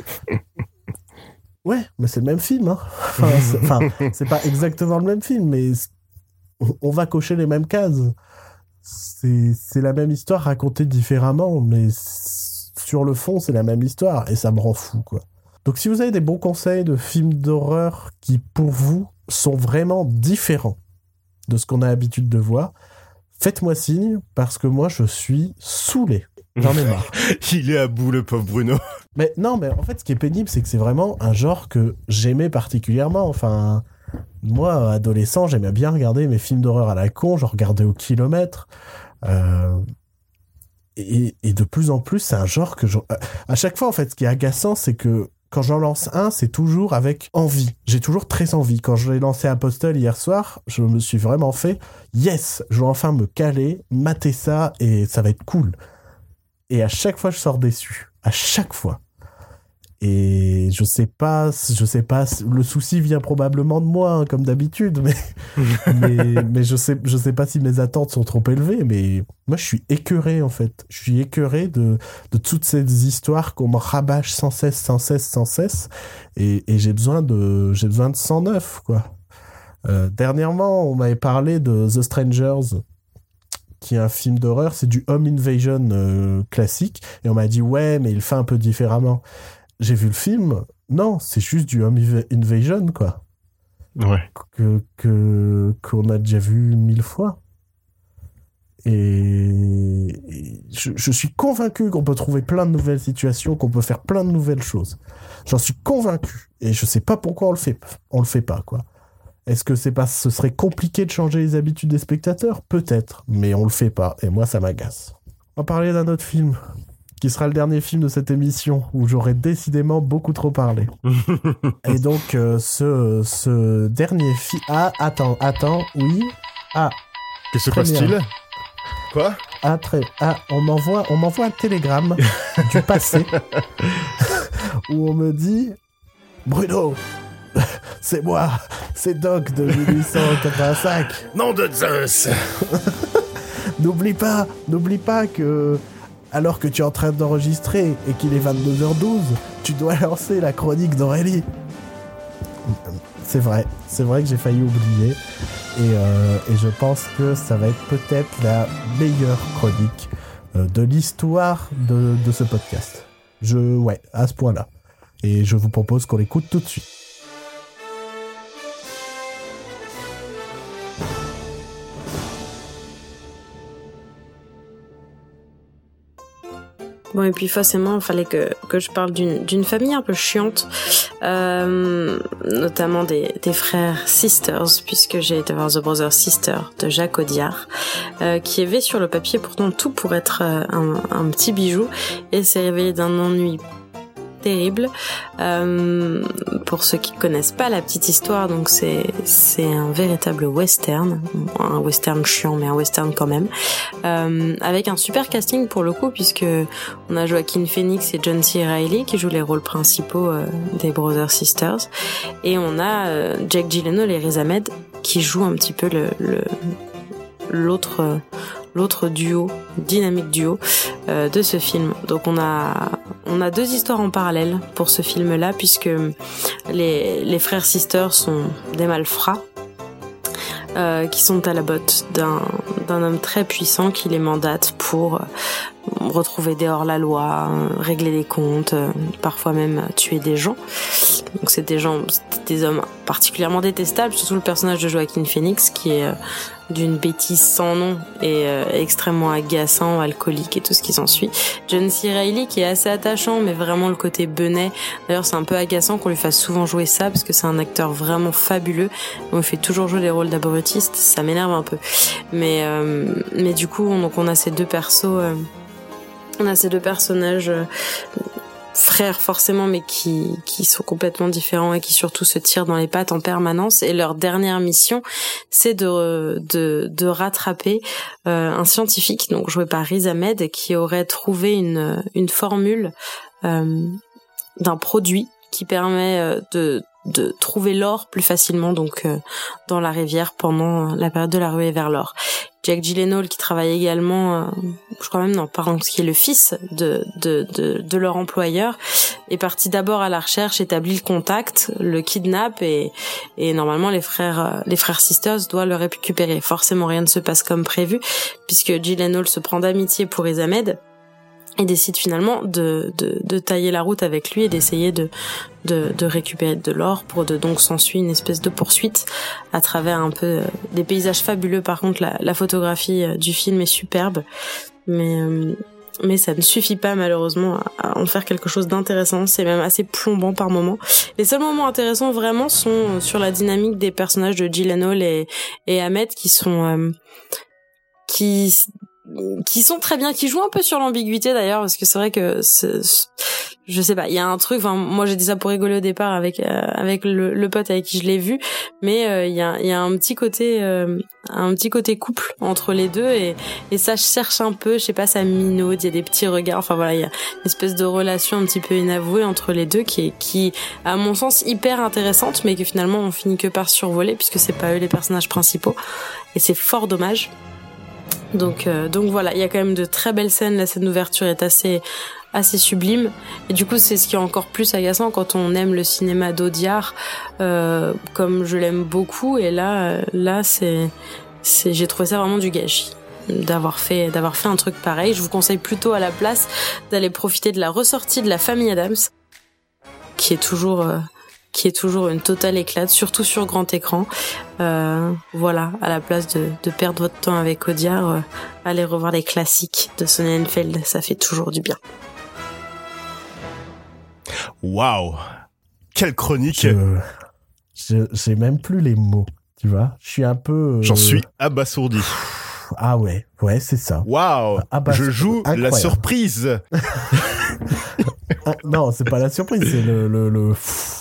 Ouais, mais c'est le même film, hein. Enfin, c'est, enfin, c'est pas exactement le même film, mais on va cocher les mêmes cases. C'est, c'est la même histoire racontée différemment, mais sur le fond, c'est la même histoire, et ça me rend fou, quoi. Donc si vous avez des bons conseils de films d'horreur qui, pour vous, sont vraiment différents de ce qu'on a l'habitude de voir, faites-moi signe, parce que moi, je suis saoulé. J'en ai marre. Il est à bout, le pauvre Bruno. Mais non, mais en fait, ce qui est pénible, c'est que c'est vraiment un genre que j'aimais particulièrement. Enfin, moi, adolescent, j'aimais bien regarder mes films d'horreur à la con, je regardais au kilomètre. Euh... Et, et de plus en plus, c'est un genre que... Je... À chaque fois, en fait, ce qui est agaçant, c'est que quand j'en lance un, c'est toujours avec envie. J'ai toujours très envie. Quand je l'ai lancé Apostle hier soir, je me suis vraiment fait « Yes !» Je vais enfin me caler, mater ça, et ça va être cool. Et à chaque fois, je sors déçu. À chaque fois. Et je sais pas, je sais pas, le souci vient probablement de moi, hein, comme d'habitude, mais, mais, mais je sais, je sais pas si mes attentes sont trop élevées, mais moi, je suis écœuré, en fait. Je suis écœuré de, de toutes ces histoires qu'on me rabâche sans cesse, sans cesse, sans cesse, et, et j'ai besoin de, j'ai besoin de sang neuf, quoi. Euh, dernièrement, on m'avait parlé de The Strangers, qui est un film d'horreur, c'est du home invasion euh, classique, et on m'a dit, ouais, mais il fait un peu différemment. J'ai vu le film, non, c'est juste du home invasion, quoi. Ouais. Que, que, qu'on a déjà vu mille fois. Et, et je, je suis convaincu qu'on peut trouver plein de nouvelles situations, qu'on peut faire plein de nouvelles choses. J'en suis convaincu. Et je sais pas pourquoi on le fait, on le fait pas, quoi. Est-ce que c'est parce que ce serait compliqué de changer les habitudes des spectateurs ? Peut-être, mais on le fait pas. Et moi, ça m'agace. On va parler d'un autre film, qui sera le dernier film de cette émission, où j'aurais décidément beaucoup trop parlé. Et donc, euh, ce, ce dernier film... Ah, attends, attends, oui. Ah, que se passe-t-il ? Quoi ? Ah, très... Ah, on m'envoie, on m'envoie un télégramme du passé, où on me dit... Bruno, c'est moi, c'est Doc de dix-huit cent quatre-vingt-cinq. Nom de Zeus. N'oublie pas, n'oublie pas que... Alors que tu es en train d'enregistrer et qu'il est vingt-deux heures douze, tu dois lancer la chronique d'Aurélie. C'est vrai, c'est vrai que j'ai failli oublier. Et, euh, et je pense que ça va être peut-être la meilleure chronique euh, de l'histoire de, de ce podcast. Je, ouais, à ce point-là. Et je vous propose qu'on l'écoute tout de suite. Bon, et puis forcément, il fallait que, que je parle d'une, d'une famille un peu chiante, euh, notamment des, des frères Sisters, puisque j'ai été voir The Brother Sister de Jacques Audiard, euh, qui avait sur le papier pourtant tout pour être euh, un, un petit bijou, et s'est révélé d'un ennui terrible. Euh, pour ceux qui connaissent pas la petite histoire, donc c'est c'est un véritable western, un western chiant mais un western quand même, euh, avec un super casting pour le coup, puisque on a Joaquin Phoenix et John C. Reilly qui jouent les rôles principaux euh, des Brother Sisters, et on a euh, Jake Gyllenhaal et Riz Ahmed qui jouent un petit peu le, le l'autre euh, l'autre duo, dynamique duo euh, de ce film. Donc on a on a deux histoires en parallèle pour ce film-là, puisque les les frères Sisters sont des malfrats euh, qui sont à la botte d'un d'un homme très puissant qui les mandate pour retrouver des hors-la-loi, régler des comptes, parfois même tuer des gens. Donc c'est des gens, c'est des hommes particulièrement détestables, surtout le personnage de Joaquin Phoenix qui est d'une bêtise sans nom et euh, extrêmement agaçant, alcoolique et tout ce qui s'ensuit. John C. Reilly qui est assez attachant, mais vraiment le côté benet. D'ailleurs c'est un peu agaçant qu'on lui fasse souvent jouer ça, parce que c'est un acteur vraiment fabuleux. On lui fait toujours jouer des rôles d'abrutistes, ça m'énerve un peu. Mais euh, mais du coup on, donc on a ces deux persos, euh, on a ces deux personnages. Euh, frères forcément, mais qui qui sont complètement différents et qui surtout se tirent dans les pattes en permanence. Et leur dernière mission, c'est de de de rattraper euh, un scientifique, donc joué par Riz Ahmed, qui aurait trouvé une une formule euh, d'un produit qui permet euh, de de trouver l'or plus facilement, donc euh, dans la rivière pendant la période de la ruée vers l'or. Jake Gyllenhaal qui travaille également, euh, je crois même non, pardon, qui est le fils de de de, de leur employeur, est parti d'abord à la recherche, établit le contact, le kidnappe et et normalement les frères les frères Sisters doivent le récupérer. Forcément rien ne se passe comme prévu, puisque Gyllenhaal se prend d'amitié pour Riz Ahmed et décide finalement de, de, de tailler la route avec lui et d'essayer de, de, de récupérer de l'or. Pour de, donc s'ensuit une espèce de poursuite à travers un peu euh, des paysages fabuleux. Par contre, la, la photographie euh, du film est superbe, mais euh, mais ça ne suffit pas malheureusement à, à en faire quelque chose d'intéressant. C'est même assez plombant par moments. Les seuls moments intéressants vraiment sont sur la dynamique des personnages de Gyllenhaal et, et Ahmed, qui sont euh, qui qui sont très bien, qui jouent un peu sur l'ambiguïté d'ailleurs, parce que c'est vrai que c'est, je sais pas, il y a un truc, enfin moi j'ai dit ça pour rigoler au départ avec euh, avec le, le pote avec qui je l'ai vu, mais il euh, y a il y a un petit côté euh, un petit côté couple entre les deux et et ça je cherche un peu, je sais pas, ça minaude, il y a des petits regards, enfin voilà, il y a une espèce de relation un petit peu inavouée entre les deux qui est qui à mon sens hyper intéressante, mais que finalement on finit que par survoler puisque c'est pas eux les personnages principaux et c'est fort dommage. Donc euh, donc voilà, il y a quand même de très belles scènes, la scène d'ouverture est assez assez sublime et du coup c'est ce qui est encore plus agaçant quand on aime le cinéma d'Audiard euh, comme je l'aime beaucoup et là là c'est c'est j'ai trouvé ça vraiment du gâchis d'avoir fait d'avoir fait un truc pareil. Je vous conseille plutôt à la place d'aller profiter de la ressortie de La Famille Adams qui est toujours euh, qui est toujours une totale éclate, surtout sur grand écran. Euh, voilà, à la place de, de perdre votre temps avec Audiard, euh, allez revoir les classiques de Sonnenfeld, ça fait toujours du bien. Waouh, quelle chronique! Je, je, j'ai même plus les mots, tu vois. Je suis un peu. Euh... J'en suis abasourdi. Ah ouais, ouais, c'est ça. Waouh, Abass... je joue incroyable. La surprise. ah, non, c'est pas la surprise, c'est le le. le...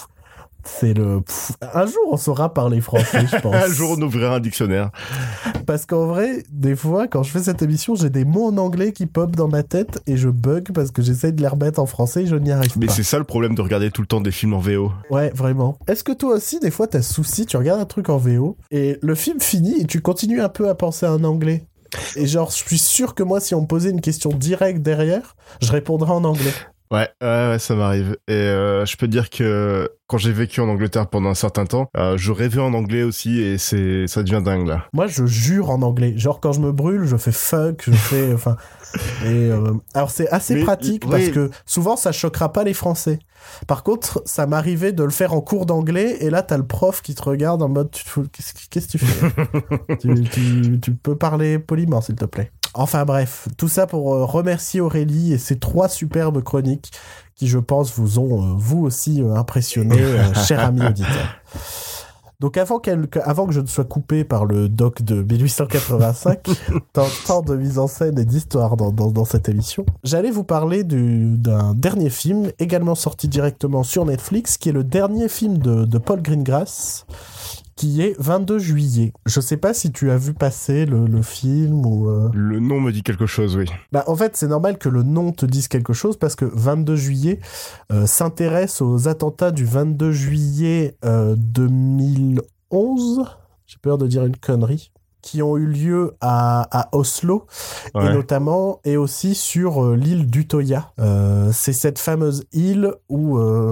C'est le... Un jour, on saura parler français, je pense. Un jour, on ouvrira un dictionnaire. Parce qu'en vrai, des fois, quand je fais cette émission, j'ai des mots en anglais qui pop dans ma tête et je bug parce que j'essaie de les remettre en français et je n'y arrive Mais pas. c'est ça le problème de regarder tout le temps des films en V O. Ouais, vraiment. Est-ce que toi aussi, des fois, t'as souci, tu regardes un truc en V O et le film finit et tu continues un peu à penser en anglais? Et genre, je suis sûr que moi, si on me posait une question directe derrière, je répondrais en anglais. Ouais, ouais, ouais, ça m'arrive. Et euh, je peux te dire que quand j'ai vécu en Angleterre pendant un certain temps, euh, je rêvais en anglais aussi et c'est ça devient dingue là. Moi, je jure en anglais. Genre quand je me brûle, je fais fuck, je fais enfin. Et euh... alors c'est assez Mais, pratique oui. parce que souvent ça choquera pas les Français. Par contre, ça m'arrivait de le faire en cours d'anglais et là t'as le prof qui te regarde en mode tu te fous... qu'est-ce, qu'est-ce que tu fais tu, tu, tu peux parler poliment s'il te plaît. Enfin bref, tout ça pour euh, remercier Aurélie et ses trois superbes chroniques qui, je pense, vous ont, euh, vous aussi, euh, impressionné, euh, cher ami auditeur. Donc avant, qu'elle, avant que je ne sois coupé par le doc de dix-huit cent quatre-vingt-cinq, tant, tant de mise en scène et d'histoire dans, dans, dans cette émission, j'allais vous parler du, d'un dernier film, également sorti directement sur Netflix, qui est le dernier film de, de Paul Greengrass, qui est vingt-deux juillet. Je sais pas si tu as vu passer le, le film ou... Euh... Le nom me dit quelque chose, oui. Bah, en fait, c'est normal que le nom te dise quelque chose parce que vingt-deux juillet euh, s'intéresse aux attentats du vingt-deux juillet euh, deux mille onze. J'ai peur de dire une connerie. Qui ont eu lieu à, à Oslo, ouais. et notamment, et aussi sur euh, l'île d'Utoya. Euh, c'est cette fameuse île où euh,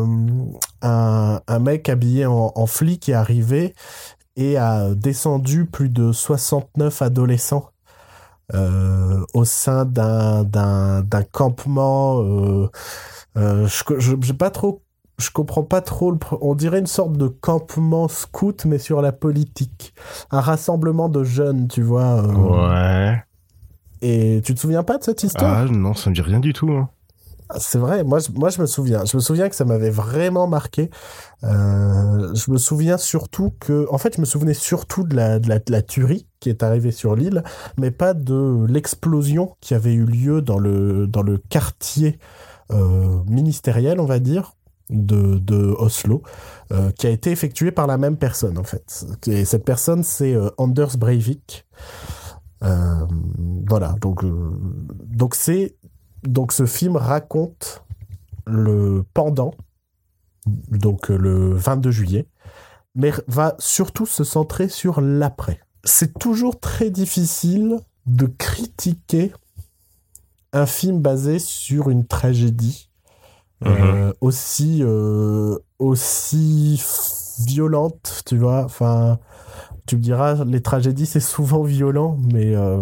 un, un mec habillé en, en flic est arrivé et a descendu plus de soixante-neuf adolescents euh, au sein d'un, d'un, d'un campement. Euh, euh, je n'ai pas trop Je comprends pas trop, le... on dirait une sorte de campement scout, mais sur la politique. Un rassemblement de jeunes, tu vois. Euh... Ouais. Et tu te souviens pas de cette histoire ? Ah non, ça me dit rien du tout. Hein. C'est vrai, moi je, moi je me souviens. Je me souviens que ça m'avait vraiment marqué. Euh, je me souviens surtout que... En fait, je me souvenais surtout de la, de la, de la tuerie qui est arrivée sur l'île, mais pas de l'explosion qui avait eu lieu dans le, dans le quartier euh, ministériel, on va dire, de, de Oslo, euh, qui a été effectué par la même personne en fait. Et cette personne c'est euh, Anders Breivik. Euh, voilà, donc euh, donc c'est donc ce film raconte le pendant, donc euh, le vingt-deux juillet, mais va surtout se centrer sur l'après. C'est toujours très difficile de critiquer un film basé sur une tragédie. Euh, mmh. aussi euh, aussi violente, tu vois, enfin tu me diras les tragédies c'est souvent violent, mais euh,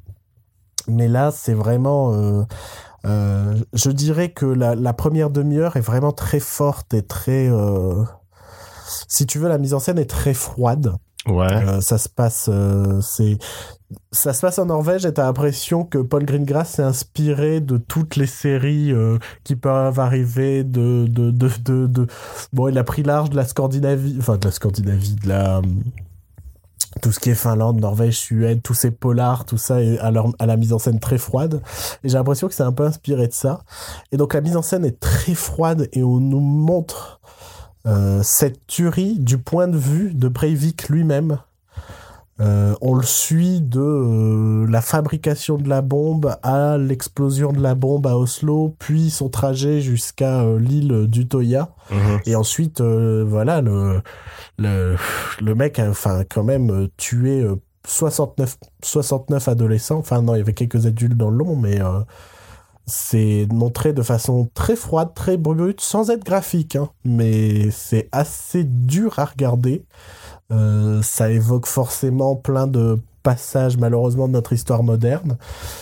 mais là c'est vraiment euh, euh, je dirais que la, la première demi-heure est vraiment très forte et très euh, si tu veux la mise en scène est très froide. Ouais. Euh, ça se passe, euh, c'est, ça se passe en Norvège et t'as l'impression que Paul Greengrass s'est inspiré de toutes les séries euh, qui peuvent arriver de, de, de, de, de, bon, il a pris large de la Scandinavie, enfin de la Scandinavie, de la, tout ce qui est Finlande, Norvège, Suède, tous ces polars, tout ça est à, leur, à la mise en scène très froide. Et j'ai l'impression que c'est un peu inspiré de ça. Et donc la mise en scène est très froide et on nous montre euh, cette tuerie du point de vue de Breivik lui-même. Euh, on le suit de euh, la fabrication de la bombe à l'explosion de la bombe à Oslo, puis son trajet jusqu'à euh, l'île d'Utoya. Mmh. Et ensuite, euh, voilà, le, le, le mec a enfin, quand même tué euh, soixante-neuf, soixante-neuf adolescents. Enfin, non, il y avait quelques adultes dans le long, mais euh, c'est montré de façon très froide, très brute, sans être graphique. Hein, mais c'est assez dur à regarder. Euh, ça évoque forcément plein de passages malheureusement de notre histoire moderne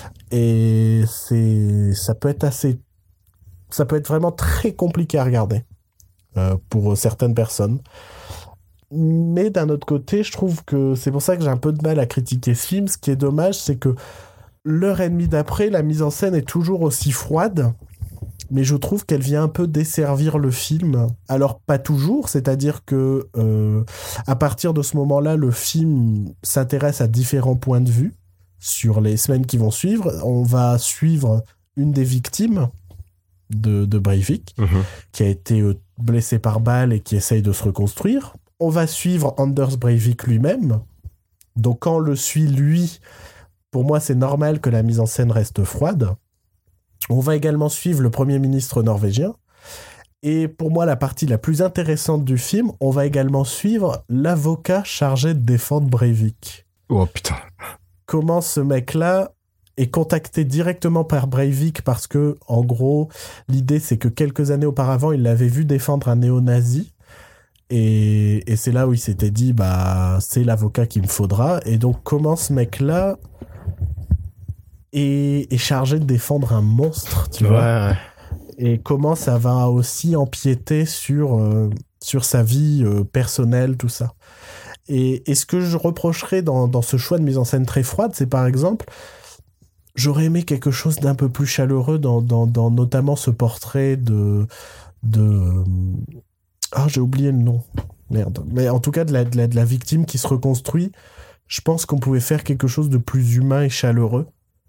et c'est ça peut être assez ça peut être vraiment très compliqué à regarder euh, pour certaines personnes, mais d'un autre côté je trouve que c'est pour ça que j'ai un peu de mal à critiquer ce film. Ce qui est dommage, c'est que l'heure et demie d'après, la mise en scène est toujours aussi froide, mais je trouve qu'elle vient un peu desservir le film. Alors, pas toujours, c'est-à-dire que euh, à partir de ce moment-là, le film s'intéresse à différents points de vue sur les semaines qui vont suivre. On va suivre une des victimes de, de Breivik, mmh. qui a été euh, blessée par balle et qui essaye de se reconstruire. On va suivre Anders Breivik lui-même. Donc, quand on le suit, lui, pour moi, c'est normal que la mise en scène reste froide. On va également suivre le Premier ministre norvégien. Et pour moi, la partie la plus intéressante du film, on va également suivre l'avocat chargé de défendre Breivik. Oh putain. Comment ce mec-là est contacté directement par Breivik parce que, en gros, l'idée c'est que quelques années auparavant, il l'avait vu défendre un néo-nazi. Et, et c'est là où il s'était dit, bah, c'est l'avocat qu'il me faudra. Et donc, comment ce mec-là est, est chargé de défendre un monstre, tu ouais, vois. Ouais. Et comment ça va aussi empiéter sur, euh, sur sa vie euh, personnelle, tout ça. Et, et ce que je reprocherais dans, dans ce choix de mise en scène très froide, c'est par exemple, j'aurais aimé quelque chose d'un peu plus chaleureux dans, dans, dans notamment ce portrait de... de ah, j'ai oublié le nom. Merde. Mais en tout cas, de la, de la, de la victime qui se reconstruit, je pense qu'on pouvait faire quelque chose de plus humain et chaleureux.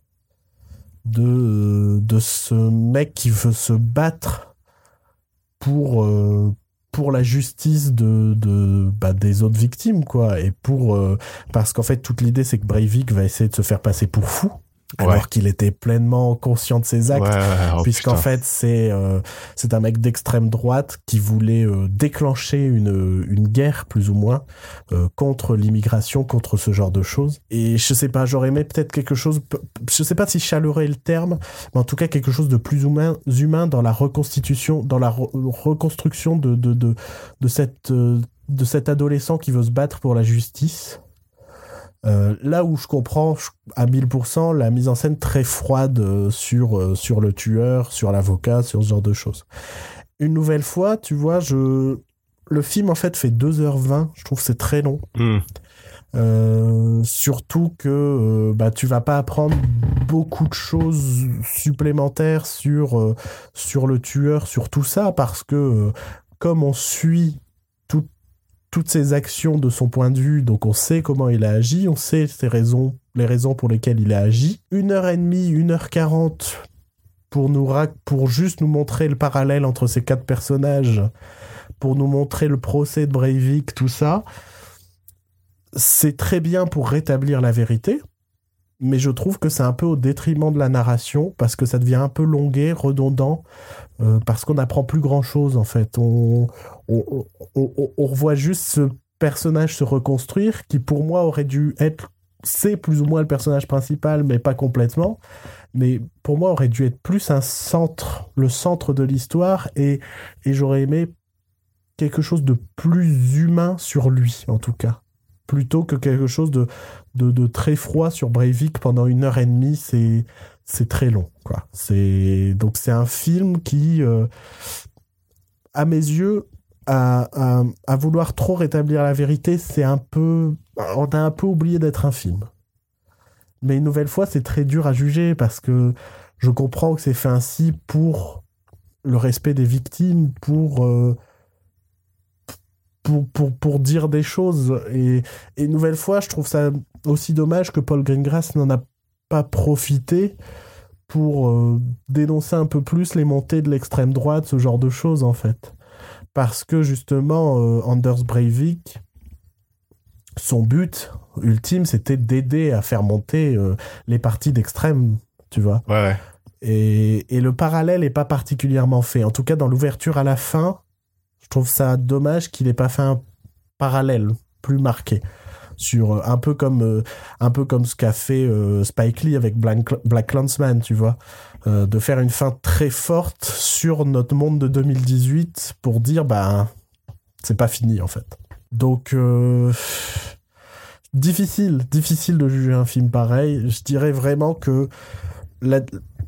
De, de ce mec qui veut se battre pour, euh, pour la justice de, de, bah, des autres victimes, quoi. Et pour, euh, parce qu'en fait, toute l'idée, c'est que Breivik va essayer de se faire passer pour fou. Alors ouais. qu'il était pleinement conscient de ses actes, ouais, ouais, oh, puisqu'en putain. fait c'est euh, c'est un mec d'extrême droite qui voulait euh, déclencher une une guerre plus ou moins euh, contre l'immigration, contre ce genre de choses. Et je sais pas, j'aurais aimé peut-être quelque chose, je sais pas si chaleureux est le terme, mais en tout cas quelque chose de plus humain, humain dans la reconstitution, dans la re- reconstruction de de de de cette euh, de cet adolescent qui veut se battre pour la justice. Euh, là où je comprends à mille pour cent la mise en scène très froide euh, sur, euh, sur le tueur, sur l'avocat, sur ce genre de choses. Une nouvelle fois, tu vois, je... le film en fait fait deux heures vingt, je trouve que c'est très long. Mmh. Euh, surtout que euh, bah, tu vas pas apprendre beaucoup de choses supplémentaires sur, euh, sur le tueur, sur tout ça, parce que euh, comme on suit tout toutes ses actions de son point de vue, donc on sait comment il a agi, on sait ses raisons, les raisons pour lesquelles il a agi. Une heure et demie, une heure quarante pour nous ra- pour juste nous montrer le parallèle entre ces quatre personnages, pour nous montrer le procès de Breivik, tout ça. C'est très bien pour rétablir la vérité, mais je trouve que c'est un peu au détriment de la narration, parce que ça devient un peu longuet, redondant, euh, parce qu'on n'apprend plus grand-chose, en fait. On, on, on, on, on revoit juste ce personnage se reconstruire, qui pour moi aurait dû être... C'est plus ou moins le personnage principal, mais pas complètement. Mais pour moi, aurait dû être plus un centre, le centre de l'histoire, et, et j'aurais aimé quelque chose de plus humain sur lui, en tout cas. Plutôt que quelque chose de, de, de très froid sur Breivik pendant une heure et demie, c'est, c'est très long, quoi. C'est, donc c'est un film qui, euh, à mes yeux, à, à, à vouloir trop rétablir la vérité, c'est un peu... On a un peu oublié d'être un film. Mais une nouvelle fois, c'est très dur à juger, parce que je comprends que c'est fait ainsi pour le respect des victimes, pour... Euh, pour, pour, pour dire des choses. Et, et une nouvelle fois, je trouve ça aussi dommage que Paul Greengrass n'en a pas profité pour euh, dénoncer un peu plus les montées de l'extrême droite, ce genre de choses, en fait. Parce que, justement, euh, Anders Breivik, son but ultime, c'était d'aider à faire monter euh, les partis d'extrême, tu vois. Ouais, ouais. Et, et le parallèle n'est pas particulièrement fait. En tout cas, dans l'ouverture à la fin, je trouve ça dommage qu'il n'ait pas fait un parallèle plus marqué. Sur, euh, un, peu comme, euh, un peu comme ce qu'a fait euh, Spike Lee avec Black, Black Klansman, tu vois. Euh, de faire une fin très forte sur notre monde de deux mille dix-huit pour dire, bah, c'est pas fini, en fait. Donc, euh, difficile, difficile de juger un film pareil. Je dirais vraiment que la...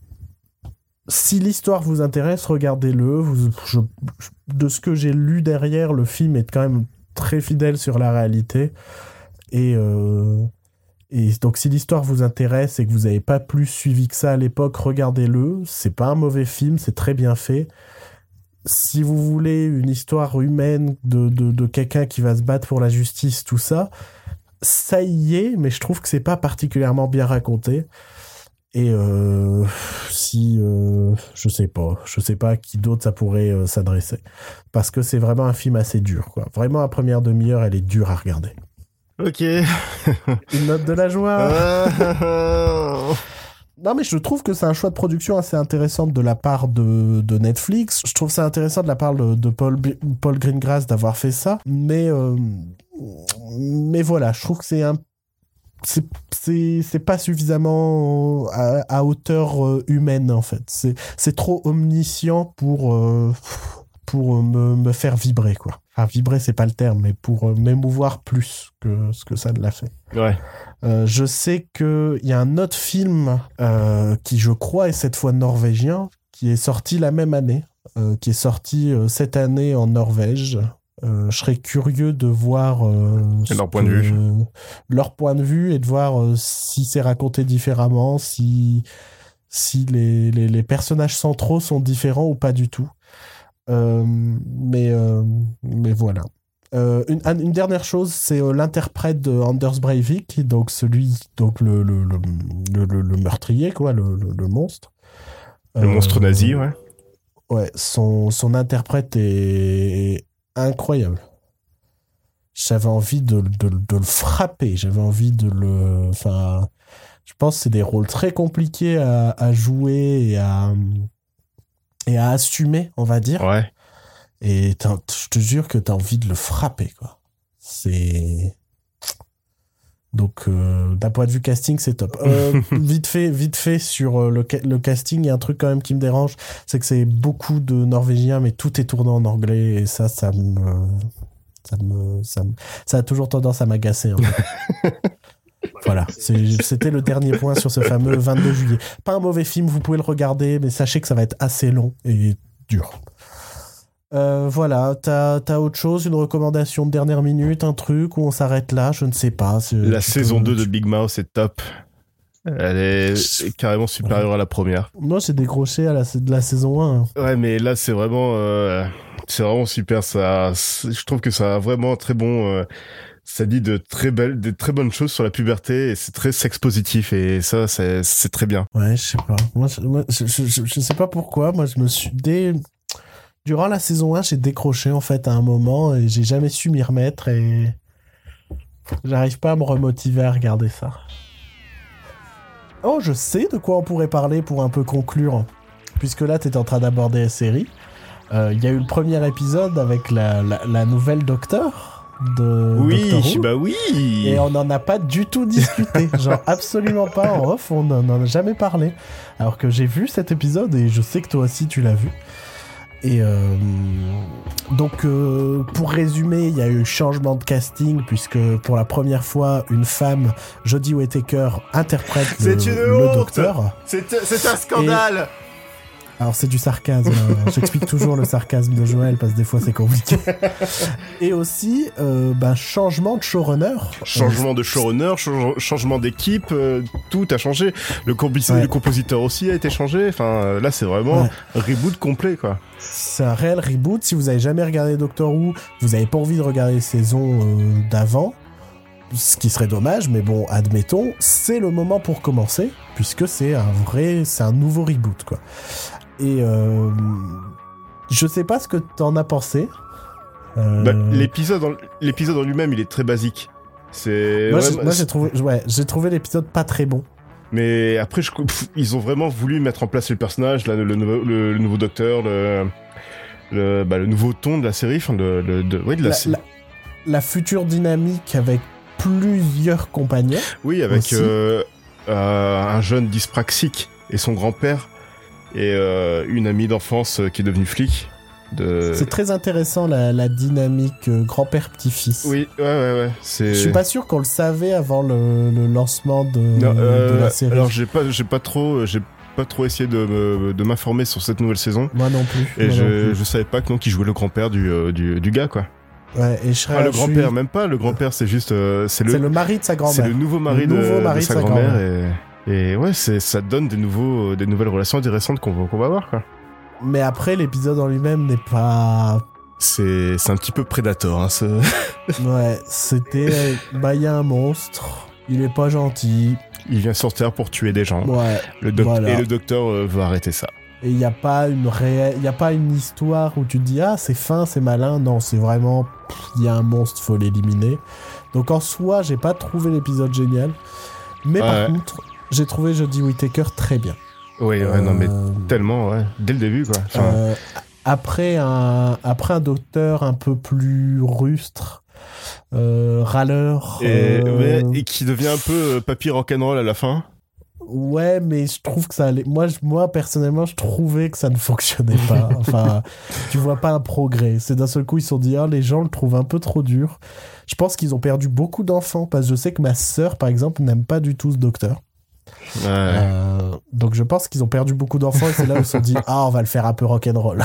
si l'histoire vous intéresse, regardez-le. Vous, je, de ce que j'ai lu derrière, le film est quand même très fidèle sur la réalité. Et, euh, et donc, si l'histoire vous intéresse et que vous n'avez pas plus suivi que ça à l'époque, regardez-le. C'est pas un mauvais film, c'est très bien fait. Si vous voulez une histoire humaine de, de, de quelqu'un qui va se battre pour la justice, tout ça, ça y est, mais je trouve que c'est pas particulièrement bien raconté. Et euh, si... Euh, je sais pas. Je sais pas à qui d'autre ça pourrait euh, s'adresser. Parce que c'est vraiment un film assez dur, quoi. Vraiment, la première demi-heure, elle est dure à regarder. Ok. Une note de la joie. Non, mais je trouve que c'est un choix de production assez intéressant de la part de, de Netflix. Je trouve ça intéressant de la part de, de Paul, Paul Greengrass d'avoir fait ça. Mais, euh, mais voilà, je trouve que c'est un C'est, c'est, c'est pas suffisamment à, à hauteur euh, humaine, en fait. C'est, c'est trop omniscient pour, euh, pour me, me faire vibrer, quoi. Enfin, vibrer, c'est pas le terme, mais pour euh, m'émouvoir plus que ce que ça ne l'a fait. Ouais. Euh, je sais qu'il y a un autre film euh, qui, je crois, est cette fois norvégien, qui est sorti la même année, euh, qui est sorti euh, cette année en Norvège. Euh, je serais curieux de voir euh, leur point de vue, euh, leur point de vue et de voir euh, si c'est raconté différemment, si si les, les les personnages centraux sont différents ou pas du tout. Euh, mais euh, mais voilà. Euh, une, une dernière chose, c'est euh, l'interprète de Anders Breivik, donc celui donc le le le, le, le, le meurtrier, quoi, le le, le monstre. Le euh, monstre nazi, ouais. Ouais, son son interprète est, est incroyable. J'avais envie de, de, de le frapper. J'avais envie de le... Enfin, je pense que c'est des rôles très compliqués à, à jouer et à, et à assumer, on va dire. Ouais. Et je te jure que t'as envie de le frapper, quoi. C'est... Donc, euh, d'un point de vue casting, c'est top. Euh, vite fait, vite fait sur le, le casting, il y a un truc quand même qui me dérange, c'est que c'est beaucoup de Norvégiens, mais tout est tourné en anglais, et ça, ça me, ça me, ça me, ça a toujours tendance à m'agacer. En fait. Voilà, c'est, c'était le dernier point sur ce fameux vingt-deux juillet. Pas un mauvais film, vous pouvez le regarder, mais sachez que ça va être assez long et dur. Euh, voilà, t'as, t'as autre chose, une recommandation de dernière minute, un truc où on s'arrête là, je ne sais pas. La saison peux... deux de Big Mouth est top. Elle est carrément supérieure à la première. Moi, j'ai décroché à la, de la saison un. Ouais, mais là, c'est vraiment, euh, c'est vraiment super. Ça, je trouve que ça a vraiment très bon. Euh, ça dit de très belles, de très bonnes choses sur la puberté et c'est très sex positif et ça, c'est, c'est très bien. Ouais, je sais pas. Moi, je, moi, je, je, je, je sais pas pourquoi. Moi, je me suis dès durant la saison un, j'ai décroché en fait à un moment et j'ai jamais su m'y remettre et j'arrive pas à me remotiver à regarder ça. Oh, je sais de quoi on pourrait parler pour un peu conclure, puisque là t'étais en train d'aborder la série. Il euh, y a eu le premier épisode avec la, la, la nouvelle Docteur de oui, Doctor Who, bah oui. Et on n'en a pas du tout discuté, genre absolument pas en off, on n'en a jamais parlé. Alors que j'ai vu cet épisode et je sais que toi aussi tu l'as vu. Et euh, donc, euh, pour résumer, il y a eu changement de casting puisque pour la première fois, une femme, Jodie Whittaker, interprète le, c'est une le honte. Docteur. C'est, c'est un scandale. Alors c'est du sarcasme, hein. J'explique toujours le sarcasme de Joël parce que des fois c'est compliqué. Et aussi, euh, bah, changement de showrunner. Changement euh, de showrunner, ch- changement d'équipe, euh, tout a changé. Le, compi- ouais. le compositeur aussi a été changé. Enfin, euh, là c'est vraiment ouais. reboot complet, quoi. C'est un réel reboot. Si vous avez jamais regardé Doctor Who, vous avez pas envie de regarder les saisons euh, d'avant, ce qui serait dommage, mais bon, admettons, c'est le moment pour commencer, puisque c'est un vrai, c'est un nouveau reboot, quoi. Et euh, je sais pas ce que t'en as pensé. Euh... Bah, l'épisode, en, l'épisode en lui-même, il est très basique. C'est moi, vraiment, j'ai, moi j'ai trouvé, ouais, j'ai trouvé l'épisode pas très bon. Mais après, je, pff, ils ont vraiment voulu mettre en place le personnage, là, le, le, nouveau, le, le nouveau docteur, le, le, bah, le nouveau ton de la série, enfin, de, le, de, oui, de la, la, série. La, la future dynamique avec plusieurs compagnons. Oui, avec euh, euh, un jeune dyspraxique et son grand-père et euh, une amie d'enfance euh, qui est devenue flic. De... C'est très intéressant la, la dynamique euh, grand-père-petit-fils. Oui, ouais, ouais, ouais. C'est... Je suis pas sûr qu'on le savait avant le, le lancement de, non, euh, de la série. Alors j'ai pas, j'ai pas trop, j'ai pas trop essayé de, me, de m'informer sur cette nouvelle saison. Moi non plus. Et moi je, non plus. je savais pas que non, qui jouait le grand-père du, euh, du, du gars, quoi. Ouais, et je serais, ah, le je grand-père, suis... même pas. Le grand-père, c'est juste, euh, c'est le, c'est le mari de sa grand-mère. C'est le nouveau mari, le de, nouveau mari de, de sa, sa grand-mère. grand-mère. Et, et ouais, c'est, ça donne des nouveaux, des nouvelles relations intéressantes qu'on va, qu'on va voir, quoi. Mais après, l'épisode en lui-même n'est pas... C'est, c'est un petit peu Predator, hein, ce... Ouais, c'était... Bah, il y a un monstre, il est pas gentil. Il vient sur Terre pour tuer des gens. Ouais, le doc- voilà. Et le docteur euh, veut arrêter ça. Et il n'y a pas une réelle... Il y a pas une histoire où tu te dis « Ah, c'est fin, c'est malin ». Non, c'est vraiment... Il y a un monstre, faut l'éliminer. Donc en soi, j'ai pas trouvé l'épisode génial. Mais ouais. par contre, j'ai trouvé Jodie Whittaker très bien. Oui, ouais, euh... non, mais tellement, ouais. Dès le début, quoi. Enfin... Euh, après, un, après un docteur un peu plus rustre, euh, râleur... Et, euh... ouais, et qui devient un peu euh, papy rock'n'roll à la fin. Ouais, mais je trouve que ça allait... Moi, je, moi, personnellement, je trouvais que ça ne fonctionnait pas. Enfin, tu vois pas un progrès. C'est d'un seul coup, ils se sont dit, ah, les gens le trouvent un peu trop dur. Je pense qu'ils ont perdu beaucoup d'enfants, parce que je sais que ma sœur, par exemple, n'aime pas du tout ce docteur. Ouais. Euh, donc je pense qu'ils ont perdu beaucoup d'enfants et c'est là où ils se sont dit, ah, on va le faire un peu rock'n'roll.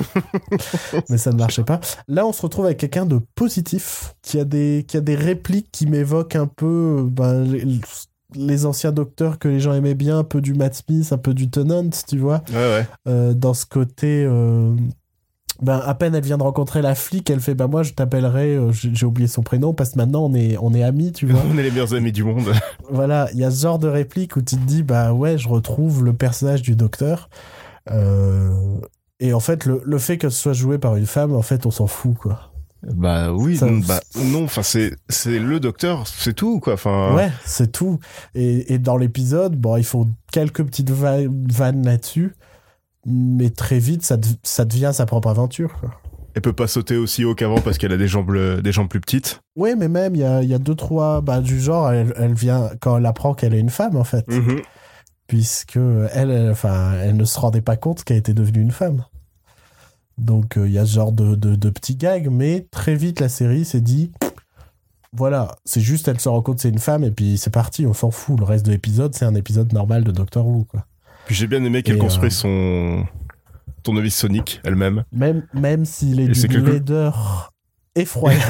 Mais ça ne marchait pas. Là, on se retrouve avec quelqu'un de positif, qui a des, qui a des répliques qui m'évoquent un peu... Ben, les, les anciens docteurs que les gens aimaient bien, un peu du Matt Smith, un peu du Tennant, tu vois. Ouais, ouais. Euh, dans ce côté... Euh, ben, à peine elle vient de rencontrer la flic, elle fait, bah, moi, je t'appellerai, euh, j'ai, j'ai oublié son prénom, parce que maintenant, on est, on est amis, tu vois. On est les meilleurs amis du monde. Voilà, il y a ce genre de réplique où tu te dis, bah ouais, je retrouve le personnage du docteur. Euh, et en fait, le, le fait que ce soit joué par une femme, en fait, on s'en fout, quoi. Bah oui, Ça, non, bah non, enfin c'est c'est le docteur, c'est tout quoi. Enfin ouais, c'est tout. Et, et dans l'épisode, bon, ils font quelques petites va- vannes là-dessus, mais très vite, ça, de- ça devient sa propre aventure, quoi. Elle peut pas sauter aussi haut qu'avant parce qu'elle a des jambes des jambes plus petites. Ouais, mais même il y a, y a deux trois, bah du genre, elle, elle vient quand elle apprend qu'elle est une femme en fait, Mm-hmm. puisque elle, elle, enfin, elle ne se rendait pas compte qu'elle était devenue une femme. Donc il euh, y a ce genre de, de, de petits gags, mais très vite la série s'est dit, voilà, c'est juste elle se rend compte que c'est une femme et puis c'est parti, on s'en fout. Le reste de l'épisode, c'est un épisode normal de Doctor Who, quoi. Puis j'ai bien aimé qu'elle Et, construise euh... son tournevis sonique elle-même. Même même s'il est Et c'est d'une que- laideur effroyable.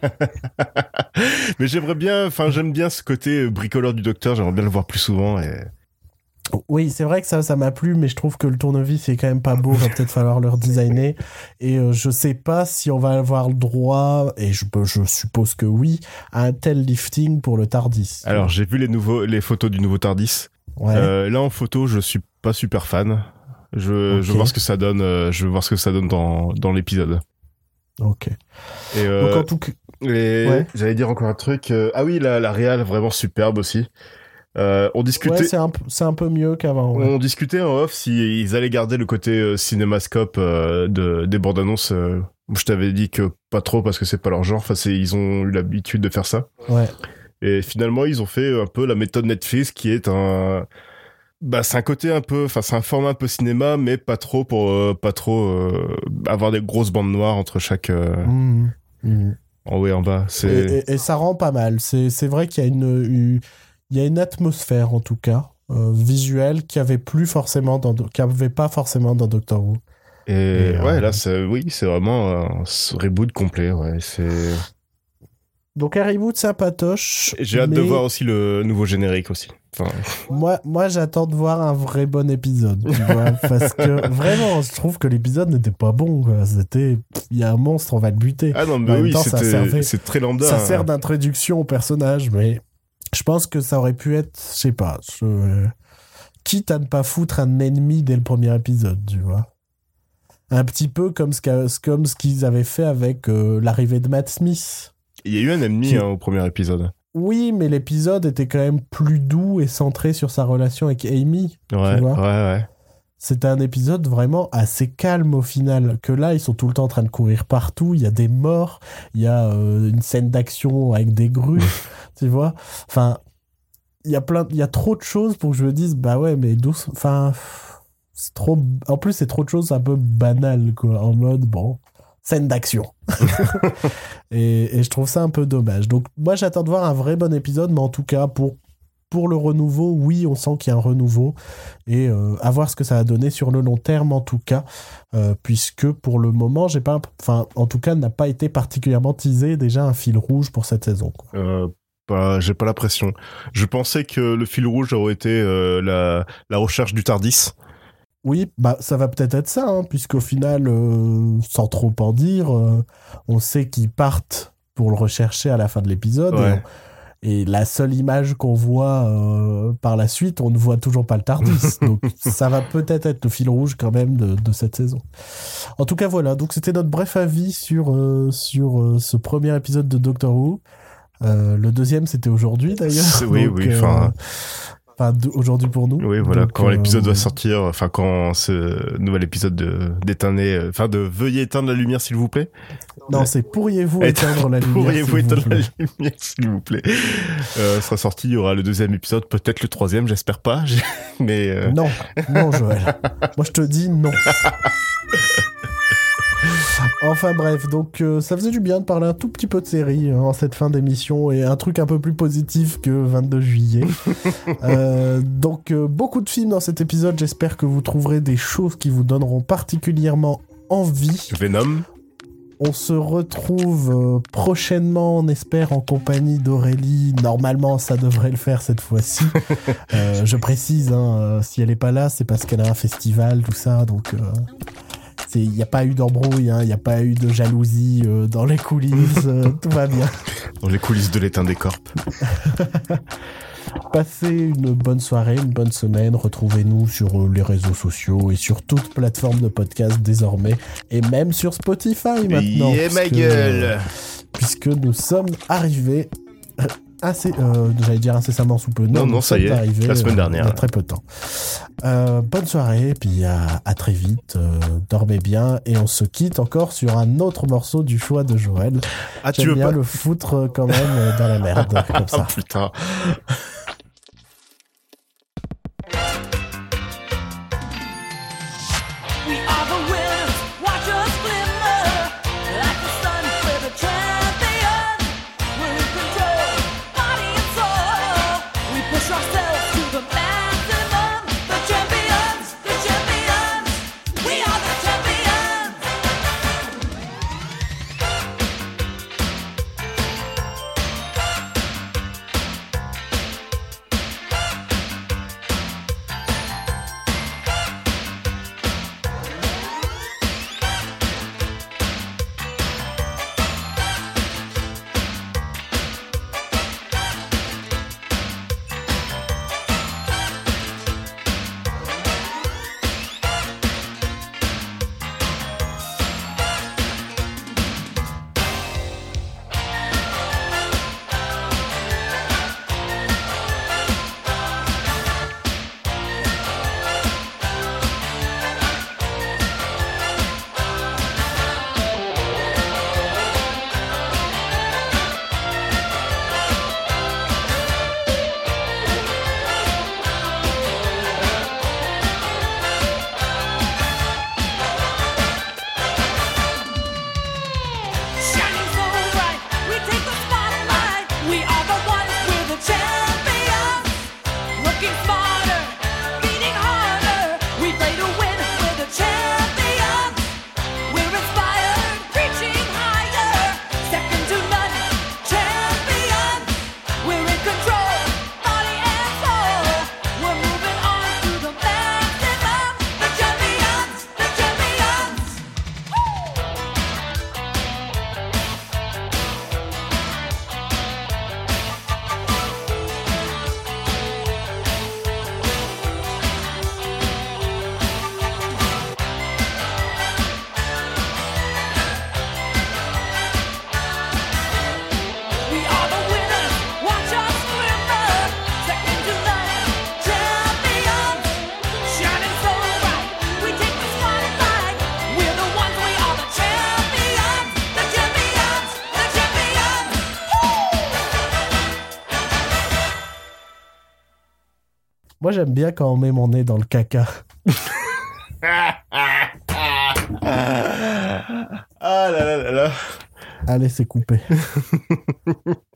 Mais j'aimerais bien, enfin j'aime bien ce côté bricoleur du docteur. J'aimerais bien le voir plus souvent. Et Oui, c'est vrai que ça, ça m'a plu, mais je trouve que le tournevis est quand même pas beau. Va peut-être falloir le redesigner. Et euh, je sais pas si on va avoir le droit, et je, je suppose que oui, à un tel lifting pour le TARDIS. alors j'ai vu les nouveaux les photos du nouveau TARDIS. Ouais. Euh, là en photo, je suis pas super fan. Je, Ok. je veux voir ce que ça donne. euh, je veux voir ce que ça donne dans dans l'épisode. Ok. Et euh, Donc en tout cas, et Ouais. j'allais dire encore un truc. euh, ah oui, la la réal vraiment superbe aussi. Euh, on discutait. ouais, c'est un, p- c'est un peu mieux qu'avant. Ouais. On discutait en off si ils allaient garder le côté euh, cinémascope euh, de des bandes annonces. Euh, je t'avais dit que pas trop parce que c'est pas leur genre. Enfin, c'est, ils ont eu l'habitude de faire ça. Ouais. Et finalement, ils ont fait un peu la méthode Netflix, qui est un, bah, c'est un côté un peu, enfin, c'est un format un peu cinéma, mais pas trop pour euh, pas trop euh, avoir des grosses bandes noires entre chaque euh, Mmh. Mmh. en haut et en bas. Et, C'est et- et ça rend pas mal. C'est, c'est vrai qu'il y a une, une- il y a une atmosphère en tout cas. euh, visuel qu'il n'y avait plus forcément dans, qu'il n'y avait pas forcément dans Doctor Who. Et, et ouais, euh... là, c'est, oui, c'est vraiment un reboot complet. Ouais, c'est... Donc un reboot sympatoche. J'ai hâte mais... de voir aussi le nouveau générique aussi. Enfin... Moi, moi, j'attends de voir un vrai bon épisode, tu vois, parce que vraiment, je trouve que l'épisode n'était pas bon, quoi. C'était, il y a un monstre, on va le buter. Ah non, mais oui, temps, c'était... servait... c'est très lambda. Ça hein. sert d'introduction au personnage, mais je pense que ça aurait pu être, je sais pas, je... quitte à ne pas foutre un ennemi dès le premier épisode, tu vois. Un petit peu comme ce, qu'a... comme ce qu'ils avaient fait avec euh, l'arrivée de Matt Smith. Il y a eu un ennemi qui... hein, au premier épisode. Oui, mais l'épisode était quand même plus doux et centré sur sa relation avec Amy. Ouais, tu vois ouais, ouais. C'était un épisode vraiment assez calme au final. Que là, ils sont tout le temps en train de courir partout. Il y a des morts. Il y a euh, une scène d'action avec des grues. Tu vois. Enfin, il y a plein, il y a trop de choses pour que je me dise, bah ouais, mais douce. Enfin, c'est trop. En plus, c'est trop de choses un peu banales, quoi. En mode, bon. Scène d'action. et, et je trouve ça un peu dommage. Donc, moi, j'attends de voir un vrai bon épisode, mais en tout cas, pour, pour le renouveau, oui, on sent qu'il y a un renouveau. Et euh, à voir ce que ça va donner sur le long terme, en tout cas, euh, puisque pour le moment, j'ai pas, enfin, en tout cas, n'a pas été particulièrement teasé déjà un fil rouge pour cette saison, quoi. Euh... Bah, j'ai pas l'impression. Je pensais que le fil rouge aurait été euh, la, la recherche du TARDIS. Oui, bah ça va peut-être être ça, hein, puisqu'au final, euh, sans trop en dire, euh, on sait qu'ils partent pour le rechercher à la fin de l'épisode. Ouais. Et, on, et la seule image qu'on voit euh, par la suite, on ne voit toujours pas le TARDIS. Donc ça va peut-être être le fil rouge quand même de, de cette saison. En tout cas, voilà. Donc c'était notre bref avis sur, euh, sur euh, ce premier épisode de Doctor Who. Euh, le deuxième, c'était aujourd'hui d'ailleurs. C'est, oui, donc, oui. Euh, enfin... Enfin, aujourd'hui pour nous. Oui, voilà. Donc, quand euh, l'épisode va sortir, enfin, quand ce nouvel épisode de, d'éteindre, enfin, de veuillez éteindre la lumière, s'il vous plaît. Non, ouais. C'est pourriez-vous éteindre la lumière. Pourriez-vous éteindre la lumière, s'il vous plaît. Euh, sera sorti, il y aura le deuxième épisode, peut-être le troisième, j'espère pas. Mais, euh... Non, non, Joël. Moi, je te dis non. Enfin bref, donc euh, ça faisait du bien de parler un tout petit peu de série hein, en cette fin d'émission et un truc un peu plus positif que vingt-deux juillet. euh, donc euh, beaucoup de films dans cet épisode, j'espère que vous trouverez des choses qui vous donneront particulièrement envie. Venom. On se retrouve euh, prochainement, on espère, en compagnie d'Aurélie. Normalement, ça devrait le faire cette fois-ci. euh, je précise, hein, euh, si elle est pas là, c'est parce qu'elle a un festival, tout ça, donc... Euh... Il n'y a pas eu d'embrouille, il hein, n'y a pas eu de jalousie euh, dans les coulisses, euh, tout va bien. Dans les coulisses de l'éteint des corps. Passez une bonne soirée, une bonne semaine. Retrouvez-nous sur euh, les réseaux sociaux et sur toute plateforme de podcast désormais. Et même sur Spotify maintenant. Yeah, ma gueule euh, Puisque nous sommes arrivés... Assez, euh, j'allais dire incessamment sous peu. Non, non, non ça y est, arrivés, la semaine dernière. Euh, il y a très peu de temps. Euh, bonne soirée, et puis à, à très vite. Euh, dormez bien, et on se quitte encore sur un autre morceau du choix de Joël. Ah, J'aime tu veux bien pas... le foutre quand même dans la merde, comme ça. Ah, putain. Moi, j'aime bien quand on met mon nez dans le caca. Ah là là là là. Allez, c'est coupé.